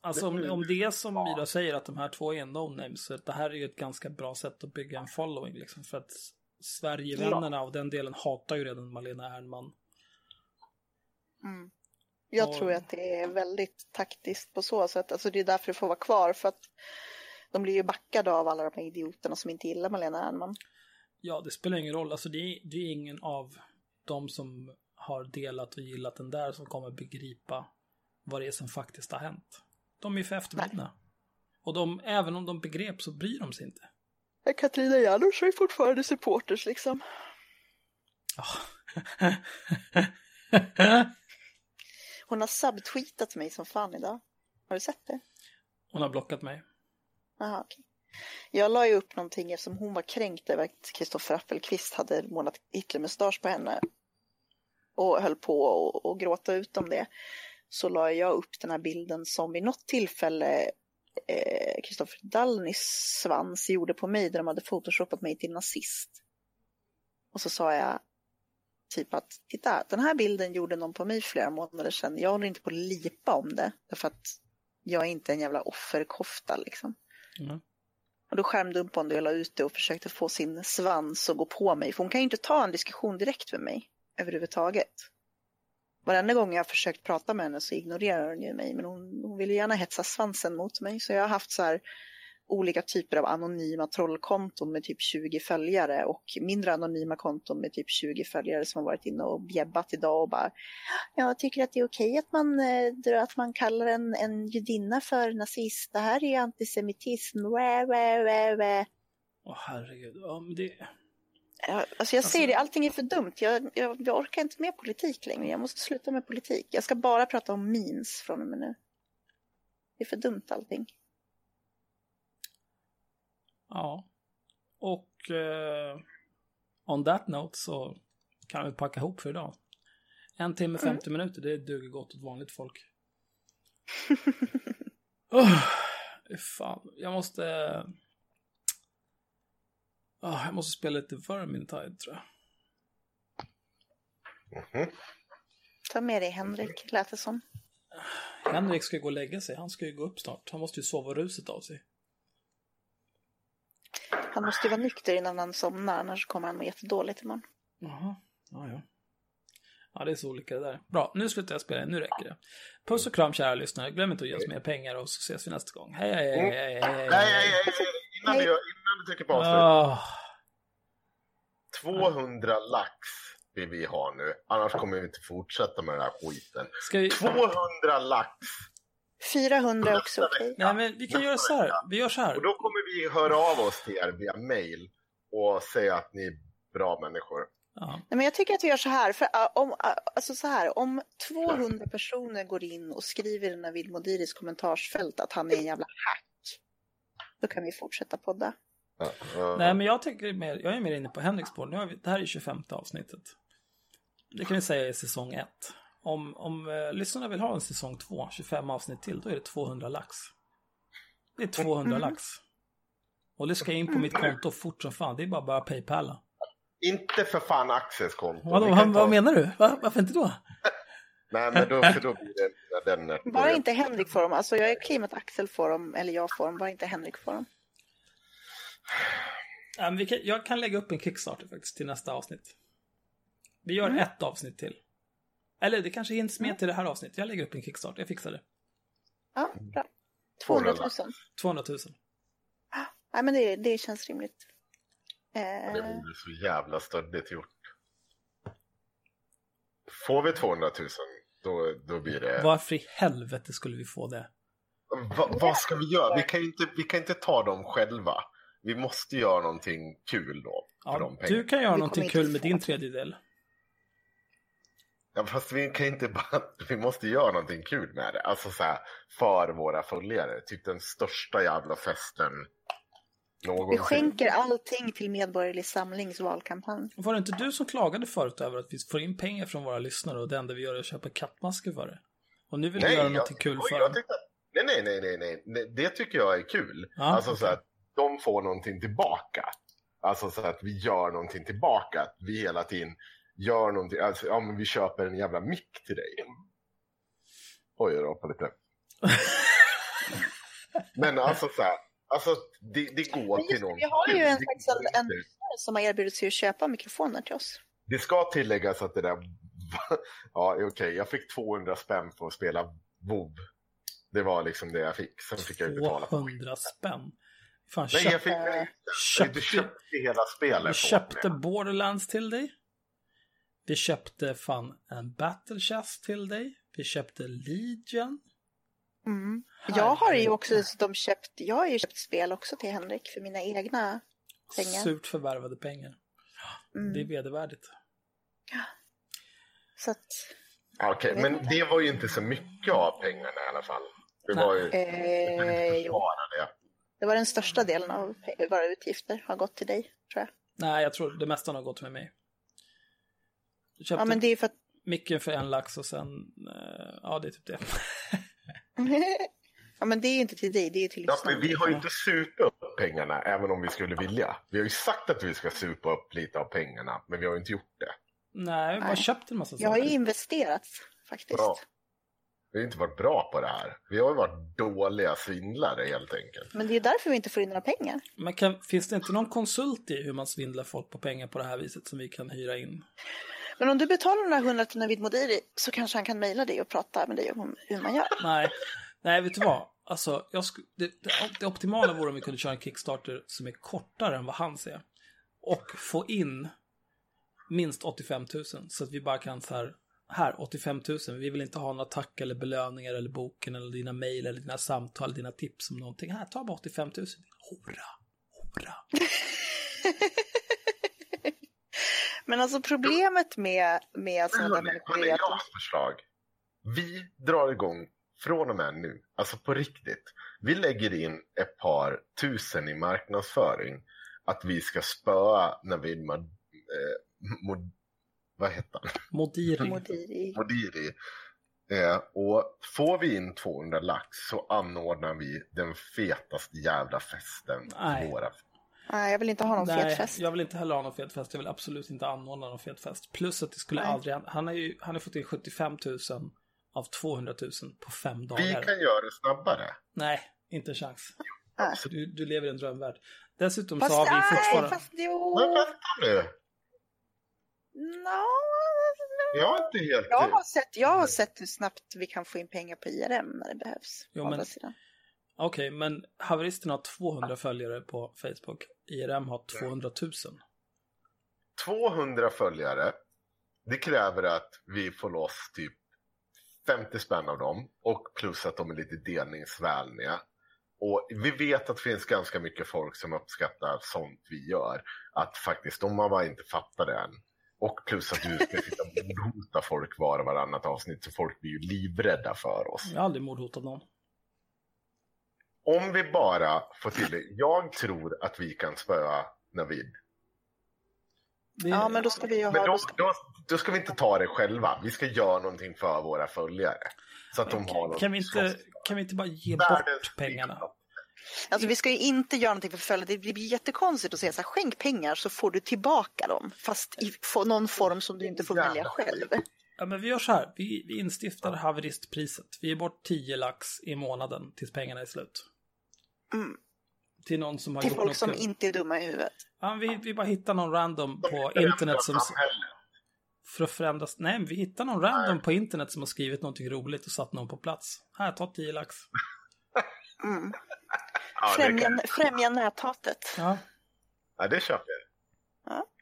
Alltså om det är som Myra säger att de här två är no-names, så det här är ju ett ganska bra sätt att bygga en following liksom, för att Sverigevännerna och den delen hatar ju redan Malena Ernman. Jag tror att det är väldigt taktiskt på så sätt. Alltså det är därför det får vara kvar, för att de blir ju backade av alla de här idioterna som inte gillar Malena Ernman. Ja, det spelar ingen roll. Alltså det är ingen av de som har delat och gillat den där som kommer begripa vad det är som faktiskt har hänt. De är ju för efterblivna. Och även om de begrep så bryr de sig inte. Katarina Janouch är fortfarande supporters liksom. Hon har subtweetat mig som fan idag. Har du sett det? Hon har blockat mig. Aha, okej. Jag la ju upp någonting eftersom hon var kränkt över att Kristoffer Appelqvist hade målat Hitlermustasch på henne. Och höll på att gråta ut om det. Så la jag upp den här bilden som vid något tillfälle Kristoffer Dallnys svans gjorde på mig, där de hade photoshopat mig till nazist. Och så sa jag typ att titta, den här bilden gjorde någon på mig flera månader sedan. Jag håller inte på att lipa om det, därför att jag är inte en jävla offerkofta liksom. Och då skärmdumpade hon det och la ut det och försökte få sin svans att gå på mig. För hon kan ju inte ta en diskussion direkt med mig överhuvudtaget. Varenda gång jag har försökt prata med henne så ignorerar hon ju mig. Men hon vill ju gärna hetsa svansen mot mig. Så jag har haft så här olika typer av anonyma trollkonton med typ 20 följare. Och mindre anonyma konton med typ 20 följare som har varit inne och bjäbbat idag och bara: jag tycker att det är okej att man kallar en judinna för nazist. Det här är antisemitism. Herregud. Ja, men det... Alltså jag ser det, allting är för dumt. Jag orkar inte med politik längre. Jag måste sluta med politik. Jag ska bara prata om memes från och med nu. Det är för dumt allting. Ja. Och on that note så kan vi packa ihop för idag. 1 timme 50 minuter, det duger gott åt vanligt folk. Fan, jag måste spela lite Vermintide, tror jag. Ta med dig Henrik, lät det som. Henrik ska gå och lägga sig. Han ska ju gå upp snart. Han måste ju sova ruset av sig. Han måste ju vara nykter innan han somnar, annars kommer han med jättedåligt imorgon. Jaha, ja. Ja, det är så olika det där. Bra, nu slutar jag spela. Nu räcker det. Puss och kram, kära lyssnare. Glöm inte att ge oss mer pengar och så ses vi nästa gång. Hej. Innan du trycker på avslut. 200 lax vill vi ha nu. Annars kommer vi inte fortsätta med den här skiten. 200 lax. 400 också, okej. Nej, men vi kan göra så här. Vi gör så här. Och då kommer vi höra av oss till er via mail och säga att ni är bra människor. Ja. Nej, men jag tycker att vi gör så här. För om 200 personer går in och skriver i den här Vilmodiris kommentarsfält att han är en jävla hack, då kan vi fortsätta podda. Nej, men jag är mer inne på Henriks spår. Det här är 25:e avsnittet. Det kan vi säga i säsong 1. Om lyssnarna vill ha en säsong 2, 25 avsnitt till, då är det 200 lax. Det är 200 lax. Och det ska in på mitt konto fort som fan. Det är bara PayPala. Inte för fan Axels konto. Vad menar du? Varför inte då? Nej, men då blir det den. Bara inte Henrik får dem. Alltså jag är okej med att Axel får dem, eller jag får dem. Bara inte Henrik får dem. Jag kan lägga upp en Kickstarter faktiskt till nästa avsnitt. Vi gör ett avsnitt till. Eller det kanske hinns med till det här avsnittet. Jag lägger upp en Kickstarter, jag fixar det. Ja, bra. 200 000. 200 000. Nej, men det känns rimligt. Det blir så jävla stöddigt gjort. Får vi 200 000, då blir det... Varför i helvete skulle vi få det? Vad ska vi göra? Vi kan inte ta dem själva. Vi måste göra någonting kul då. Ja, du kan göra någonting kul med din tredjedel. Ja, fast vi kan inte bara... Vi måste göra någonting kul med det. Alltså så här, för våra följare. Typ den största jävla festen någonsin. Vi skänker allting till Medborgerlig Samlings valkampanj. Var det inte du som klagade förut över att vi får in pengar från våra lyssnare och det enda vi gör är att köpa kattmasker för det? Och nu vill vi göra någonting kul för dem. Nej. Det tycker jag är kul. Ja, alltså så att de får någonting tillbaka. Alltså så att vi gör någonting tillbaka. Att vi hela tiden gör någonting. Alltså, ja, men vi köper en jävla mick till dig. Oj, jag råpar lite. Men alltså så här, alltså det går till någon. Vi har ju en som har erbjudit sig att köpa mikrofoner till oss. Det ska tilläggas att det där ja, okej. Jag fick 200 spänn för att spela WoW. Det var liksom det jag fick. Sen fick jag ju betala 200 spänn. Fan, nej, jag fick du köpte hela spelet. Vi köpte Borderlands till dig. Vi köpte fan en Battle Chest till dig. Vi köpte Legion. Mm. Jag har ju också jag har ju köpt spel också till Henrik för mina egna pengar. Surt förvärvade pengar. Det är vedervärdigt. Så att... Okej, men det var ju inte så mycket av pengarna i alla fall. Det var ju bara det. Det var den största delen av våra utgifter har gått till dig, tror jag. Nej, jag tror det mesta har gått med mig. Jag köpte men det är för att... micken för 1 lax och sen... ja, det är typ det. Ja, men det är ju inte till dig, det är till lyssnarna. Vi har ju inte supat upp pengarna, även om vi skulle vilja. Vi har ju sagt att vi ska supa upp lite av pengarna, men vi har ju inte gjort det. Nej, vi har köpt en massa saker. Jag har ju investerat, faktiskt. Bra. Vi har inte varit bra på det här. Vi har ju varit dåliga svindlare, helt enkelt. Men det är därför vi inte får in några pengar. Men finns det inte någon konsult i hur man svindlar folk på pengar på det här viset som vi kan hyra in? Men om du betalar de där 100 till Navid Modiri så kanske han kan mejla dig och prata med dig om hur man gör. Nej, vet du vad? Alltså, det optimala vore om vi kunde köra en Kickstarter som är kortare än vad han ser. Och få in minst 85 000. Så att vi bara kan så här 85 000. Vi vill inte ha några tack eller belöningar eller boken eller dina mejl eller dina samtal eller dina tips om någonting. Här, ta bara 85 000. Hurra. Men alltså problemet med sådana människor är att... förslag. Vi drar igång från och med nu, alltså på riktigt. Vi lägger in ett par tusen i marknadsföring att vi ska spöa när vi vad heter han? Modiri. Och får vi in 200 lax så anordnar vi den fetaste jävla festen. Nej, jag vill inte ha någon fet fest. Jag vill inte heller ha någon fet fest. Jag vill absolut inte anordna någon fet fest. Plus att det skulle aldrig... Han har fått in 75 000 av 200 000 på 5 dagar. Vi kan göra det snabbare. Nej, inte en chans. Så du lever i en drömvärld. Dessutom fast, så har vi fortfarande... Men vänta nu. Jag har sett hur snabbt vi kan få in pengar på IRM när det behövs. Okej, men Haveristen har 200 följare på Facebook. IRM har 200 000. 200 följare. Det kräver att vi får loss typ 50 spänn av dem. Och plus att de är lite delningsvänliga. Och vi vet att det finns ganska mycket folk som uppskattar sånt vi gör. Att faktiskt, de har bara inte fattat det än. Och plus att du ska sitta och mordhota folk var och varannat avsnitt. Så folk blir ju livrädda för oss. Jag har aldrig mordhotat någon. Om vi bara får till det. Jag tror att vi kan spöa Navid. Ja, men då ska vi ju ha... Då ska vi inte ta det själva. Vi ska göra någonting för våra följare. Så att de har något. Kan vi inte bara ge bort pengarna? Alltså vi ska ju inte göra någonting för följare. Det blir jättekonstigt att säga så här, skänk pengar så får du tillbaka dem. Fast i någon form som du inte får välja själv. Ja, men vi gör så här. Vi instiftar haveristpriset. Vi ger bort 10 lax i månaden tills pengarna är slut. Till någon som har till gjort folk något som inte är dumma i huvudet. Ja, vi bara hittar någon random på internet som... För att förändras... Nej, vi hittar någon random på internet som har skrivit någonting roligt och satt någon på plats. Här, ta 10 lax. Främja näthatet. Ja, det köper jag. Ja.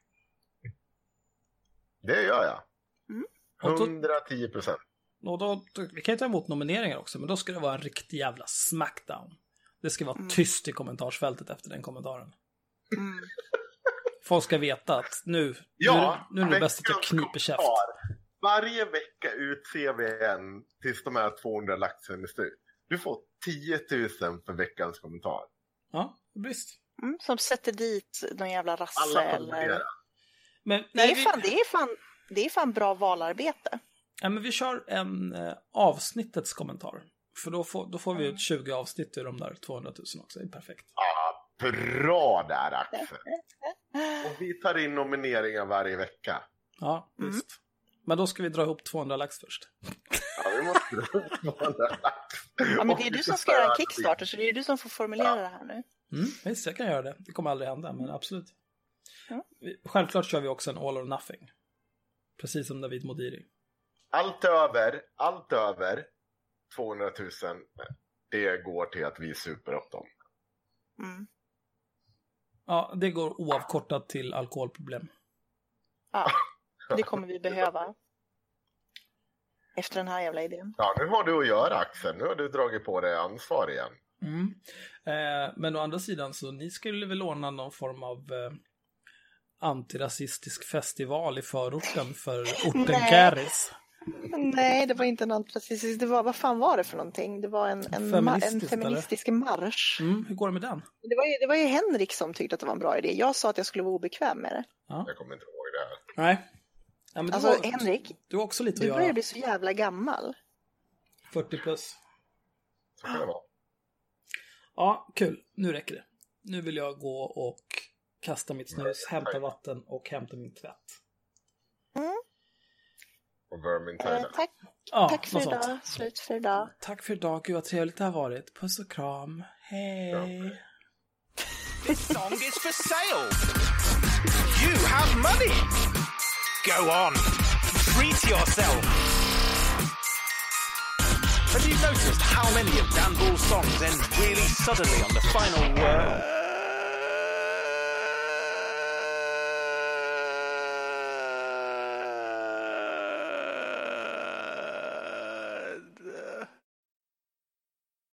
Det gör jag. 110%. Och då, vi kan ju ta emot nomineringar också, men då ska det vara en riktig jävla smackdown. Det ska vara tyst i kommentarsfältet efter den kommentaren. Folk ska veta att nu är det bäst att jag kniper käft. Varje vecka utser vi en tills de här 200 laxen är slut. Du får 10 000 för veckans kommentar. Ja, visst. Som sätter dit någon jävla rasse. Eller... Men, det är fan bra valarbete. Ja, men vi kör en avsnittets kommentar. För då får vi ut 20 avsnitt ur de där 200 000 också. Det är perfekt. Ja, bra där, Axel. Och vi tar in nomineringar varje vecka. Ja, visst. Men då ska vi dra ihop 200 lax först. Ja, vi måste dra ihop 200 lax. Ja, men det är du som ska göra en Kickstarter, så det är du som får formulera det här nu. Visst, jag kan göra det. Det kommer aldrig hända, men absolut. Ja. Självklart kör vi också en all or nothing. Precis som David Modiri. Allt över 200 000, det går till att vi super upp dem. Ja, det går oavkortat till alkoholproblem. Ja, det kommer vi behöva. Efter den här jävla idén. Ja, nu har du att göra, Axel. Nu har du dragit på dig ansvar igen. Men å andra sidan så ni skulle väl ordna någon form av antirasistisk festival i förorten för orten Käris. Nej, det var inte en antirasistisk. Det var, vad fan var det för någonting? Det var en feministisk marsch. Hur går det med den? Det var ju Henrik som tyckte att det var en bra idé. Jag sa att jag skulle vara obekväm med det. Ja. Jag kommer inte ihåg det här. Nej. Ja, men alltså Henrik, du har också lite att du göra. börjar bli så jävla gammal. 40 plus. Så kan det vara. Ja, kul. Nu räcker det. Nu vill jag gå och kasta mitt snus, hämta vatten och hämta min tvätt. Och Vermin Taylor. Tack för idag. Sånt. Slut för idag. Tack för idag. Gud vad trevligt det har varit. Puss och kram. Hej. This song is for sale. You have money. Go on. Treat yourself. Have you noticed how many of Dan Bull's songs end really suddenly on the final word?